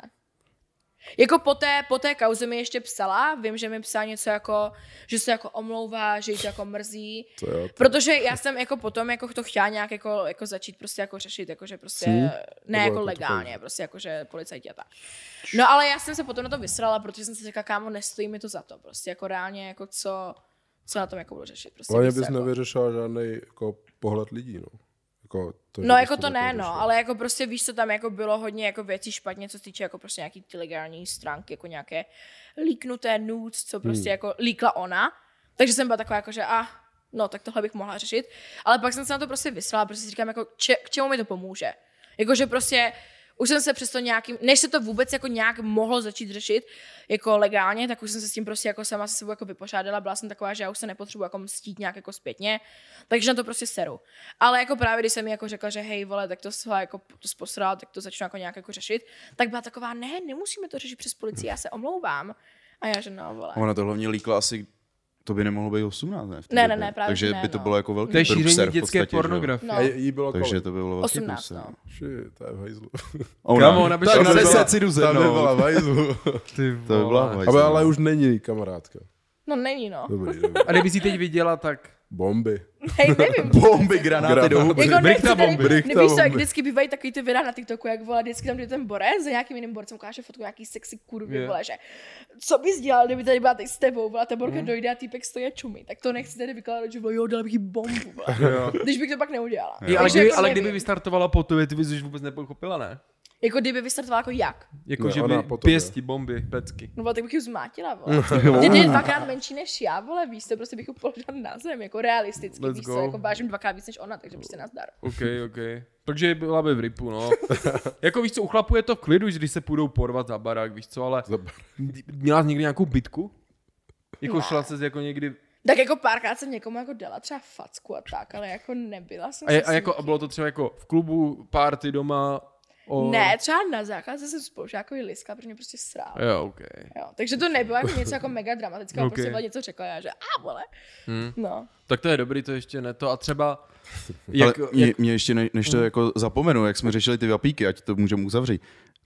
Jako po té, po té kauze mi ještě psala, vím, že mi psala něco jako, že se jako omlouvá, že jí to jako mrzí, to jo, to... protože já jsem jako potom jako to chtěla nějak jako, jako začít prostě jako řešit, jakože prostě, hmm? ne jako legálně, to prostě jakože policajti a tak. No ale já jsem se potom na to vysrala, protože jsem si řekla, kámo, nestojí mi to za to, prostě jako reálně jako co, co na tom jako budu řešit. Prostě ale bys jako... nevyřešila žádný jako pohled lidí, no. Jako to, no jako to ne, no, ale jako prostě víš, co tam jako bylo hodně jako věcí špatně, co se týče jako prostě nějaký ty legální stránky, jako nějaké líknuté nudes, co prostě hmm. jako líkla ona. Takže jsem byla taková jako, že ah, no tak tohle bych mohla řešit. Ale pak jsem se na to prostě vysrala, prostě si říkám jako, če, k čemu mi to pomůže. Jakože prostě už jsem se přesto nějakým, než se to vůbec jako nějak mohlo začít řešit jako legálně, tak už jsem se s tím prostě jako sama se sebou jako vypořádala, byla jsem taková, že já už se nepotřebuji jako mstít nějak jako zpětně, takže na to prostě seru. Ale jako právě, když jsem mi jako řekla, že hej vole, tak to se jako to sposral, tak to začnu jako nějak jako řešit, tak byla taková, ne, nemusíme to řešit přes policii, já se omlouvám. A já že no, vole. Ona to hlavně líkla asi, to by nemohlo být osmnáct, ne? Ne, ne, ne, právě takže ne, by to no. bylo jako velký to je šíření průser dětské podstatě, pornografie. No. A jí bylo takže kolik? to by bylo velký osmnáct, průser. no. Shit, to je v hajzlu. Kámo, ona by šla na deset si jdu Ta by byla zednout. v hajzlu. Ty To by byla vole. hajzlu. Ale, ale už není kamarádka. No není, no. Dobrý, dobrý. A kdyby si teď viděla, tak... Bomby. Hej, nevím. Bomby, granáty do huby. Jako Brichta nechci bomby. tady, Brichta nevíš co, jak bomby. vždycky bývají takový ty videa na TikToku, jak vole, vždycky tam jde ten borec za nějakým jiným borcem, ukáže fotku nějaký sexy kurvy, Yeah. vole, že co bys dělal, kdyby tady byla teď s tebou, vole, ta borka mm. dojde a týpek stojí a čumí, tak to nechci tady vykládat, že vole, jo, dal bych jí bombu, vole. Jo. Když bych to pak neudělala. Jo, ale, Takže kdyby, jako ale nevím. kdyby vystartovala po tobě, ty bys už vůbec nepochopila, ne? Jako kdyby vystartovala jako jak? Jako, Ne, že ona by po tobě. pěsti, bomby, pecky. No vole, tak bych ji zmátila, vole. Ty je dvakrát menší než já, vole, víš to, prostě bych ji položila na zem, jako realisticky, Let's víš go. co, jako vážím dvakrát víc než ona, takže prostě nazdar. OK, OK. Takže byla by v ripu, no. Jako víš co, u chlapů je to v klidu, když se půjdou porvat za barák, víš co, ale Za bar- měla jsi někdy nějakou bitku? Jako Ne. šla ses jako někdy... Tak jako párkrát jsem někomu jako dala třeba facku a tak, ale jako nebyla jsem A, je, se a s jako a nikým. bylo to třeba jako v klubu, party doma? O... Ne, třeba na základce jsem spolužákovi liska, protože mě prostě srál. Jo, OK. Jo, takže to nebylo jako něco jako mega dramatického, Ok. okay. prostě byla něco řekla já, že a vole. Hmm. No. Tak to je dobrý, to ještě ne to. A třeba... Jak, Jak, mě, jak, mě ještě, ne, než to jako zapomenu, jak jsme řešili ty vapíky, ať to můžeme uzavřít,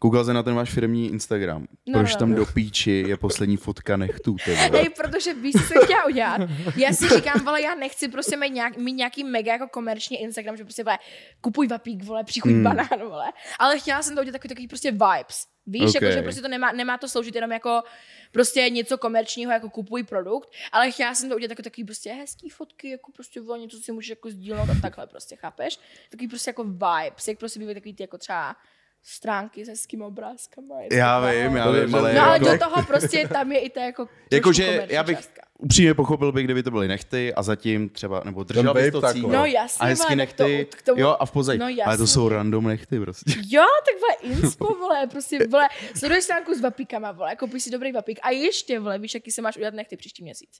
Koukal jsem na ten váš firmní Instagram. No, Proč no, tam no. do píči je poslední fotka nechtů, ty vole? Hej, protože víš, co jsem chtěla udělat. Já si říkám, vole, já nechci prostě mít, nějak, mít nějaký mega jako komerční Instagram, že prostě, vole, kupuj vapík, vole, přichuť hmm. banán, vole. Ale chtěla jsem to udělat takový, takový prostě vibes. Víš, Okay. jako, že prostě to nemá, nemá to sloužit jenom jako prostě něco komerčního, jako kupuj produkt, ale chtěla jsem to udělat jako takový prostě hezký fotky, jako prostě vole, něco si můžeš jako sdílet a takhle prostě, chápeš? Takový prostě jako vibes, jak prostě bývají takový ty jako třeba stránky s hezkými obrázkama. Já vím, já vím, ale... No ale jako, do toho prostě tam je i to jako jakože já bych částka. Upřímně pochopil bych, kdyby to byly nechty a zatím třeba, nebo držela bys to cíl. No jasně, a hezky vole, nechty, to, k tomu, jo a v pozadí. No, ale to jsou random nechty prostě. Jo, tak vole, inspo, vole, prostě, vole, sleduješ stránku s vapíkama, vole, koupíš si dobrý vapík a ještě, vole, víš, jaký se máš udělat nechty příští měsíc.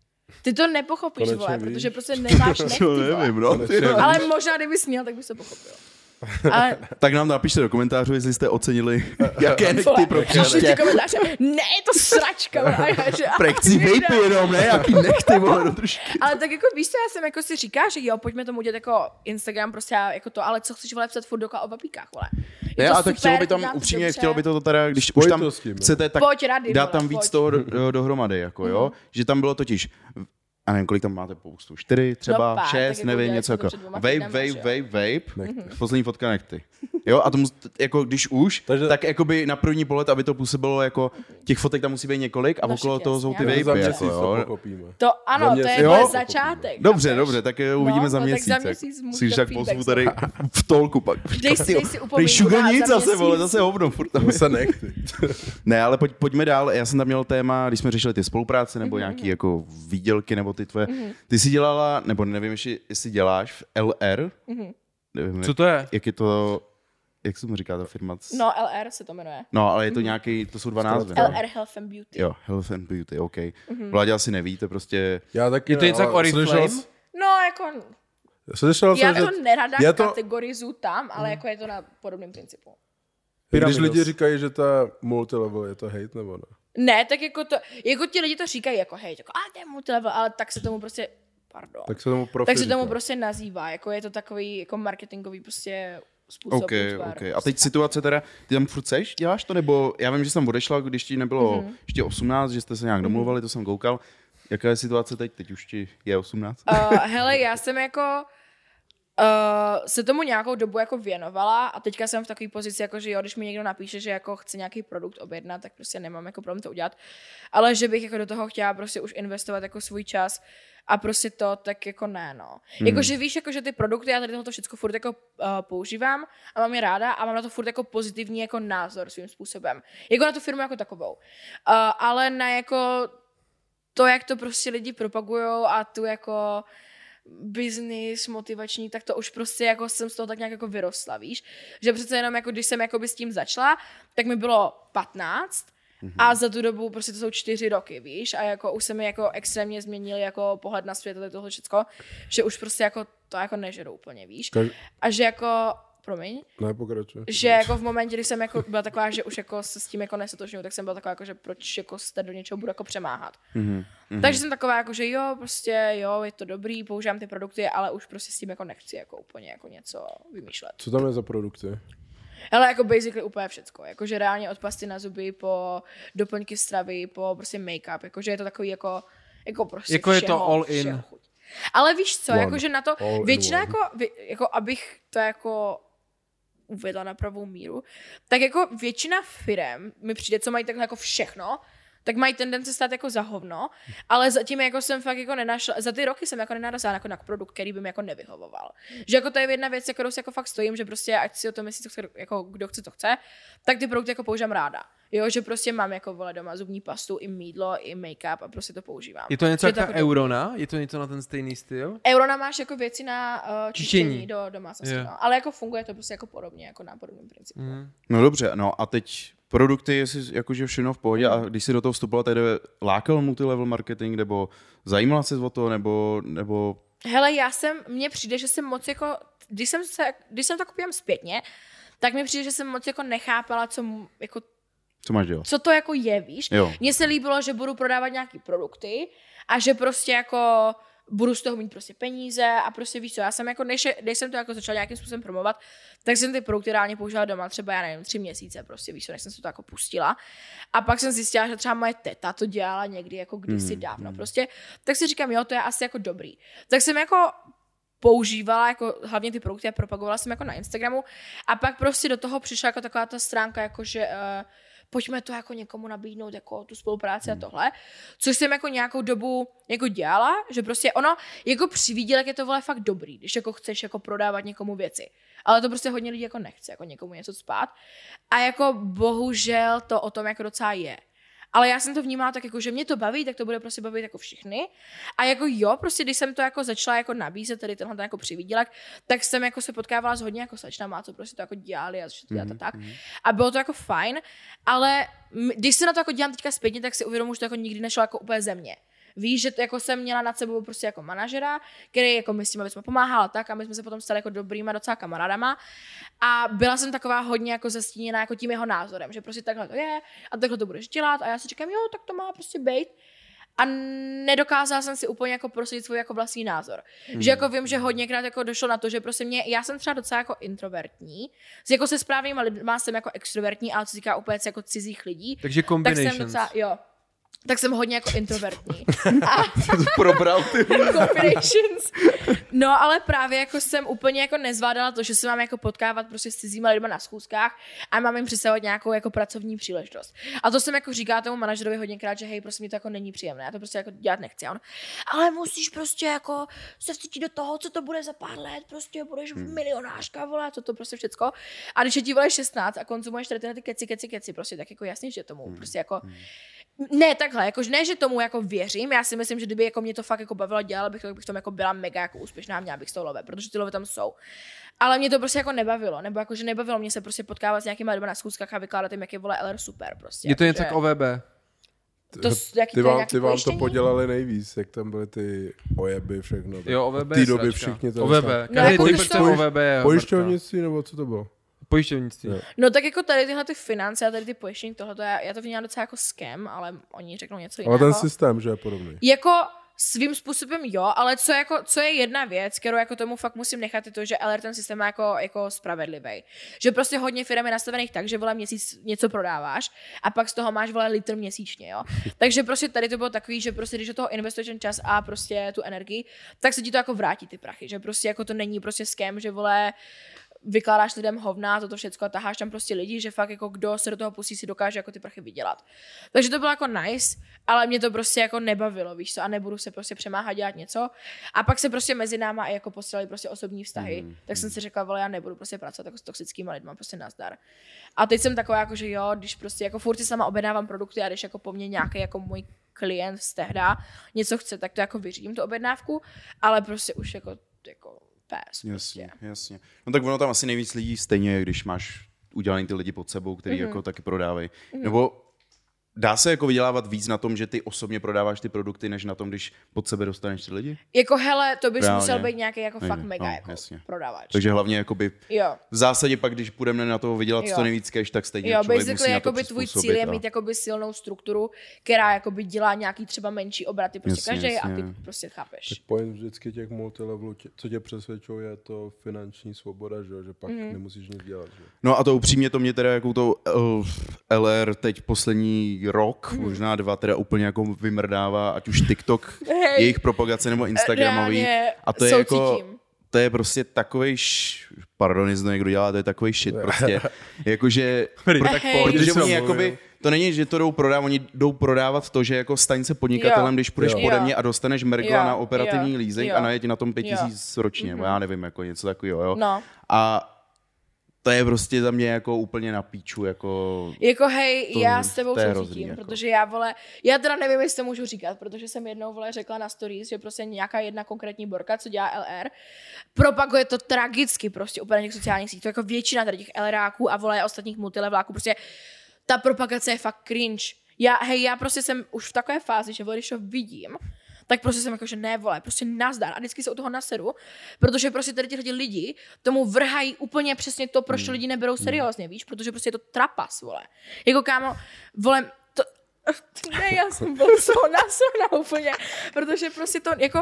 Ty to nepochopíš, Konečně vole, víš. protože prostě nemáš nechty, vole. Nevím, no. Ale možná, kdybys měl, tak bys to pochopil. Ale... Tak nám napište do komentářů, jestli jste ocenili, jaké nechty pro příště. Ty komentáře, ne, je to sračka, vole. Prekci vejpy jenom, ne, jaký nechty, vole, do trošky. Ale tak jako víš co, já jsem jako si říká, že jo, pojďme tomu udělat jako Instagram, prostě jako to, ale co chceš, vole, psat furt dokola o vapíkách, vole. Ne, a tak chtělo by tam, upřímně, dobře. chtělo by to teda, když Spojit už tam to s tím, chcete, tak Pojď rady, dát vole, tam víc pojď. toho do, do, dohromady, jako jo, Mhm. že tam bylo totiž, a nevím, kolik tam máte spoustu, čtyři třeba, No pár, šest, tak jako nevím, udělali něco jsme to jako, před dvěma vape, týdnama, vape, že jo? vape, vape, poslední fotka nechty. Jo, a to mus, jako když už, Takže- tak jakoby na první pohled, aby to působilo jako, těch fotek tam musí být několik a No okolo však toho jasně, jsou ty já vím. Za vapey, měsíc jako to jo. pochopíme. To ano, Za to je měsíc moje to začátek. Dobře, chápeš? dobře, tak eh, uvidíme No, za no, tak měsíc. za jak- měsíc můžu si už dát tak pozvu feedback tady v tolku pak. Dej si, dej si Prý upomínku sugar na- nic za zase, vole, měsíc. zase hovno, furt tam. To se nechty. Ne, ale pojď, pojďme dál. Já jsem tam měl téma, když jsme řešili ty spolupráce nebo Mhm, nějaký jako výdělky nebo ty tvoje. Ty jsi dělala, nebo nevím, ještě, jestli děláš v L R. Mhm. Nevím, Co to je? jak je to, jak se mu říká ta firma? No, L R se to jmenuje. No, ale je to nějaký, to jsou dva názvy. L Ne? R Health and Beauty. Jo, Health and Beauty, OK. Vládě asi neví, to prostě... Já taky Je to ne, něco jak ale Oriflame? slyšel jsi- No, jako, Slyšel já jsem, že to nerada je to- kategorizuju tam, ale jako je to na podobném principu. když Pyramidos. lidi říkají, že to je multilevel, je to hate nebo ne? Ne, tak jako to, jako ti lidi to říkají jako hej, jako, a to je multilevel, ale tak se tomu prostě, pardon, Tak se tomu profi tak se tomu říká. prostě nazývá, jako je to takový jako marketingový prostě způsob. OK, útvar, OK. A prostě teď situace teda, ty tam furt seš, děláš to, nebo já vím, že jsem odešla, když ti nebylo Mhm. ještě osmnáct, že jste se nějak domluvali, to jsem koukal. Jaká je situace teď? Teď už ti je osmnáct? Uh, hele, já jsem jako uh, se tomu nějakou dobu jako věnovala a teďka jsem v takové pozici, jako že jo, když mi někdo napíše, že jako chce nějaký produkt objednat, tak prostě nemám jako problém to udělat. Ale že bych jako do toho chtěla prostě už investovat jako svůj čas a prostě to, tak jako ne, no. Hmm. Jakože víš, jako, že ty produkty, já tady tohoto všechno furt jako uh, používám a mám je ráda a mám na to furt jako pozitivní jako názor svým způsobem. Jako na tu firmu jako takovou. Uh, ale na jako to, jak to prostě lidi propagujou a tu jako business, motivační, tak to už prostě jako jsem z toho tak nějak jako vyrostla, víš? Že přece jenom jako když jsem jako by s tím začala, tak mi bylo patnáct mm-hmm. a za tu dobu prostě to jsou čtyři roky, víš? A jako už se mi jako extrémně změnil jako pohled na svět a tohle všecko, že už prostě jako to jako nežeru úplně, víš? Kaž- A že jako, promiň, Ne, pokračuj. že jako v momentě, kdy jsem jako byla taková, že už jako se s tím jako nesetožňuju, tak jsem byla taková jako, že proč jako se do něčeho budu jako přemáhat. Mm-hmm. Takže jsem taková jako, že jo, prostě jo, je to dobrý, používám ty produkty, ale už prostě s tím jako nechci jako úplně jako něco vymýšlet. Co tam je za produkty? Ale jako basically úplně všecko, jakože reálně od pasty na zuby po doplňky stravy, po prostě make-up, jakože je to takový jako, jako prostě Jako je to všeho, all in. všeho chuť. Ale víš co, One. jakože na to, All in většina one. jako, vě- jako, abych to jako uvedla na pravou míru, tak jako většina firem mi přijde, co mají takhle jako všechno, tak mají tendence stát jako za hovno, ale zatím jako jsem fakt jako nenašla, za ty roky jsem jako nenarazila jako na produkt, který by mi jako nevyhovoval. Že jako to je jedna věc, kterou si jako fakt stojím, že prostě ať si o tom myslí, co chce, jako kdo chce, to chce, tak ty produkty jako používám ráda. Jo, že prostě mám jako vole doma zubní pastu, i mýdlo, i make-up a prostě to používám. Je to něco Že jako jako- Eurona? Je to něco na ten stejný styl? Eurona máš jako věci na uh, čištění, Čištění. do domácnosti, Jo. no. Ale jako funguje to prostě jako podobně, jako na podobném principu. Mm. No dobře, no a teď produkty, jestli jakože všechno v pohodě a když si do toho vstupovala, tedy lákal multilevel marketing, nebo zajímala se o to, nebo, nebo Hele, já jsem, mně přijde, že jsem moc jako, když jsem, se, když jsem to koupím zpětně, tak mi přijde, že jsem moc jako nechápala, co, mu- jako, co máš dělat? co to jako je, víš? Jo. Mně se líbilo, že budu prodávat nějaký produkty a že prostě jako budu z toho mít prostě peníze a prostě víš co, já jsem jako, než, než jsem to jako začala nějakým způsobem promovat, tak jsem ty produkty reálně použila doma třeba, já nevím, tři měsíce prostě, víš co, než jsem se to jako pustila. A pak jsem zjistila, že třeba moje teta to dělala někdy jako kdysi dávno prostě, tak si říkám, jo, to je asi jako dobrý. Tak jsem jako používala jako hlavně ty produkty a propagovala jsem jako na Instagramu a pak prostě do toho přišla jako taková ta stránka, jako že uh, pojďme to jako někomu nabídnout, jako tu spolupráci a tohle, což jsem jako nějakou dobu jako dělala, že prostě ono jako při výdělek je to vole fakt dobrý, když jako chceš jako prodávat někomu věci, ale to prostě hodně lidí jako nechce, jako někomu něco spát a jako bohužel to o tom jako docela je. Ale já jsem to vnímala tak jako, že mě to baví, tak to bude prostě bavit jako všichni. A jako jo, prostě když jsem to jako začala jako nabízet, tady tenhle ten jako přivídělek, tak jsem jako se potkávala s hodně jako slečnama, co prostě to jako dělali a začali dělat a tak. A bylo to jako fajn, ale když se na to jako dělám teďka zpětně, tak si uvědomuji, že to jako nikdy nešlo jako úplně ze mě. Víš, že to jako jsem měla nad sebou prostě jako manažera, který jako my s tím jsme pomáhala tak a my jsme se potom stali jako dobrýma docela kamarádama a byla jsem taková hodně jako zastíněná jako tím jeho názorem, že prostě takhle to je a takhle to budeš dělat a já si říkám, jo, tak to má prostě být. A nedokázala jsem si úplně jako prosadit svůj jako vlastní názor. Hmm. Že jako vím, že hodněkrát jako došlo na to, že prostě mě, já jsem třeba docela jako introvertní, jako se správnýma lidma jsem jako extrovertní, ale co říká úplně jako cizích lidí. Takže combinations. Tak jsem docela, jo. Tak jsem hodně jako introvertní. A probral ty. Combinations. No, ale právě jako jsem úplně jako nezvládala to, že se mám jako potkávat prostě s cizíma lidma na schůzkách a mám jim představovat nějakou jako pracovní příležitost. A to jsem jako říkala tomu manažerovi hodněkrát, že hej, prostě mi to jako není příjemné, já to prostě jako dělat nechci. A on, ale musíš prostě jako se vcítit do toho, co to bude za pár let, prostě budeš hmm. milionářka, vole, co to prostě všecko. A když je ti vole šestnáct a konzumuješ tady tyhle ty keci, keci, keci, prostě tak jako jasně, že tomu hmm. prostě jako ne takhle, jakož ne, že tomu jako věřím, já si myslím, že kdyby jako mě to fakt jako bavilo, dělala bych to, bych tom jako byla mega jako úspěšná, měla bych z toho love, protože ty love tam jsou. Ale mě to prostě jako nebavilo, nebo jako, že nebavilo mě se prostě potkávat s nějakýma lidma na schůzkách a vykládat jim, jak je vole L R super prostě. Je to jako, něco jak O V B? To, jaký ty to je, vám, ty vám to podělali nejvíc, jak tam byly ty ojeby, všechno. Jo, O V B v té době všichni to O V B, no, každý jako typ chce O V B. Pojišťovnictví, nebo co to bylo? Pojišťovnictví. Jo. No tak jako tady tyhle ty finance a tady ty pojištění, tohle, já, já to vnímám docela jako scam, ale oni řeknou něco jiného. Ale ten systém, že je podobný. Jako svým způsobem jo, ale co, jako, co je jedna věc, kterou jako tomu fakt musím nechat, je to, že L R ten systém je jako, jako spravedlivý. Že prostě hodně firm je nastavených tak, že vole měsíc něco prodáváš a pak z toho máš vole litr měsíčně, jo. Takže prostě tady to bylo takový, že prostě když do toho investuješ ten čas a prostě tu energii, tak se ti to jako vrátí ty prachy, že prostě jako to není prostě scam, že vole vykládáš lidem hovna, toto všecko a taháš tam prostě lidi, že fakt jako kdo se do toho pustí, si dokáže jako ty prachy vydělat. Takže to bylo jako nice, ale mě to prostě jako nebavilo, víš co, a nebudu se prostě přemáhat dělat něco. A pak se prostě mezi náma jako posílali prostě osobní vztahy, mm. tak jsem si řekla, vole, já nebudu prostě pracovat jako s toxickýma lidma, prostě nazdar. A teď jsem taková jako, že jo, když prostě jako furt si sama objednávám produkty a když jako po mně nějaký jako můj klient z tehda něco chce, tak to jako vyřídím tu objednávku, ale prostě už jako, jako pés, jasně, prostě. jasně. No tak ono tam asi nejvíc lidí stejně, když máš udělaný ty lidi pod sebou, který mm-hmm. jako taky prodávají. Mm-hmm. Nebo dá se jako vydělávat víc na tom, že ty osobně prodáváš ty produkty, než na tom, když pod sebe dostaneš ty lidi? Jako hele, to bys Reálně. musel být nějaký jako Nejde. fakt mega No, jako jasně. prodávač. Takže hlavně jakoby jo. v zásadě pak, když půjdeme na toho vydělat Jo. co nejvíc cash, tak stejně Jo, člověk musí basically na to jakoby tvůj přizpůsobit cíl je a- mít jakoby silnou strukturu, která jakoby dělá nějaký třeba menší obraty prostě Jasně, každý a jasně. ty prostě chápeš. Tak point vždycky těch multilevelů, tě- co tě přesvědčuje, je to finanční svoboda, že, jo, že pak mm. nemusíš nic dělat. Že? No a to upřímně to mě teda jako to uh, L R teď poslední rok, mm. možná dva, teda úplně jako vymrdává, ať už TikTok, Hej. jejich propagace nebo Instagramový. Reálně A to je jako, soucítím. to je prostě takovej, š... pardon, jestli to někdo dělá, to je takovej shit prostě. Jakože, pro, tak Hej. pojď, protože když se oni omluvím. jakoby, to není, že to jdou prodávat, oni jdou prodávat to, že jako staň se podnikatelem, Jo. když půjdeš Jo. pode Jo. mě a dostaneš mergla Jo. na operativní Jo. leasing Jo. a najetí na tom pět Jo. tisíc ročně, nebo já nevím, jako něco takového, jo. No. A to je prostě za mě jako úplně na píču, jako... Jako hej, To- já s tebou to je soucítím, hrozný, jako. protože já vole, já teda nevím, jestli to můžu říkat, protože jsem jednou vole řekla na stories, že prostě nějaká jedna konkrétní borka, co dělá L R, propaguje to tragicky prostě úplně na těch sociálních sítích, to jako většina tady těch LRáků a vole ostatních multilevláků, prostě ta propagace je fakt cringe. Já, hej, já prostě jsem už v takové fázi, že vole, když to vidím, tak prostě jsem jako, že ne, vole, prostě nazdar a vždycky se u toho naseru, protože prostě tady ti lidi tomu vrhají úplně přesně to, proč to lidi neberou seriózně, víš, protože prostě je to trapas, vole. Jako kámo, vole, to, ne, já jsem byla z toho nasrana úplně, protože prostě to, jako,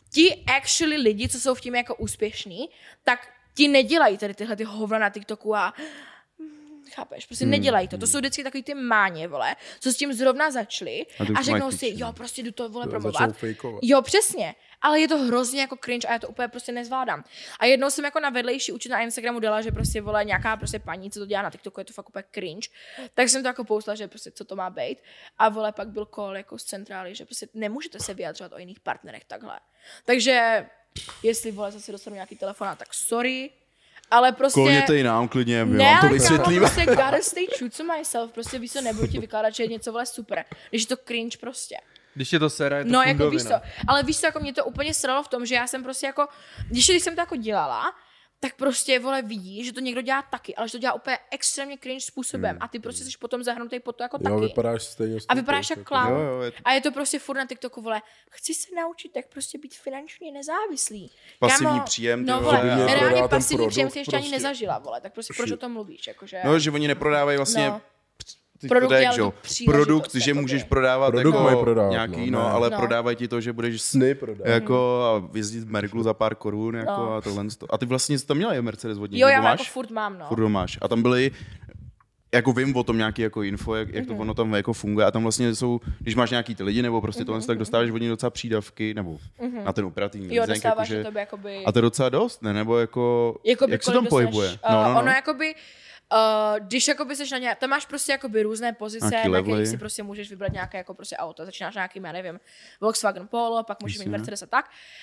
ti actually lidi, co jsou v tím jako úspěšní, tak ti nedělají tady tyhle ty hovna na TikToku a chápeš, prostě hmm. nedělají to. To jsou vždycky takový ty máně, vole, co s tím zrovna začali a, a řeknou si, jo, prostě jdu to, vole, promovat. Jo, přesně. Ale je to hrozně jako cringe a já to úplně prostě nezvládám. A jednou jsem jako na vedlejší účet na Instagramu dala, že prostě, vole, nějaká prostě paní, co to dělá na TikToku, je to fakt úplně cringe. Tak jsem to jako poustala, že prostě co to má být. A, vole, pak byl call jako z centrály, že prostě nemůžete se vyjadřovat o jiných partnerech takhle. Takže jestli, vole, zase dostanu nějaký telefonát, tak sorry. Ale prostě... Kolněte i nám klidně, my ne, vám to vysvětlíme. Ne, prostě gotta stay true to myself, prostě víš co, nebudu ti vykládat, že je něco, vole, super. Když je to cringe prostě. Když je to sere, je to no, kundovina. jako víš co, ale víš co, jako mě to úplně sralo v tom, že já jsem prostě jako, když, když jsem to jako dělala, tak prostě, vole, vidí, že to někdo dělá taky, ale že to dělá úplně extrémně cringe způsobem hmm. a ty prostě jsi potom zahrnutý pod to jako jo, taky. vypadáš stejně. A vypadáš jak clown. Jo, jo, je to... A je to prostě furt na TikToku, vole, chci se naučit, jak prostě být finančně nezávislý. Pasivní Kámo, příjem, ty no, vole. vole, a... reálně pasivní příjem si ještě prostě. ani nezažila, vole, tak prostě proč o tom mluvíš, jakože... No, že oni neprodávají vlastně... No. Ty Produkt, dek, ale že jo? to Produkt, že jakoby. můžeš prodávat Produkt jako mají prodávat, nějaký, no, no, ne. ale No. prodávají ti to, že budeš Sny prodávat. jako a jezdit v Merklu za pár korun jako No. a tohle. A ty vlastně jsi tam měla je Mercedes od něj, Jo, nebo já máš? jako furt mám, no. Furt ho máš. A tam byly, jako vím o tom nějaký jako info, jak, jak to Mhm. ono tam jako funguje a tam vlastně jsou, když máš nějaký ty lidi nebo prostě tohle, tak dostáváš od nich docela přídavky, nebo na ten operativní Jo, leasing, dostáváš jakože- na tobě jakoby... a to je docela dost, ne? Nebo jako, Jakoby jak se kolik tam dostaneš, pohybuje? Uh, No, no, no. Ono jakoby, uh, když jakoby seš na nějak, tam máš prostě jakoby různé pozice, Nějaký na levely. kterých si prostě můžeš vybrat nějaké jako prostě auto. Začínáš nějakým, já nevím, Volkswagen Polo, pak můžeš mít Jasně. Mercedes a tak.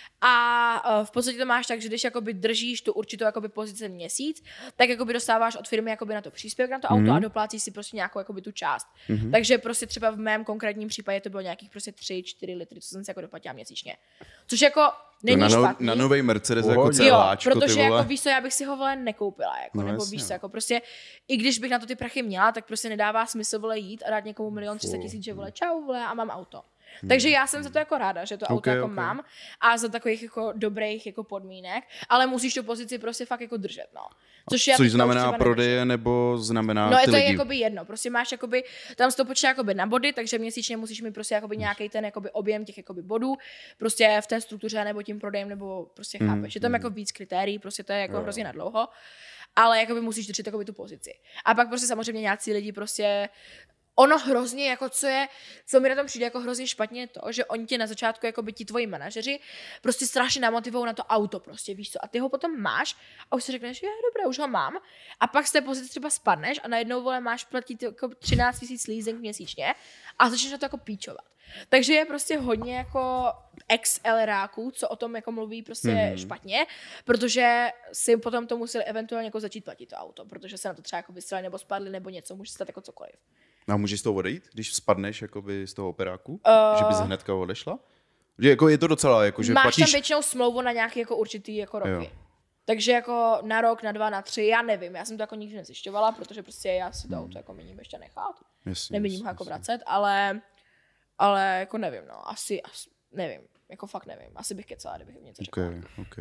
A uh, v podstatě to máš tak, že když jakoby držíš tu určitou jakoby pozici měsíc, tak jakoby dostáváš od firmy jakoby na to příspěvek na to auto Mhm. a doplácíš si prostě nějakou jakoby tu část. Takže prostě třeba v mém konkrétním případě to bylo nějakých prostě tři čtyři litry, co jsem si jako doplatila měsíčně. Což jako není na, no, špatný. na nový Mercedes jako Pohodě. celáčko, Jo, ty protože vole. jako víš co, já bych si ho vole nekoupila, jako, No, nebo jasně, víš no. co, jako prostě, i když bych na to ty prachy měla, tak prostě nedává smysl vole jít a dát někomu milion tři sta tisíc, že vole čau vole a mám auto. Takže já jsem za to jako ráda, že to auto Okay, jako okay. mám a za takových jako dobrých jako podmínek, ale musíš tu pozici prostě fakt jako držet, no. Což, já Což teďka už znamená třeba prodeje, nebo znamená No je ty to lidi? jakoby jedno, prostě máš jakoby, tam se to počítá jakoby na body, takže měsíčně musíš mít prostě jakoby nějaký ten jakoby objem těch jakoby bodů, prostě v té struktuře nebo tím prodejem, nebo prostě Mhm, chápeš, je tam jako víc kritérií, prostě to je jako hrozně na dlouho, ale jakoby musíš držet jakoby tu pozici. A pak prostě samozřejmě nějací lidi prostě ono hrozně, jako co je, co mi na tom přijde jako hrozně špatně je to, že oni tě na začátku, jako by ti tvoji manažeři, prostě strašně namotivou na to auto, prostě víš co, a ty ho potom máš a už si řekneš, že je dobré, už ho mám, a pak z té pozice třeba spadneš a najednou, vole, máš platit jako třináct tisíc leasing měsíčně a začneš na to jako píčovat. Takže je prostě hodně jako ex-eleráků, co o tom jako mluví prostě Mhm. špatně, protože si potom to museli eventuálně jako začít platit to auto, protože se na to třeba jako vystřelili nebo spadli nebo něco, může se stát jako cokoliv. A můžeš z toho odejít, když spadneš jakoby z toho operáku? Uh, Že bys hnedka odešla? Že jako je to docela, jako že Máš platíš... tam většinou smlouvu na nějaký jako určitý jako roky. Jo. Takže jako na rok, na dva, na tři, já nevím, já jsem to jako nikdy nezjišťovala, protože prostě já si to auto jako míním ještě nechat. Jasně, Nemíním jasně, ho jako jasně. vracet, ale, ale jako nevím, no, asi, asi, nevím, jako fakt nevím, asi bych kecala, kdybych jim něco řekla. Ok, ok.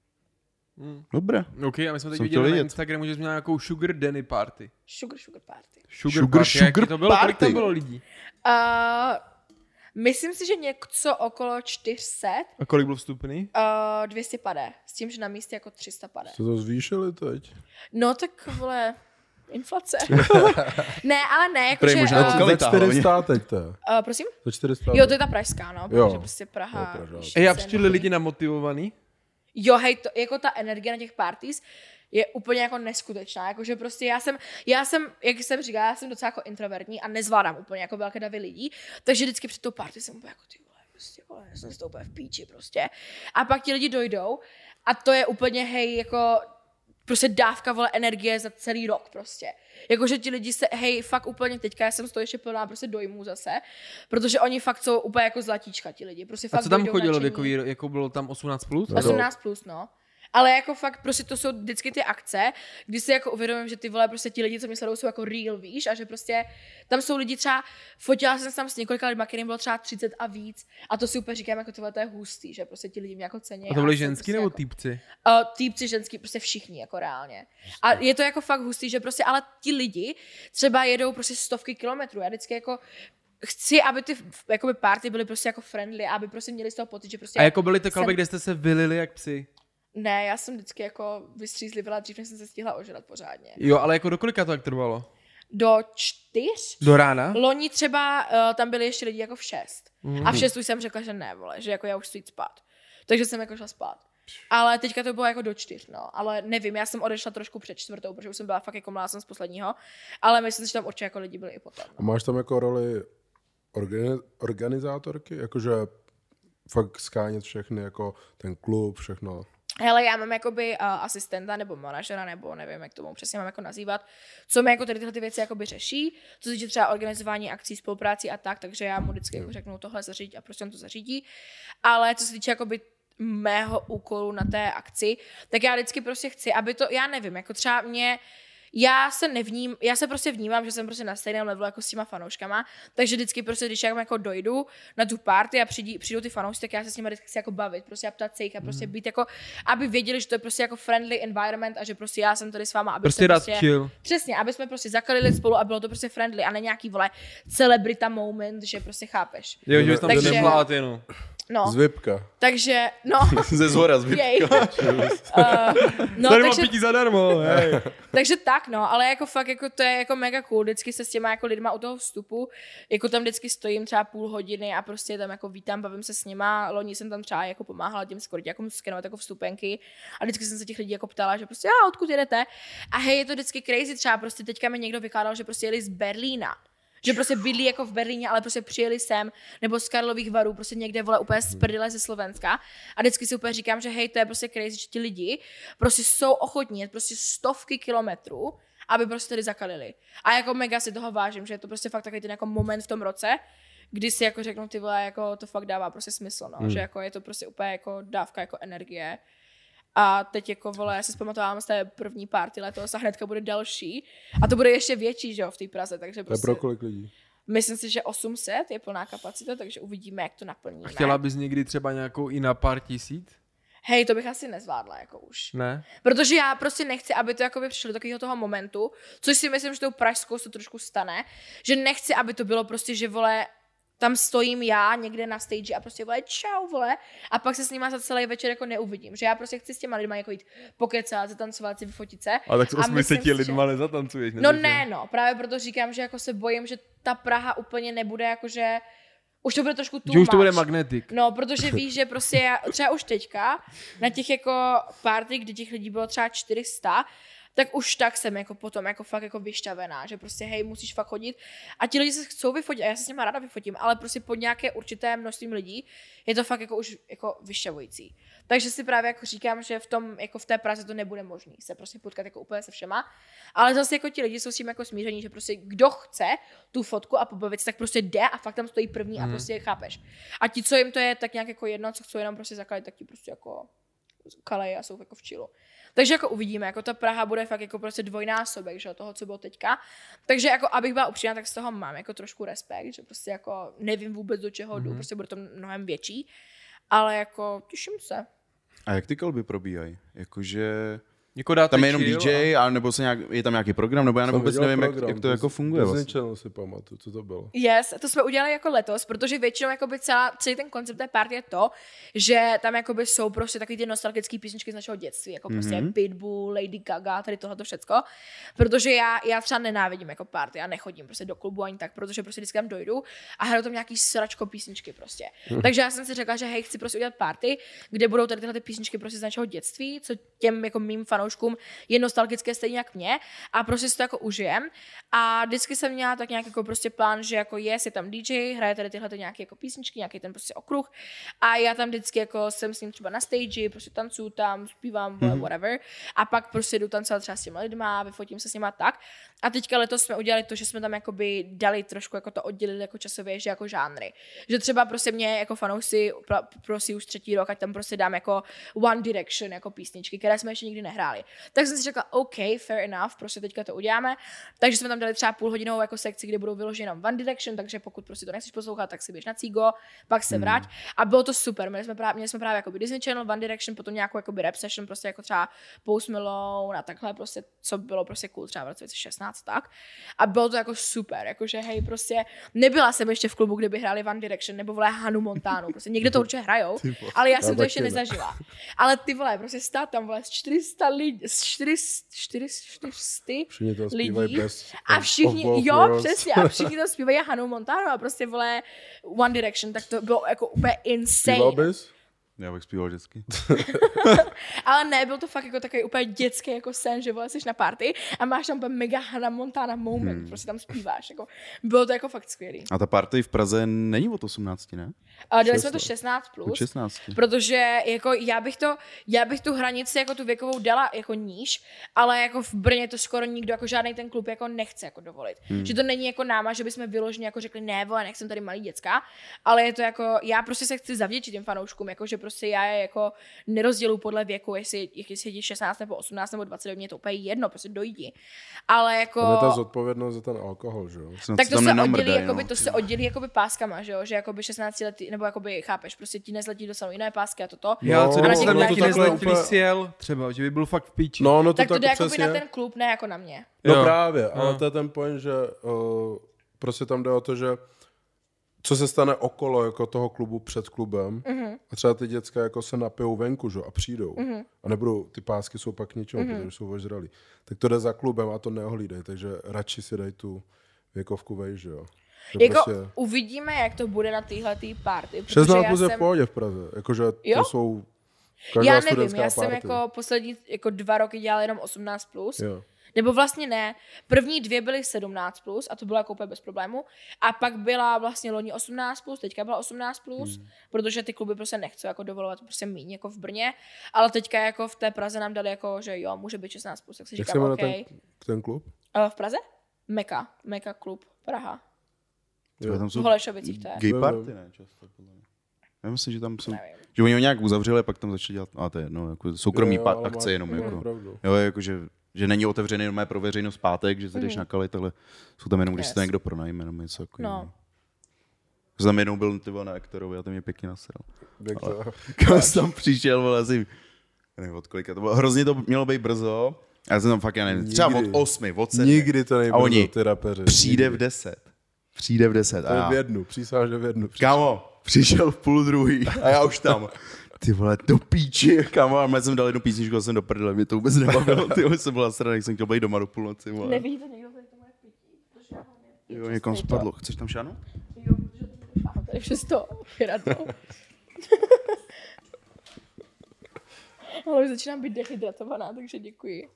Hmm. Dobré. OK, a my jsme teď Jsem viděli chtěl na jet. Instagramu, že jsi měl nějakou Sugar Danny party. Sugar, sugar party. Sugar, Sugar, party, jaký sugar to bylo? Kolik tam party. bylo lidí? Uh, myslím si, že něco okolo čtyři sta, A kolik byl vstupný? uh, dvě stě padé, s tím, že na místě jako tři sta padé. Jste to zvýšili teď? No tak, vole, inflace. ne, ale ne, Prej jakože... možná uh, lokalita. Za Kalita, hlavně. čtyři sta teď to je. uh, prosím? Za čtyři sta. Jo, to je ta pražská, no, protože Jo. prostě Praha... Jo, Praha. ještě Ej, a se přišli neví. lidi namotivovaný? Jo, hej, to, jako ta energie na těch parties je úplně jako neskutečná, jakože prostě já jsem, já jsem, jak jsem říkala, já jsem docela jako introvertní a nezvládám úplně jako velké davy lidí, takže vždycky před tou party jsem úplně jako ty vole, prostě, vole, já jsem si to úplně v píči prostě. A pak ti lidi dojdou a to je úplně, hej, jako prostě dávka, vole, energie za celý rok prostě. Jakože ti lidi se, hej, fakt úplně teďka, já jsem z toho ještě plná prostě dojmů zase, protože oni fakt jsou úplně jako zlatíčka ti lidi. Prostě A fakt co tam dojdou chodilo nadšení. věkový, jako bylo tam osmnáct plus? No. osmnáct plus, no. Ale jako fakt prostě to jsou vždycky ty akce, kdy si jako uvědomím, že ty vole prostě ti lidi, co mě sledují, jsou jako real, víš, a že prostě tam jsou lidi třeba, fotila jsem se tam s několika lidma, kterým bylo třeba třicet a víc, a to si úplně říkám, jako tyhle to je hustý, že prostě ti lidi mě jako cení. A to byli jsou ženský prostě nebo jako, týpci? Uh, týpci, ženský, prostě všichni, jako reálně. A je to jako fakt hustý, že prostě, ale ti lidi třeba jedou prostě stovky kilometrů, já vždycky jako chci, aby ty jakoby party byly prostě jako friendly, aby prostě měli z toho pocit, že prostě... A jako byly to kalby, jsem... kde jste se vylili jak psi? Ne, já jsem vždycky jako vystřízlivěla dřív, než jsem se stihla ožrat pořádně. Jo, ale jako do kolika to tak trvalo? Do čtyř. Do rána? Loni třeba uh, tam byli ještě lidi jako v šest. Mm. A v šest už jsem řekla, že ne, vole, že jako já už chci jít spát. Takže jsem jako šla spát. Ale teďka to bylo jako do čtyř, no. Ale nevím, já jsem odešla trošku před čtvrtou, protože už jsem byla fakt jako mlá jsem z posledního. Ale myslím, že tam určitě jako lidi byli i potom. No. A máš tam jako roli organi- organizátorky? Jakože fakt skánět všechny, jako ten klub, všechno. Hele, já mám jakoby uh, asistenta nebo manažera, nebo nevím, jak to mám přesně mám jako nazývat, co mi jako tady tyhle ty věci jakoby řeší, co se týče třeba organizování akcí, spolupráci a tak, takže já mu vždycky jako řeknu tohle zařídit a prostě on to zařídí. Ale co se týče jakoby mého úkolu na té akci, tak já vždycky prostě chci, aby to, já nevím, jako třeba mě, já se nevním, já se prostě vnímám, že jsem prostě na stejném levelu jako s těma fanouškama, takže vždycky prostě, když já jako dojdu na tu party a přijdi, přijdou ty fanoušci, tak já se s nimi vždycky chci jako bavit, prostě a ptát se jich a prostě být jako, aby věděli, že to je prostě jako friendly environment a že prostě já jsem tady s váma, aby prostě rád prostě, chill. Přesně, aby jsme prostě zakalili spolu a bylo to prostě friendly a ne nějaký, vole, celebrita moment, že prostě chápeš. Jo, že tam Takže- takže... no. No, Z Vipka. takže, no, Ze zhora, z jej. uh, no, Tady mám takže, pití zadarmo, hej. takže tak, no, ale jako fakt, jako to je jako mega cool, vždycky se s těma jako lidma u toho vstupu, jako tam vždycky stojím třeba půl hodiny a prostě tam jako vítám, bavím se s nima, loni jsem tam třeba jako pomáhala těm skoriťákům skenovat jako vstupenky a vždycky jsem se těch lidí jako ptala, že prostě, a odkud jedete? A hej, je to vždycky crazy, třeba prostě teďka mi někdo vykládal, že prostě jeli z Berlína. Že prostě bydlí jako v Berlíně, ale prostě přijeli sem, nebo z Karlových Varů, prostě někde, vole, úplně z prdele ze Slovenska. A vždycky si úplně říkám, že hej, to je prostě crazy, že ti lidi prostě jsou ochotní jet prostě stovky kilometrů, aby prostě tady zakalili. A jako mega si toho vážím, že je to prostě fakt takový ten jako moment v tom roce, kdy si jako řeknu, ty vole, jako to fakt dává prostě smysl, no. Hmm. Že jako je to prostě úplně jako dávka jako energie. A teď jako, vole, já si zpamatovám z té první party letos a hnedka bude další. A to bude ještě větší, že jo, v té Praze, takže To je prostě... pro kolik lidí? Myslím si, že osm set je plná kapacita, takže uvidíme, jak to naplníme. Chtěla bys někdy třeba nějakou i na pár tisíc? Hej, to bych asi nezvládla, jako už. Ne? Protože já prostě nechci, aby to jakoby přišlo do takového toho momentu, což si myslím, že tou pražskou se trošku stane, že nechci, aby to bylo prostě, že, vole, tam stojím já někde na stage a prostě, vole, čau, vole, a pak se s nima za celý večer jako neuvidím, že já prostě chci s těma lidma jako jít pokecat, zatancovat si, vyfotit se. Ale tak s A myslím osmi si, lidma že- nezatancuješ. No ne, no, právě proto říkám, že jako se bojím, že ta Praha úplně nebude jakože, už to bude trošku too Že už to bude much. magnetik. No, protože víš, že prostě já, třeba už teďka, na těch jako party, kdy těch lidí bylo třeba čtyři sta, tak už tak jsem jako potom jako fakt jako vyšťavená, že prostě hej, musíš fakt chodit a ti lidi se chcou vyfotit a já se s nimi ráda vyfotím, ale prostě pod nějaké určité množství lidí je to fakt jako už jako vyšťavující. Takže si právě jako říkám, že v tom, jako v té Praze to nebude možný se prostě potkat jako úplně se všema, ale zase jako ti lidi jsou s tím jako smíření, že prostě kdo chce tu fotku a pobavit se, tak prostě jde a fakt tam stojí první a prostě chápeš. A ti, co jim to je tak nějak jako jedno, co chcou jenom prostě zakalit, tak ti prostě jako kalej a jsou jako v chillu. Takže jako uvidíme, jako ta Praha bude fakt jako prostě dvojnásobek, že, toho, co bylo teďka. Takže jako abych byla upřímná, tak z toho mám jako trošku respekt, že prostě jako nevím vůbec, do čeho jdu, mm-hmm. prostě bude to mnohem větší, ale jako těším se. A jak ty kalby probíhají? Jakože Jako dáte tam je jenom chill D J, a... nebo se nějak, je tam nějaký program, nebo já Jsem vůbec viděl nevím, jak, program, jak to jako funguje Disney vlastně. Channel si pamatuju, co to bylo. Yes, to jsme udělali jako letos, protože většinou jakoby celá, celý ten koncept té party je to, že tam jakoby jsou prostě takový ty nostalgické písničky z našeho dětství, jako prostě Mhm. Pitbull, Lady Gaga, tady tohleto všecko. Protože já, já třeba nenávidím jako party, já nechodím prostě do klubu ani tak, protože prostě vždycky tam dojdu a hraju tam nějaký sračko písničky prostě. Takže já jsem si řekla, že hej, chci prostě udělat party, kde budou tady tyhle ty písničky prostě z našeho dětství, co těm jako mým fanouškům je nostalgické stejně jak mě a prostě si to jako užijem. A vždycky jsem měla tak nějak jako prostě plán, že jako jest, je tam D J, hraje tady tyhle ty nějaké jako písničky, nějaký ten prostě okruh a já tam vždycky jako jsem s ním třeba na stage, prostě tancuju tam, zpívám, mm-hmm. whatever a pak prostě jdu tancovat třeba s těma lidma, vyfotím se s nima tak. A teďka letos jsme udělali to, že jsme tam jakoby dali trošku jako to oddělili jako časově, že jako žánry. Že třeba prostě mě jako fanoušci prosí už třetí rok, ať tam prostě dám jako One Direction jako písničky, které jsme ještě nikdy nehráli. hráli. Tak jsem si řekla, OK, fair enough, prostě teďka to uděláme. Takže jsme tam dali třeba půlhodinovou jako sekci, kde budou vyloženy jenom One Direction, takže pokud prostě to nechceš poslouchat, tak si běž na Cigo, pak se vrať. Hmm. A bylo to super. Měli jsme právě, měli jsme právě jako Disney Channel, One Direction, potom nějakou jako rap session, prostě jako třeba Post Malone a takhle prostě, co bylo prostě cool třeba v roce šestnáct tak. A bylo to jako super, jakože hej, prostě nebyla jsem ještě v klubu, kde by hráli One Direction nebo vole Hanu Montánu, prostě někde to určitě hrajou, ale já jsem to ještě nezažila. Ale ty vole, prostě stát tam vole z čtyři sta lidí, z čtyři sta lidí a všichni, jo, přesně, a všichni to zpívají Hanu Montánu a prostě vole One Direction, tak to bylo jako úplně insane. Já bych zpíval vždycky. Ale ne, byl to fakt jako takový úplně dětský jako sen, že vole, jsi na party a máš tam úplně mega Hannah Montana moment, hmm. prostě tam zpíváš. Jako, bylo to jako fakt skvělý. A ta party v Praze není od osmnácti, ne? A dali jsme to šestnáct plus, šestnáct. Protože jako já bych to, já bych tu hranici jako tu věkovou dala jako níž, ale jako v Brně to skoro nikdo, jako žádný ten klub jako nechce jako dovolit. Hmm. Že to není jako náma, že bychom vyloženě jako řekli ne, vole, nechcem tady malý děcka, ale je to jako, já prostě se chci zavděčit těm fanouškům, jako že prostě já je jako nerozděluji podle věku, jestli, jestli je šestnáct nebo osmnáct nebo dvacet, mě to úplně jedno, prostě dojdi. Ale jako... To je ta zodpovědnost za ten alkohol, že jo? Tak to se oddělí, jakoby, to se oddělí jakoby páskama, že jo? Že jakoby šestnáct letý, nebo jakoby, chápeš, prostě ti nezletí dostanou jiné pásky a toto. Já, no, co kdyby tam nějaký nezletilý úplně... sjel, třeba, že by byl fakt v píči. No, no to tak to tak jde jakoby přesně. na ten klub, ne jako na mě. No jo. právě, ale no. to je ten point, že uh, prostě tam jde o to, že co se stane okolo jako toho klubu před klubem mm-hmm. a třeba ty děcka jako se napijou venku, že, a přijdou mm-hmm. a nebudou, ty pásky jsou pak k ničemu, mm-hmm. protože jsou ožralí. Tak to jde za klubem a to neohlídej, takže radši si dej tu věkovku vej, že jo. Že jako prostě... uvidíme, jak to bude na téhletý party. šestnáct plus je jsem... v pohodě v Praze, jakože jo? to jsou každá já nevím, studentská já jsem party. jako poslední jako dva roky dělala jenom osmnáct plus. Jo. Nebo vlastně ne. První dvě byly sedmnáct plus a to bylo jako úplně bez problému. A pak byla vlastně loni osmnáct plus, teďka byla osmnáct plus, hmm. protože ty kluby prostě nechcou jako dovolovat prostě míň jako v Brně. Ale teďka jako v té Praze nám dali jako, že jo, může být šestnáct plus. Tak si Jak říkám, se OK. ten, ten klub? Uh, v Praze? Meka. Meka klub. Praha. Jo. Tam jsou v Holešovicích to je. Gay party, ne? Často. Já myslím, že tam jsou... Nevím. Že oni ho nějak uzavřeli a pak tam začali dělat... A to je jedno, jako soukromý jo, pa- akce jenom. jo, Jako, pravdu. jo, jako, že, že není otevřený jenom pro veřejnost pátek, že se jdeš mm. nakalit, ale jsou tam jenom, když yes. se to někdo pronajme, jenom něco jako No. Tam jednou byl ty na Ektorovi a to mě pěkně nasral. Ale, Když tam přišel, vole, asi... Nevím, od kolika to bylo. Hrozně to mělo být brzo. A já jsem tam fakt, já nevím, třeba od osmi, od sedmi. Nikdy to nejbrzo, a oni, ty rapeři. Přijde nikdy. v deset. Přijde v deset. To je a v jednu, přísahám, že v jednu. Kámo, přišel v půl druhý a já už tam. Ty vole, do píči, kámo, a já jsem dal jednu písničku a jsem do prdele, mě to vůbec nebavilo, ty vole, jsem byla srana, jak jsem chtěl být doma do půlnoci, vole. Neví to někdo, tady to moje pití? Jo, někam spadlo, chceš tam šánu? Jo, protože to bude fáhat tady přesto, vyradno. Ale už začínám být dehydratovaná, takže děkuji.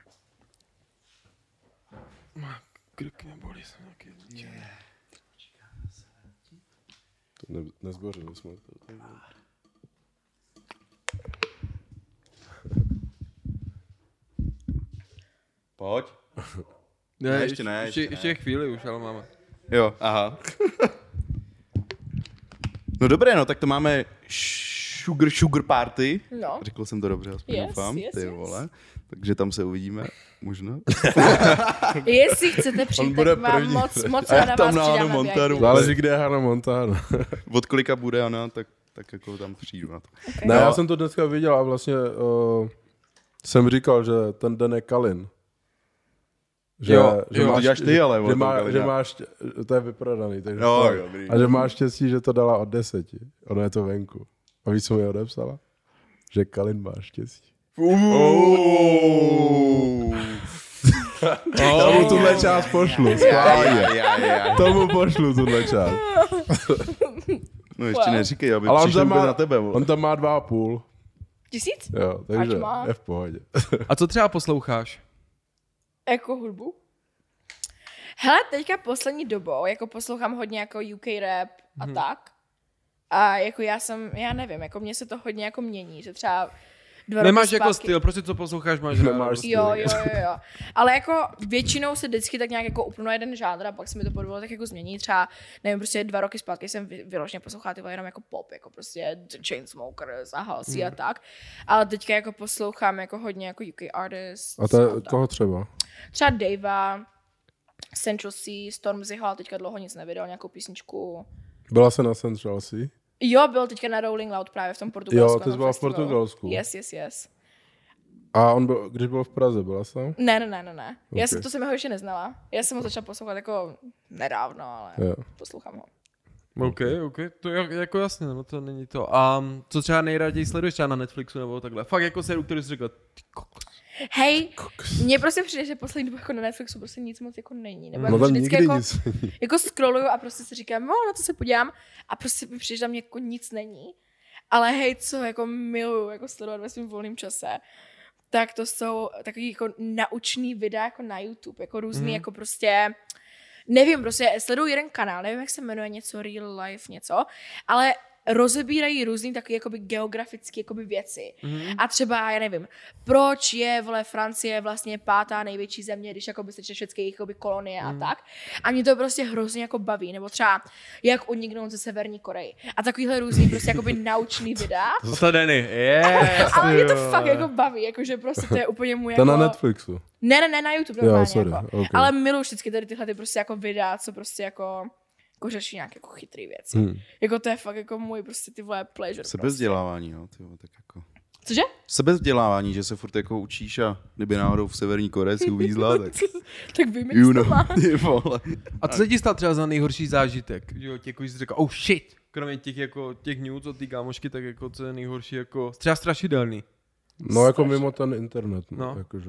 Krky mě bolí, jsem nějaký yeah. To ne, nezbořili jsme to. Pojď. Ne, ne, ještě ještě ne, ještě, ještě, ještě ne. chvíli už, ale máme. Jo, aha. No dobré, no, tak to máme sugar, sugar party. No. Řekl jsem to dobře, aspoň Yes, doufám, yes, ty yes. vole. Takže tam se uvidíme, možná. Jestli chcete On přijít, bude tak vám první. moc, moc A já ráda tam vás na Hanu přidáme Montanu. V I P. Záleží, kde je Hannah Montana. Od kolika bude Anna, tak, tak jako tam přijdu na to. Okay. Ne, No. já jsem to dneska viděl a vlastně uh, jsem říkal, že ten den je Kalin. Že, Jo, že jo, máš, děláš ty, ale, že, vole, má, Kalina. že máš, to je vyprodaný. Takže Jo, to- dobrý. a že máš štěstí, že to dala od deseti. Ono je to venku. A víš, co mi odepsala? Že Kalin má štěstí. Uuuu. Tomu tuhle část pošlu. Schválně. Ja, ja, ja. Tomu pošlu tuhle část. No ještě Wow. neříkej, aby Ale on přišel tam, vůbec má, na tebe. Vole. on tam má dva a půl. Tisíc? Jo, takže Ať má. je v pohodě. A co třeba posloucháš? Jako hudbu? Hele, teďka poslední dobou, jako poslouchám hodně jako U K rap a hmm. tak. A jako já jsem, já nevím, jako mně se to hodně jako mění, že třeba dva Nemáš roky jako zpátky. styl, prostě co posloucháš, máš ráda. Nemáš prostě. Jo, jo, jo, jo. Ale jako většinou se vždycky tak nějak jako upnu na jeden žánr a pak se mi to podvolilo tak jako změní. Třeba, nevím, prostě dva roky zpátky jsem vy- vyloženě poslouchala tyhle jenom jako pop, jako prostě The Chainsmokers a Halsey Hmm. a tak. Ale teďka jako poslouchám jako hodně jako U K artists. A to je, tak. koho třeba? Třeba Davea, Central C, Stormzyho, ale teďka dlouho nic nevydal, nějakou písničku. Byla se na Central Sea? Jo, byl teďka na Rolling Loud právě v tom Portugalsku. Jo, ty jsi byla v Portugalsku. Yes, yes, yes. A on byl, když byl v Praze, byla jsem? Ne, ne, ne, ne, ne. Okay. Já Ok. jsem, to jsem ho ještě neznala. Já jsem ho začala poslouchat jako nedávno, ale Jo. poslouchám ho. OK, OK, to je jako jasně, no to není to. A co třeba nejraději sleduješ třeba na Netflixu nebo takhle? Fakt jako sérii, který jsi řekl, ty kokos. Hej, mně prostě přijde, že poslední dobu jako na Netflixu prostě nic moc jako není. Nebo No jako tam vždycky nikdy jako, nic. jako scrolluju a prostě si říkám, no, na to se podívám a prostě mi přijde, že tam jako nic není. Ale hej, co jako miluju jako sledovat ve svém volném čase, tak to jsou takový jako naučný videa jako na YouTube, jako různý Mhm. jako prostě, nevím, prostě sleduju jeden kanál, nevím, jak se jmenuje, něco Real Life, něco, ale rozebírají různý takové jakoby geografické jakoby věci. Mhm. A třeba, já nevím, proč je, vole, Francie vlastně pátá největší země, když jakoby se čte všechny jakoby kolonie a tak. A mě to prostě hrozně jako baví. Nebo třeba, jak uniknout ze Severní Koreji. A takovýhle různý prostě jakoby naučný videa. To Denny, yes, Ale mě to jo. fakt jako baví, jakože prostě to je úplně můj To jako... na Netflixu. Ne, ne, ne, na YouTube normálně. Jo, sorry, jako. okay. Ale miluji vždycky tady tyhle ty prostě jako videa, co prostě jako, jako řeší nějaké jako chytrý věci. Hmm. Jako to je fakt jako můj prostě ty vole pleasure. Prostě. Sebevzdělávání, no, ty vole, tak jako. Cože? Sebevzdělávání, že se furt jako učíš a kdyby náhodou v Severní Koreji si uvízla, tak Tak vím, jak you to know, má. ty vole. A co se ti stalo třeba za nejhorší zážitek? Že jo, těch, když jsi řekl, oh shit, kromě těch jako těch news od té kámošky, tak jako co je nejhorší, jako třeba strašidelný. No jako mimo ten internet, no. No. Jakože.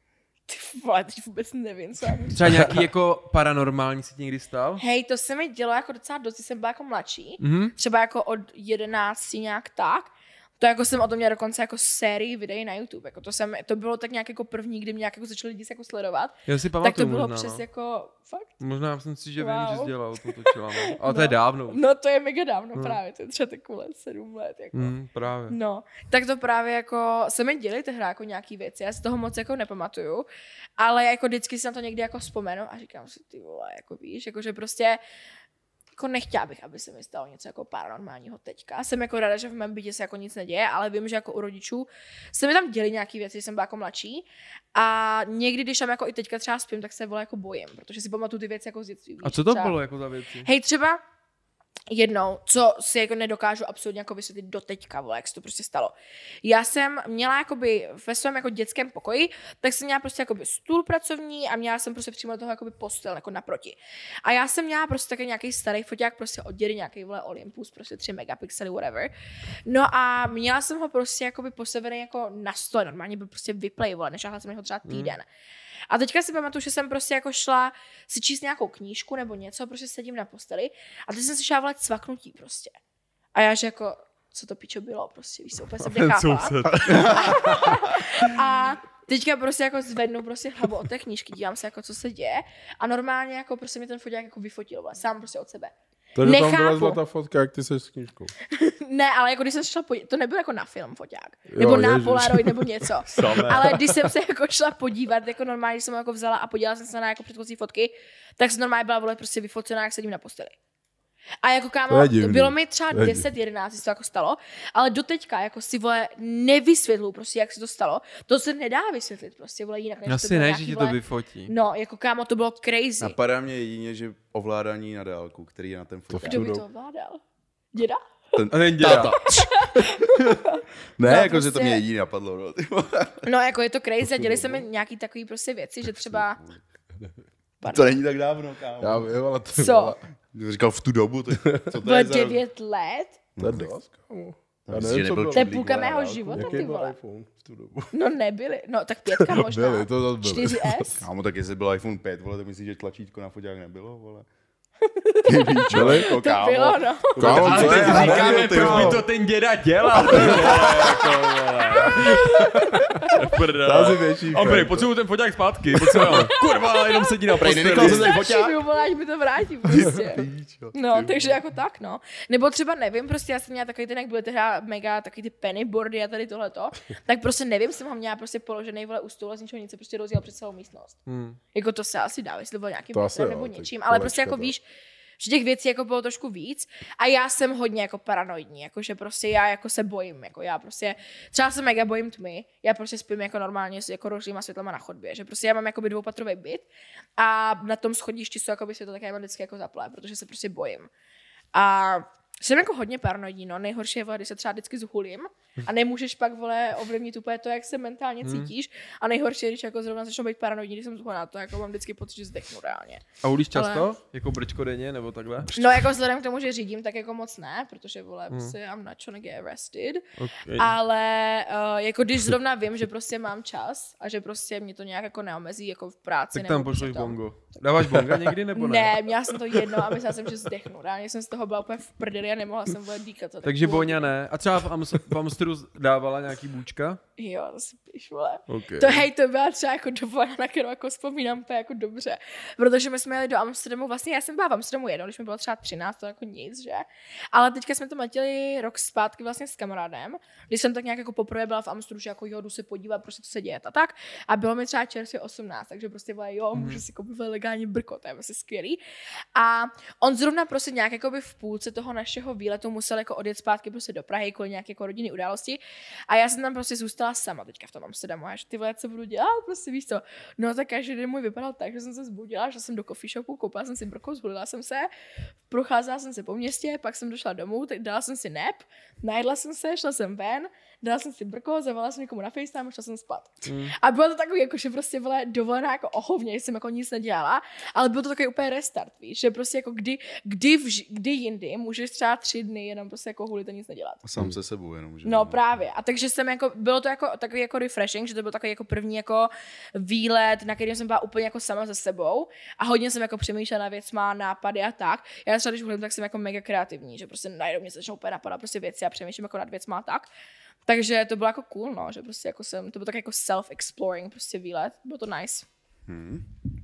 Ty vole, teď vůbec nevím, co já můžu. Třeba nějaký jako paranormální si ti někdy stal? Hej, to se mi dělo jako docela dost, když jsem byla jako mladší. Mhm. Třeba jako od jedenácti nějak tak. To jako jsem o tom měla dokonce jako sérii videí na YouTube. Jako to, jsem, to bylo tak nějak jako první, kdy mě nějak jako začali lidi jako sledovat. Já si Tak pamatuju to bylo možná, přes no. jako, fakt? Možná jsem si, že vím, Wow. že jsi dělal, to točila, no. Ale to je dávno. No to je mega dávno Hmm. právě, to je třeba takové sedm let. Jako. Mm, právě. No, tak to právě jako se mi děly tehdy jako nějaký věci, já si toho moc jako nepamatuju, ale jako vždycky si na to někdy jako vzpomenu a říkám si, ty vole, jako víš, jako že prostě jako nechtěla bych, aby se mi stalo něco jako paranormálního teďka. Jsem jako ráda, že v mém bytě se jako nic neděje, ale vím, že jako u rodičů se mi tam děly nějaký věci, když jsem byla jako mladší a někdy, když tam jako i teďka třeba spím, tak se vole jako bojím, protože si pamatuju ty věci jako z dětství. A víš, co to třeba- bylo jako za věci? Hej, třeba jednou, co si jako nedokážu absolutně jako vysvětlit do teďka, vole, jak se to prostě stalo. Já jsem měla jakoby ve svém jako dětském pokoji, tak jsem měla prostě jakoby stůl pracovní a měla jsem prostě přímo do toho jakoby postel jako naproti. A já jsem měla prostě taky nějaký starý foťák prostě od dědy, nějaký vole Olympus, prostě tři megapixely, whatever. No a měla jsem ho prostě jakoby postavený jako na stole, normálně byl prostě vyplay, vole, nešáhla jsem ho třeba týden. A teďka si pamatuju, že jsem prostě jako šla si číst nějakou knížku nebo něco, prostě sedím na posteli a teď jsem si šla volat cvaknutí prostě. A já že jako, co to pičo bylo prostě, víš, se úplně jsem nechápala. A teďka prostě jako zvednu prostě hlavu od té knížky, dívám se jako, co se děje a normálně jako prostě mi ten foťák jako vyfotil, vole, sám prostě od sebe. Takže tam Nechápu. vylezla ta fotka, jak ty seš s knížkou. Ne, ale jako když jsem šla podívat, to nebylo jako na film foťák, Jo, nebo na ježiš. Polaroid nebo něco. Samé. Ale když jsem se jako šla podívat, jako normálně, když jsem ho jako vzala a podívala jsem se na jako předchozí fotky, tak jsem normálně byla vole prostě vyfocená, jak sedím na posteli. A jako To kámo, je divný. bylo mi třeba To je deset jedenáct, když to jako stalo, ale doteďka jako si vole nevysvětlu prostě, jak se to stalo. To se nedá vysvětlit prostě, vole jinak. než to Asi bylo ne, nějaký, že ti to vole- vyfotí. No, jako kámo, to bylo crazy. Napadá mě jedině, že ovládání na dálku, který je na ten foťák. Kdo by Čudou. to ovládal? Děda? A ten děda. Ne, No, jako, že to prostě- mě jedině napadlo. No, ty vole. No, jako je to crazy a děli se mi nějaký takový prostě věci, že třeba... To není tak dávno, kámo. Já vím, ale to Co? Jsi říkal v tu dobu, to, co to Bylo je za... devět let? To je dost, kámo. Já Myslím, nevím, že co nebyl bylo. To je Čudlík, půlka vole, mého dálku. života, Jaký ty byl vole. iPhone v tu dobu? No nebyly, no tak pětka možná. Byly, to zase byly. čtyři S? Kámo, tak jestli byl iPhone pět, vole, tak myslíš, že tlačítko na foťák nebylo, vole? Byly? Jako, To kámo. bylo, no. Kámo, Ale co teď je? říkáme, Ty proč by vole. to ten děda dělal. ty vole, jako, vole. Tazi větší Dobrý, fake. potřebuji ten foťák zpátky. Potřebuji. Kurva, jenom sedí na Prej, nenechal posteli. jsem tady Stačí, foťák. mi volá, ať mi to vrátí prostě. Píčo. No, takže jako tak, no. Nebo třeba nevím, prostě já jsem měla takový ten, jak byly teda mega takový ty pennyboardy a tady tohleto, tak prostě nevím, jsem ho měla prostě položený vole u stolu a z ničeho nic se prostě rozjel před celou místnost. Hmm. Jako to se asi dá, jestli bylo nějakým To asi metrem jo, nebo tak něčím, ale prostě kolečka jako to. víš, že těch věcí jako bylo trošku víc a já jsem hodně jako paranoidní, jakože prostě já jako se bojím, jako já prostě, třeba se mega bojím tmy, já prostě spím jako normálně s jako rožnýma světlama na chodbě, že prostě já mám jakoby dvoupatrový byt a na tom schodišti jsou jakoby světlo, tak já mám vždycky jako zaplé, protože se prostě bojím. A jsem jako hodně paranoidní, no, nejhorší je, vole, když se třeba vždycky zhulím a nemůžeš pak, vole, ovlivnit úplně to, jak se mentálně Hmm. cítíš a nejhorší je, když jako zrovna začnu být paranoidní, když jsem zhulená, to jako mám vždycky pocit, že zdechnu reálně. A hulíš často? Ale- Jako brčko denně, nebo takhle? No jako vzhledem k tomu, že řídím, tak jako moc ne, protože vole, prostě I'm not trying to get arrested, Okay. ale uh, jako když zrovna vím, že prostě mám čas a že prostě mě to nějak jako neomezí jako v práci. Tak tam nebo pošleš při tom. bongo. Dáváš bonga někdy, nebo ne? Ne, měla jsem to jedno a myslela jsem, že zdechnu. Reálně jsem z toho byla úplně v prdeli a nemohla jsem vůbec dýkat. To Takže tak půl Boňa hodiny. ne. A třeba v, Ams- v Amsteru dávala nějaký bůčka? Jo, to si píš, vole. Okay. To hej, to byla třeba jako dovolená, na kterou jako vzpomínám úplně jako dobře. Protože my jsme jeli do Amsterdamu, vlastně já jsem byla v Amsterdamu jednou, když mi bylo třeba třináct, to jako nic, že? Ale teďka jsme to letěli rok zpátky vlastně s kamarádem, když jsem tak nějak jako poprvé byla v Amsterdamu, že jako jo, jdu se podívat, prostě co se děje a tak. A bylo mi třeba čerstvě osmnáct, takže prostě byla jo, můžu si koupit legálně brko, to je vlastně skvělý. A on zrovna prostě nějak jako by v půlce toho našeho výletu musel jako odjet zpátky prostě do Prahy kvůli nějaké jako rodinné události. A já jsem tam prostě zůstala sama teďka v tom Amsterdamu. A že ty vole, co budu dělat, prostě víš co. No tak každý den můj vypadal tak, že jsem se zbudila, že jsem do coffee shopu, koupila jsem si brko, zhulila jsem se, procházela jsem se po městě, pak jsem došla domů, tak dala jsem si nap, najedla jsem se, šla jsem ven, dala jsem si brko, zavolala jsem někomu na FaceTime a šla jsem spát. Mm. A bylo to takový, jako, že prostě byla dovolená jako ohovně, jsem jako nic nedělala, ale byl to takový úplně restart, víš, že prostě jako kdy, kdy, vž, kdy jindy můžeš třeba tři dny jenom prostě jako hulit a nic nedělat. A sám se sebou jenom, že? No právě. A takže jsem jako, bylo to jako takový jako refreshing, že to byl takový jako první jako výlet, na kterém jsem byla úplně jako sama se sebou a hodně jsem jako přemýšlela na věcma, nápady a tak. Já třeba když hulím, tak jsem jako mega kreativní, že prostě najednou mě začnou úplně napadat prostě věci a přemýšlím jako nad věcma a tak. Takže to bylo jako cool, no, že prostě jako jsem, to byl tak jako self-exploring prostě výlet, bylo to nice. Hmm.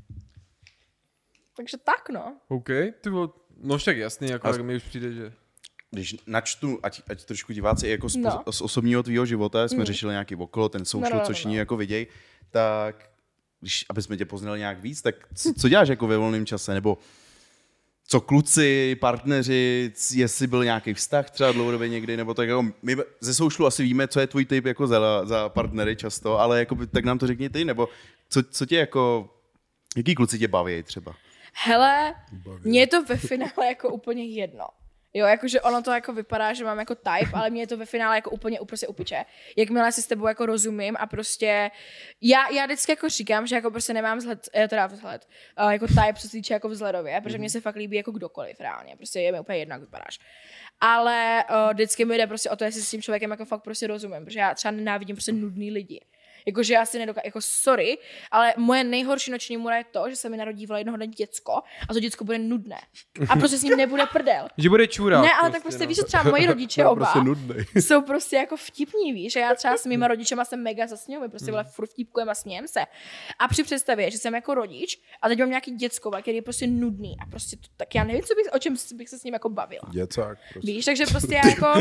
Takže tak, no. OK, ty bylo, no však jasný, jako A- tak mi už přijde, že... Když načtu, ať, ať trošku diváci jako z, No. z osobního tvýho života, jsme mm. řešili nějaký okolo, ten social, No, no, no, což no. jiní jako viděj, tak když, aby jsme tě poznali nějak víc, tak co, co děláš jako ve volném čase, nebo co kluci, partneři, c- jestli byl nějaký vztah třeba dlouhodobě někdy, nebo tak jako my ze socialu asi víme, co je tvůj typ jako za, za partnery často, ale jako, by- tak nám to řekni ty, nebo co, co tě jako, jaký kluci tě baví třeba? Hele, mně je to ve finále jako úplně jedno. Jo, jakože ono to jako vypadá, že mám jako type, ale mně je to ve finále jako úplně prostě upiče. Jakmile si s tebou jako rozumím a prostě já, já vždycky jako říkám, že jako prostě nemám vzhled, eh, teda vzhled, uh, jako type, co se týče jako vzhledově, protože mně se fakt líbí jako kdokoliv reálně, prostě je mi úplně jedno, jak vypadáš. Ale uh, vždycky mi jde prostě o to, jestli s tím člověkem jako fakt prostě rozumím, protože já třeba nenávidím prostě nudný lidi. Jakože já si nedokážu, jako sorry, ale moje nejhorší noční můra je to, že se mi narodí vole jednoho dne děcko a to děcko bude nudné. A prostě s ním nebude prdel. Že bude čůrat. Ne, ale tak prostě no. víš, že třeba moji rodiče To je oba prostě nudnej. jsou prostě jako vtipní, víš, že já třeba s mýma rodičema jsem mega zasměju, my prostě vole furt vtipkujeme a smějem se. A při představě, že jsem jako rodič a teď mám nějaký děcko, který je prostě nudný a prostě to, tak já nevím, co bych, o čem bych se s ním jako bavila. Děcák. Prostě. Víš, takže prostě já jako...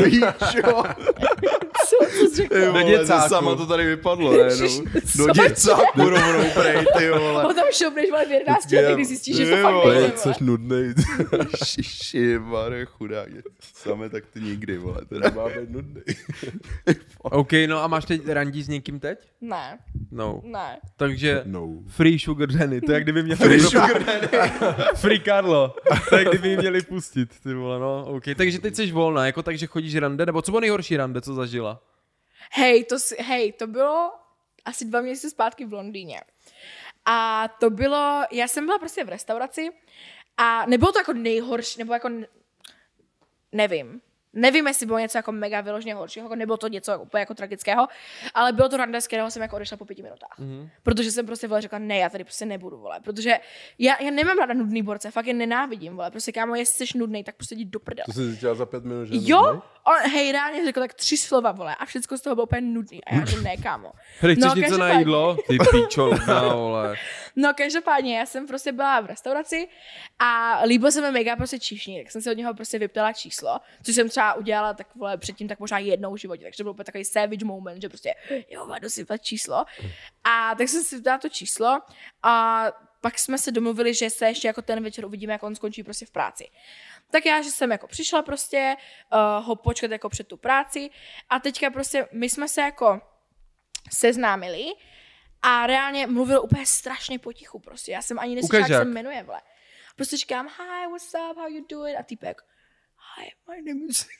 co, co jsi řekl? Do děcáku. sama to tady vypadlo, ne? Ježiš, No, do co? děcáku rovnou, prej, ty vole. Potom šoupneš vole v jedenácti letech, když zjistíš, že to Jo, fakt vole, nejde, Jsi nudnej. Šiši, Mare, chudák. Same tak ty nikdy, vole. Teda. Má být nudnej. OK, no a máš teď randí s někým teď? Ne, No. ne. Takže No. Free Sugar Danny, to je jak kdyby měli... Free sugar daddy. Free Carlo, to je jak kdyby ji měli pustit, ty vole, no, OK. Takže teď jsi volná, jako takže chodíš rande, nebo co bylo nejhorší rande, co zažila? Hej, to, si- hej, to bylo asi dva měsíce zpátky v Londýně. A to bylo, já jsem byla prostě v restauraci a nebylo to jako nejhorší, nebo jako, n- nevím. Nevím, jestli bylo něco jako mega vyloženě horšího, jako nebylo to něco úplně jako tragického, ale bylo to rande, z kterého jsem jako odešla po pěti minutách. Mm-hmm. Protože jsem prostě vole řekla, ne, já tady prostě nebudu, vole, protože já, já nemám ráda nudný borce, fakt je nenávidím, vole, prostě kámo, jestli jsi nudný, tak prostě jdi do prdele. To jsi zjistila za pět minut, že jo, on, hej, reálně řekl tak tři slova, vole, a všecko z toho bylo úplně nudný a já, že ne, kámo. Hry, chceš No, něco na každopádně- jídlo? Ty pičo, no, vole. No, každopádně, já jsem prostě byla v restauraci a líbil se mi mega prostě číšník, tak jsem si od něho prostě vyptala číslo, což jsem třeba udělala tak vole předtím tak možná jednou v životě, takže to byl úplně takový savage moment, že prostě jo, jdu si vyptat číslo. A tak jsem si vyptala to číslo a pak jsme se domluvili, že se ještě jako ten večer uvidíme, jak on skončí prostě v práci. Tak já, že jsem jako přišla prostě uh, ho počkat jako před tu práci a teďka prostě my jsme se jako seznámili a reálně mluvil úplně strašně potichu prostě. Já jsem ani neslyšela, jak se jmenuje, vole. Prostě říkám, hi, what's up, how you doing? A týpek, hi, my name is...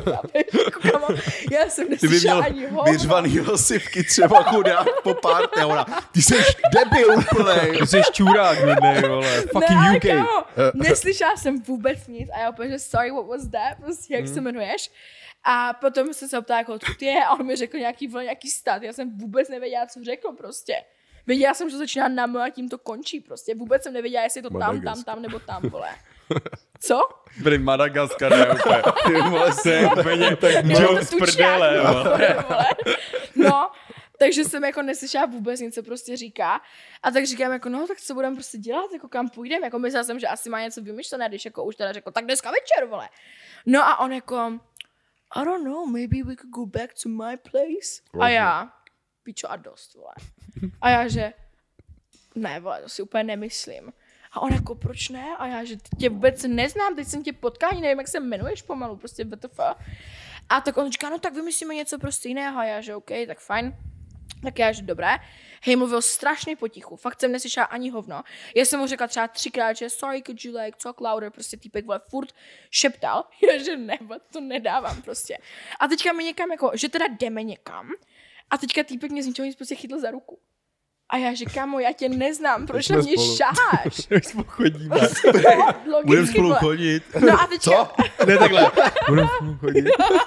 Kamo, já jsem neslyšela ani hovno. vyřvaný hlasivky třeba chudák po párty a ona, ty jsi debil úplnej. Ty jsi čurák, nudnej, vole. Fucking ne, U K. Kámo, neslyšela jsem vůbec nic a já úplně, že sorry, what was that? Prostě, jak mm. se jmenuješ? A potom jsem se ptala, jako, odkud je, a on mi řekl nějaký, vole, nějaký stát. Já jsem vůbec nevěděla, co řekl prostě. Věděla jsem, že to začíná na M a tím to končí prostě. Vůbec jsem nevěděla, jestli je to tam, tam, tam nebo tam, vole. Co? Byli Madagaskar, ne, úplně. Ty vole, se je úplně tak joke z prdele, vole. No, takže jsem jako neslyšela vůbec nic, co prostě říká. A tak říkám jako, no, tak co budeme prostě dělat, jako kam půjdeme, jako myslela jsem, že asi má něco vymyšlené, když jako už teda řekl, tak dneska večer, vole. No a on jako, I don't know, maybe we could go back to my place. A já, pičo a dost, vole. A já, že ne, vole, to si úplně nemyslím. A on jako, proč ne? A já, že tě vůbec neznám, teď jsem tě potkal, ani nevím, jak se jmenuješ pomalu, prostě W T F. A tak on říká, no tak vymyslíme něco prostě jiného. A já, že OK, tak fajn. Tak já, že dobré. Hej, mluvil strašně potichu, fakt jsem neslyšela ani hovno. Já jsem mu řekla třeba třikrát, že sorry, could you like talk louder, prostě týpek, vole, furt šeptal. Já, že ne, to nedávám prostě. A teďka mi někam jako, že teda jdeme někam. A teďka týpek mě z ničeho nic prostě chytl za ruku. A já, že kámo, já tě neznám, proč na mě spolu. Šaháš? Už spolu chodíme. No, budeme spolu chodit. No a teďka... Co? Ne takhle. Budeme spolu chodit.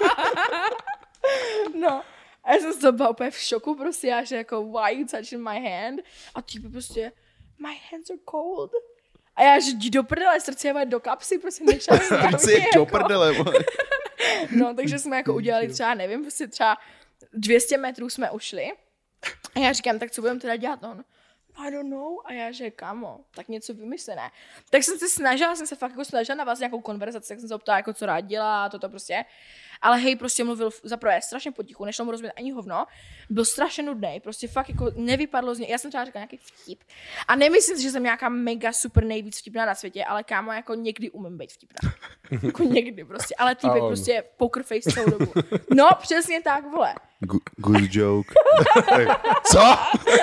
No. A já jsem to byla úplně v šoku prostě, já, že jako, why you touching my hand? A týpek prostě, my hands are cold. A já, že jdi do prdele, srdce je do kapsy, prostě nečas. Srdce je do prdele. No, takže jsme jako udělali třeba, nevím, prostě třeba dvě stě metrů jsme ušli. A já říkám, tak co budeme teda dělat? On, I don't know. A já, že kámo, tak něco vymyslené. Tak jsem se snažila, jsem se fakt jako snažila na vás nějakou konverzaci, tak jsem se optala, jako co rád dělá, toto prostě. Ale hej, prostě mluvil za prvé strašně potichu, nešlo mu rozumět ani hovno. Byl strašně nudný, prostě fakt jako nevypadlo z něj. Já jsem třeba říkala nějaký vtip. A nemyslím si, že jsem nějaká mega super nejvíc vtipná na světě, ale kámo, jako někdy umím být vtipná. Jako někdy prostě, ale týpek prostě poker face celou dobu. No, přesně tak, vole. Good joke. Co?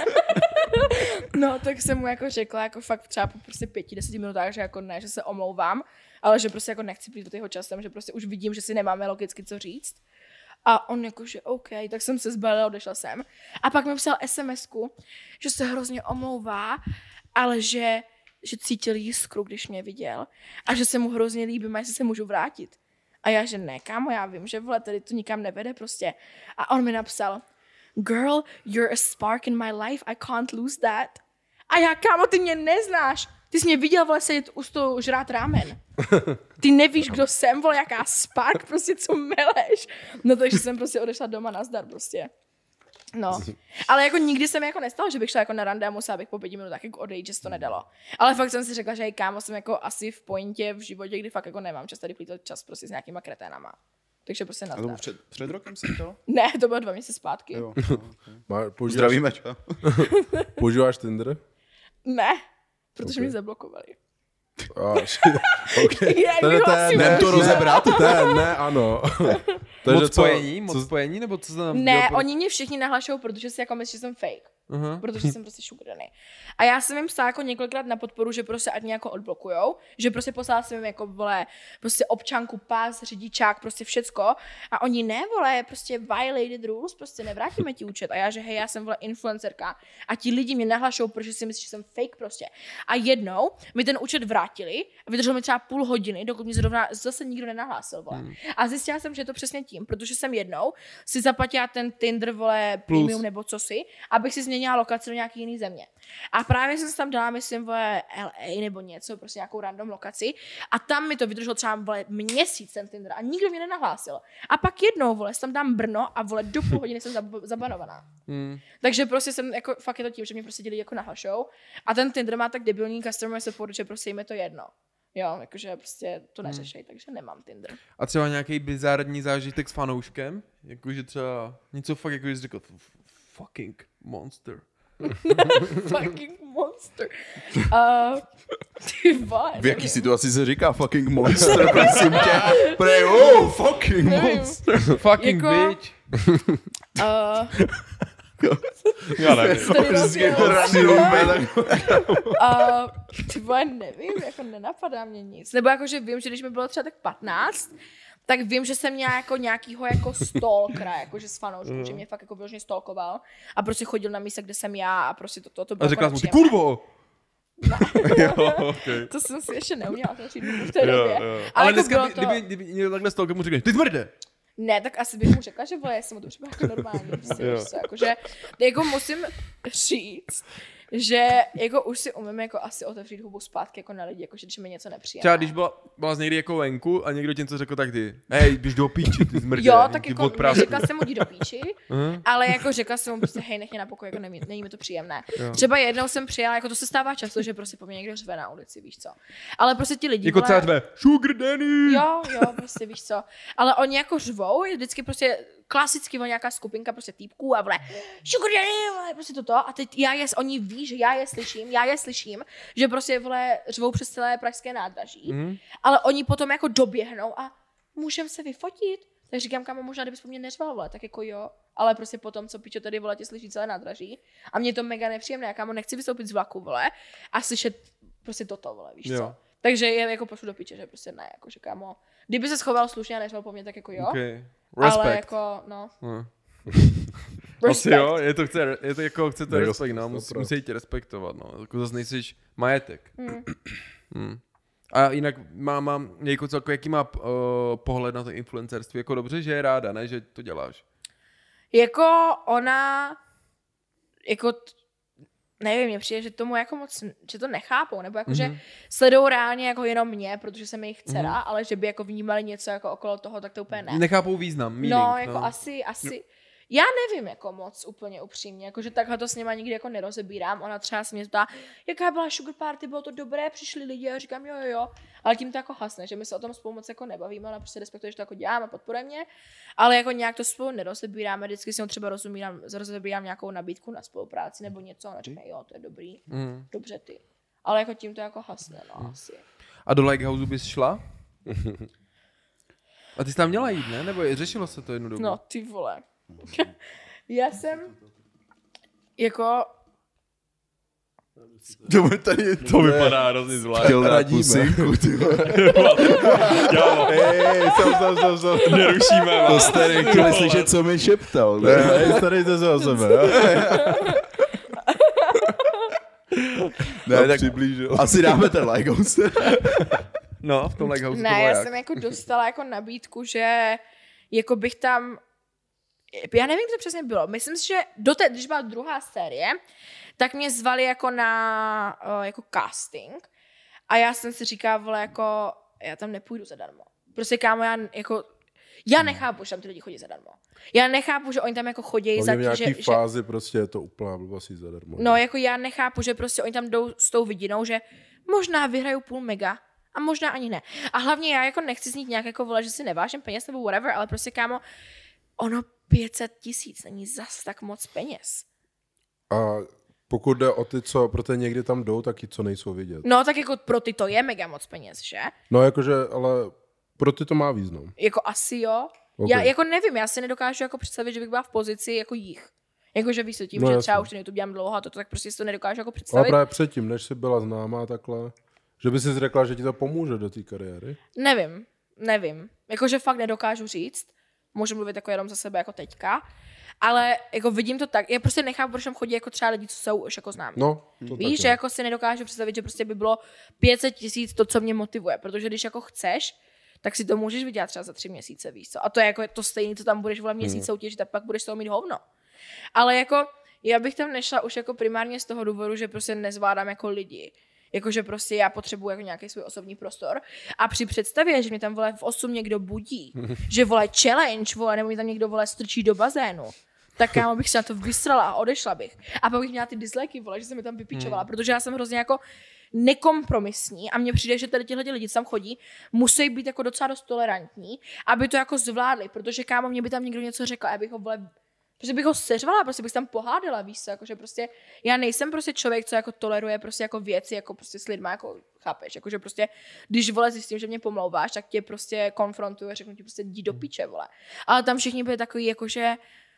No, tak jsem mu jako řekla, jako fakt třeba po prostě pěti, deseti minutách, že jako ne, že se omlouvám, ale že prostě jako nechci přijít do toho časem, že prostě už vidím, že si nemáme logicky co říct. A on jako, že OK, tak jsem se zbalila, odešla jsem. A pak mi psal SMSku, že se hrozně omlouvá, ale že, že cítil jiskru, když mě viděl. A že se mu hrozně líbí, jestli se můžu vrátit. A já, že ne, kámo, já vím, že vole, tady to nikam nevede prostě. A on mi napsal, girl, you're a spark in my life, I can't lose that. A já, kámo, ty mě neznáš. Ty jsi mě viděl, vole, sedět u stolu žrát rámen. Ty nevíš, kdo jsem, vole, jaká spark, prostě co meleš. No takže jsem prostě odešla doma nazdar prostě. No, ale jako nikdy se mi jako nestalo, že bych šla jako na rande a musela bych po pěti minutách jako odejít, že se to nedalo. Ale fakt jsem si řekla, že hej, kámo, jsem jako asi v pointě v životě, kdy fakt jako nemám čas tady plýtat čas prostě s nějakýma kreténama. Takže prostě nazdar. A to před, před rokem si to? Ne, to bylo dva měsíce zpátky. Jo, no, okay. Má, používáš, Zdravíme, čo? Používáš Tinder? Ne, protože Okay. mě zablokovali. Ah, okay. Jak Ten, bych ten, asi ne, to rozebrat? Ten, ne, ano. Takže Moc co- spojení? Moc co- spojení? Nebo co se tam Ne, dělo? oni mě všichni nahlašují, protože si jako myslí, že jsem fake. Uh-huh. Protože jsem prostě sugar daddy. A já jsem jim psala jako několikrát na podporu, že prostě ať mě jako odblokujou, že prostě poslala jsem jim jako, vole, prostě občanku, pás, řidičák, prostě všecko. A oni ne, vole, prostě violated rules, prostě nevrátíme ti účet. A já, že hej, já jsem, vole, influencerka. A ti lidi mě nahlašou, protože si myslí, že jsem fake prostě. A jednou mi ten účet vrátili a vydrželo mi třeba půl hodiny, dokud mě zrovna zase nikdo nenahlásil, vole. Hmm. A zjistila jsem, že je to přesně tím, protože jsem jednou si zaplatila ten Tinder, vole, Plus. premium nebo co si, abych si změnila lokaci do nějaký jiný země. A právě jsem si tam dala, myslím, vole, L A nebo něco, prostě nějakou random lokaci. A tam mi to vydrželo třeba, vole, měsíc ten Tinder a nikdo mě nenahlásil. A pak jednou, vole, tam dám Brno a, vole, do půl hodiny jsem zab- zabanovaná. Hmm. Takže prostě jsem, jako, fakt je to tím, že mě prostě ti lidi jako nahlašou. A ten Tinder má tak debilní customer support, že prostě jim je to jedno. Jo, jakože prostě to neřešej, hmm. takže nemám Tinder. A třeba nějaký bizarní zážitek s fanouškem? Jakože třeba něco fakt, jako jsi řekl, fucking monster. Fucking monster. Uh, ty vole, V jaký situaci se říká fucking monster, prosím tě? Prej, oh, fucking monster. Fucking Jako- bitch. Uh, Já nevím. uh, ty vole, nevím, jako nenapadá mě nic. Nebo jakože vím, že když mi bylo třeba tak patnáct, tak vím, že jsem měla jako nějakýho jako stalkera, jakože s fanouškou, mm. že mě fakt jako vyloženě stalkoval a prostě chodil na místa, kde jsem já a prostě to, to, to bylo A řekla jako jsem mu, ty nepříjemné. kurvo! Jo, okay. To jsem si ještě neuměla začít v té Jo, době. jo. Ale, Ale jako dneska, bylo by- to... kdyby, kdyby někdo takhle stalkem mu řekne, ty zmrde! Ne, tak asi bych mu řekla, že vole, jsem mu to připadá jako normální. Prostě, Jo. víš co, jakože, jako musím říct, že jako už si umím jako asi otevřít hubu zpátky jako na lidi, jakože když mi něco nepříjemné. Třeba když byla, byla jsi někdy jako venku a někdo ti něco řekl, tak ty, hej, běž do píči, ty zmrde. Jo, tak ty jako odprásku. neřekla jsem mu jít do píči, Mhm. ale jako řekla jsem mu prostě hej, nech mě na pokoji, jako není, není mi to příjemné. Jo. Třeba jednou jsem přijela, jako to se stává často, že prostě po mně někdo řve na ulici, víš co. Ale prostě ti lidi, Jako vole- třeba řve, sugar daddy! Jo, jo, prostě víš co. Ale oni jako řvou, je vždycky prostě klasicky vole nějaká skupinka prostě týpků a vole sugar daddy, vole, prostě toto. A teď já je, oni ví, že já je slyším, já je slyším, že prostě vole řvou přes celé pražské nádraží. Mhm. Ale oni potom jako doběhnou a můžem se vyfotit. Tak říkám, kámo, možná kdybys po mně neřval, vole, tak jako jo. Ale prostě potom, co pičo tady, vole, tě slyší celé nádraží. A mě je to mega nepříjemné, já, kámo, nechci vystoupit z vlaku, vole, a slyšet prostě toto, vole, víš Jo. co. Takže je jako pošlu do piče, že prostě ne, jako že kámo, kdyby se schoval slušně a neřval po mně, tak jako jo. Okay. Respect. Ale jako, no. No. Asi Respect. jo, je to, chce, je to jako, chce to Jako respekt, no, musí, opravdu. musí tě respektovat, no, jako zase nejsiš majetek. Hmm. Hmm. A jinak má, mám, jako celko, jaký má uh, pohled na to influencerství, jako dobře, že je ráda, ne, že to děláš. Jako ona, jako, t- nevím, mně přijde, že tomu jako moc, že to nechápou, nebo jako, mm-hmm. že sledujou reálně jako jenom mě, protože jsem jejich dcera, mm-hmm. ale že by jako vnímali něco jako okolo toho, tak to úplně ne. Nechápou význam, meaning. No, jako asi, asi, já nevím jako moc úplně upřímně, jakože takhle to s nima nikdy jako nerozebírám. Ona třeba se mě ptá, jaká byla sugar party, bylo to dobré, přišli lidi a říkám jo, jo, jo. Ale tím to jako hasne, že my se o tom spolu moc jako nebavíme, ona prostě respektuje, že to jako dělám a podporuje mě, ale jako nějak to spolu nerozebíráme, vždycky si ho třeba rozumírám, rozebírám nějakou nabídku na spolupráci nebo něco, ona říká, jo, to je dobrý, Mm. dobře ty. Ale jako tím to jako hasne, no Mm. asi. A do Lighthouse bys šla? A ty jsi tam měla jít, ne? Nebo je- řešilo se to jednu dobu? No, ty vole. Já jsem jako To tady To vypadá hrozně zvláštně. chtěl dát pusinku, ty vole. Hej, sam, sam, sam, sam. Nerušíme To vás. jste nechtěli slyšet, co mi šeptal. Ne? Hej, starejte se o sebe, jo? Ne, tak Přiblížil. asi dáme ten like. No, v tom Lighthouse to ne, bylo já jak? jsem jako dostala jako nabídku, že jako bych tam, já nevím, co to přesně bylo. Myslím si, že do té, když byla druhá série, tak mě zvali jako na uh, jako casting a já jsem si říkala, vole, jako já tam nepůjdu zadarmo. Prostě kámo, já jako já nechápu, že tam ty lidi chodí zadarmo. Já nechápu, že oni tam jako chodí za Oni v nějaký že, že, fázi prostě je to úplná blbost jít zadarmo. no jako já nechápu, že prostě oni tam jdou s tou vidinou, že možná vyhrajou půl mega a možná ani ne. A hlavně já jako nechci znít nějak jako vole, že si nevážím peněz nebo whatever, ale prostě kámo, ono pět set tisíc není zas tak moc peněz. A pokud jde o ty, co pro ty někdy tam jdou, tak i co nejsou vidět. No tak jako pro ty to je mega moc peněz, že? No jakože, ale pro ty to má význam. Jako asi jo. Okay. Já jako nevím, já si nedokážu jako představit, že bych byla v pozici jako jich. Jakože víš co, tím, No, že jasně. třeba už ten YouTube dělám dlouho a to, tak prostě si to nedokážu jako Ale představit. právě předtím, než jsi byla známá takhle, že by si řekla, že ti to pomůže do té kariéry? Nevím, nevím. Jakože fakt nedokážu říct. Můžu mluvit jako jenom za sebe jako teďka. Ale jako vidím to tak, já prostě nechápu, proč tam chodí jako třeba lidi, co jsou už jako známí. No, to Víš, taky. že jako si nedokážu představit, že prostě by bylo pět set tisíc to, co mě motivuje, protože když jako chceš, tak si to můžeš vydělat třeba za tři měsíce, víš co. A to je jako to stejné, co tam budeš volat měsíc Hmm. soutěžit a pak budeš toho mít hovno. Ale jako já bych tam nešla už jako primárně z toho důvodu, že prostě nezvládám jako lidi. Jakože prostě já potřebuji jako nějaký svůj osobní prostor. A při představě, že mě tam vole v osm někdo budí, že vole challenge, vole, nebo mě tam někdo vole strčí do bazénu, tak kámo bych se na to vysrala a odešla bych. A pak bych měla ty dislikey, vole, že jsem mi tam vypičovala, protože já jsem hrozně jako nekompromisní a mně přijde, že tady těhle lidi, co tam chodí, musí být jako docela dost tolerantní, aby to jako zvládli, protože kámo, mě by tam někdo něco řekl a já bych ho vole Prostě bych ho seřvala, prostě bych tam pohádala, víš co, jakože prostě, já nejsem prostě člověk, co jako toleruje prostě jako věci, jako prostě s lidma, jako chápeš, jakože prostě, když vole zjistím, že mě pomlouváš, tak tě prostě konfrontuju a řeknu ti prostě jdi do piče, vole. Ale tam všichni byli takový, jakože,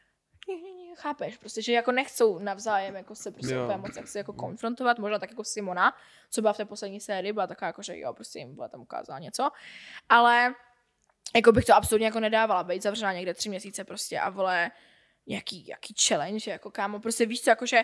chápeš, prostě, že jako nechcou navzájem jako se prostě úplně moc jak se jako konfrontovat, možná tak jako Simona, co byla v té poslední sérii, byla taková jako, že jo, prostě jim byla tam ukázala něco, ale jako bych to absolutně jako nedávala, být zavřená někde tři měsíce prostě a vole, jaký, jaký challenge, jako kámo, prostě víš co, jakože,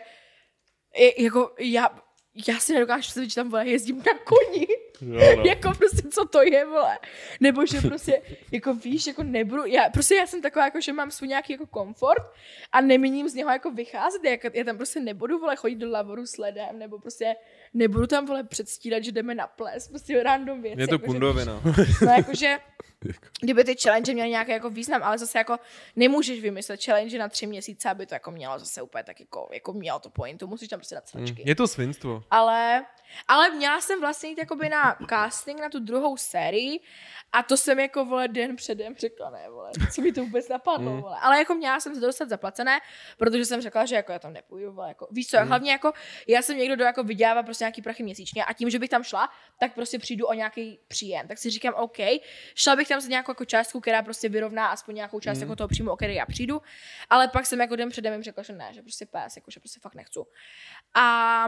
jako já, já si nedokážu představit, že tam vole, jezdím na koni, Jo, no. jako prostě, co to je, vole, nebo že prostě, jako víš, jako nebudu, já, prostě já jsem taková, jako, že mám svůj nějaký jako komfort a nemíním z něho jako vycházet, já, já tam prostě nebudu, vole, chodit do lavoru s ledem, nebo prostě nebudu tam, vole, předstírat, že jdeme na ples, prostě random věci. Je to jako, kundovina. Že, no jakože, kdyby ty challenge měly nějaký jako význam, ale zase jako nemůžeš vymyslet challenge na tři měsíce, aby to jako mělo zase úplně tak jako, jako mělo to pointu, musíš tam prostě dát sračky. Je to svinstvo. Ale, ale měla jsem vlastně jít jakoby na casting na tu druhou sérii a to jsem jako, vole, den předem řekla, ne, vole, co mi to vůbec napadlo, Mm. vole. Ale jako měla jsem se dostat zaplacené, protože jsem řekla, že jako já tam nepůjdu, vole, jako, víš co, mm. hlavně jako, já jsem někdo, kdo jako vydělává prostě nějaký prachy měsíčně a tím, že bych tam šla, tak prostě přijdu o nějaký příjem. Tak si říkám, OK, šla bych tam za nějakou jako částku, která prostě vyrovná aspoň nějakou část mm. jako toho příjmu, o který já přijdu, ale pak jsem jako den předem jim řekla, že ne, že prostě pes, jako, že prostě fakt nechci. A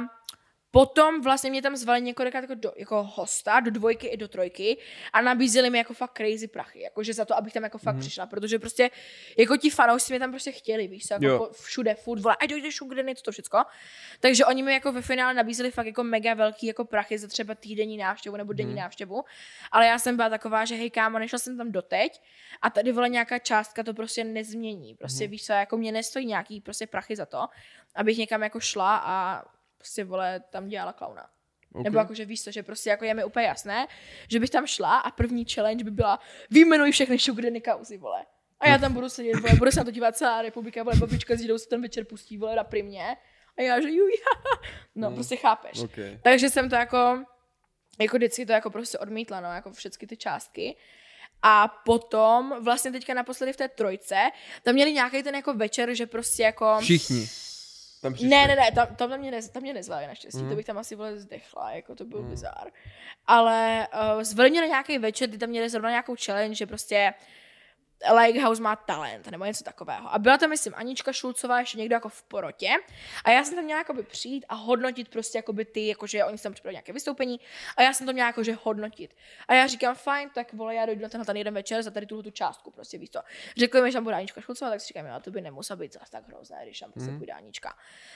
potom vlastně mě tam zvali několikrát jako, do, jako hosta, do dvojky i do trojky a nabízeli mi jako fakt crazy prachy, jakože za to, abych tam jako fakt mm. přišla, protože prostě jako ti fanoušci mě tam prostě chtěli, víš co, jako po, všude, furt, vole, a dojdeš, kde je to všecko. Takže oni mi jako ve finále nabízeli fakt jako mega velký jako prachy za třeba týdenní návštěvu nebo denní mm. návštěvu, ale já jsem byla taková, že hej kámo, nešla jsem tam doteď a tady vole nějaká částka to prostě nezmění, prostě mm. víš co, jako mě nestojí nějaký prostě prachy za to, abych někam jako šla a prostě, vole, tam dělala klauna. Okay. Nebo jakože víš co, že prostě jako je mi úplně jasné, že bych tam šla a první challenge by byla vyjmenuj všechny sugardenny kauzy, vole. A já tam budu sedět, vole, bude se na to dívat celá republika, vole, babička s dědou se ten večer pustí, vole, na primě. A já, že juj, no, mm. prostě chápeš. Okay. Takže jsem to jako, jako vždycky to jako prostě odmítla, no, jako všechny ty částky. A potom vlastně teďka naposledy v té trojce, tam měli nějaký ten jako večer, že prostě jako... Všichni. Tam ne, ne, ne, tam, tam, mě, nez, tam mě nezvali naštěstí, mm. to bych tam asi vole zdechla, jako to byl mm. bizár. Ale uh, zvali mě na nějaký večer, kdy tam měli zrovna nějakou challenge, že prostě Lighthouse má talent, nebo něco takového. A byla tam, myslím, Anička Šulcová, ještě někdo jako v porotě. A já jsem tam měla jakoby přijít a hodnotit prostě jakoby ty, jakože oni tam připravili nějaké vystoupení. A já jsem to měla jakože hodnotit. A já říkám, fajn, tak vole, já dojdu na tenhle ten jeden večer za tady tuhle tu částku, prostě víš to. Řekli mi, že tam bude Anička Šulcová, tak si říkám, jo, to by nemusela být zase tak hrozné, když tam prostě mm. půjde Anička.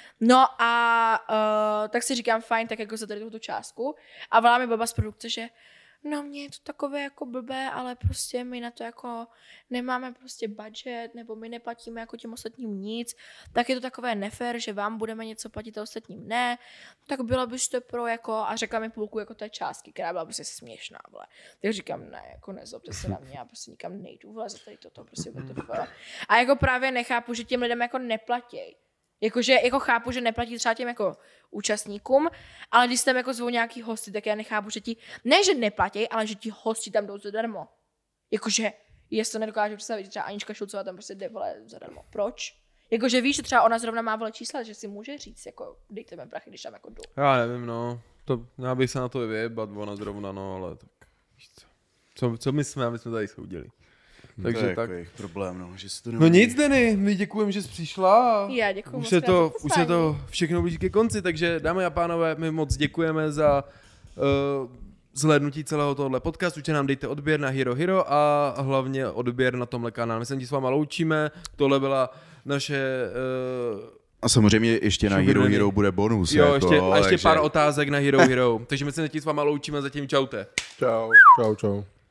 No a uh, tak si říkám, fajn, tak jako za tady tuhle tu částku. A volá mi baba z produkce, že no mně je to takové jako blbé, ale prostě my na to jako nemáme prostě budget, nebo my neplatíme jako těm ostatním nic, tak je to takové nefér, že vám budeme něco platit a ostatním ne, tak bylo byste pro jako, a řekla mi půlku jako té částky, která byla prostě směšná, vole. Tak říkám, ne, jako nezlobte se na mě, já prostě nikam nejdu, vole, za tady toto, prostě to. A jako právě nechápu, že těm lidem jako neplatí. Jakože jako chápu, že neplatí třeba těm jako účastníkům, ale když tam jako zvou nějaký hosty, tak já nechápu, že ti, ne že neplatí, ale že ti hosti tam jdou zadarmo. Jakože, jestli to nedokážu představit, že třeba Anička Šulcová tam prostě jde, vole, zadarmo. Proč? Jakože víš, že třeba ona zrovna má, vole, čísla, že si může říct, jako dejte mi prachy, když tam jako jdu. Já nevím, no. To, já bych se na to vyjebat, ona zrovna, no, ale tak víš co. Co, co my jsme, aby jsme tady soudili. Takže to je tak. jako jejich problém, no, že si to No neuvědomí. nic, Denny, my děkujeme, že jsi přišla. Já děkuju Už moc se krát to, za už se pozvání. to všechno blíží ke konci, takže dámy a pánové, my moc děkujeme za uh, zhlédnutí celého tohohle podcastu. Určitě nám dejte odběr na Hero Hero a hlavně odběr na tomhle kanále. My se ti s váma loučíme, tohle byla naše... Uh, A samozřejmě ještě na Sugar Hero Daddy. Hero bude bonus. jo, jako, ještě, a ještě takže... pár otázek na Hero Hero. Takže my se ti s váma loučíme, zatím čaute. Čau. Čau, čau.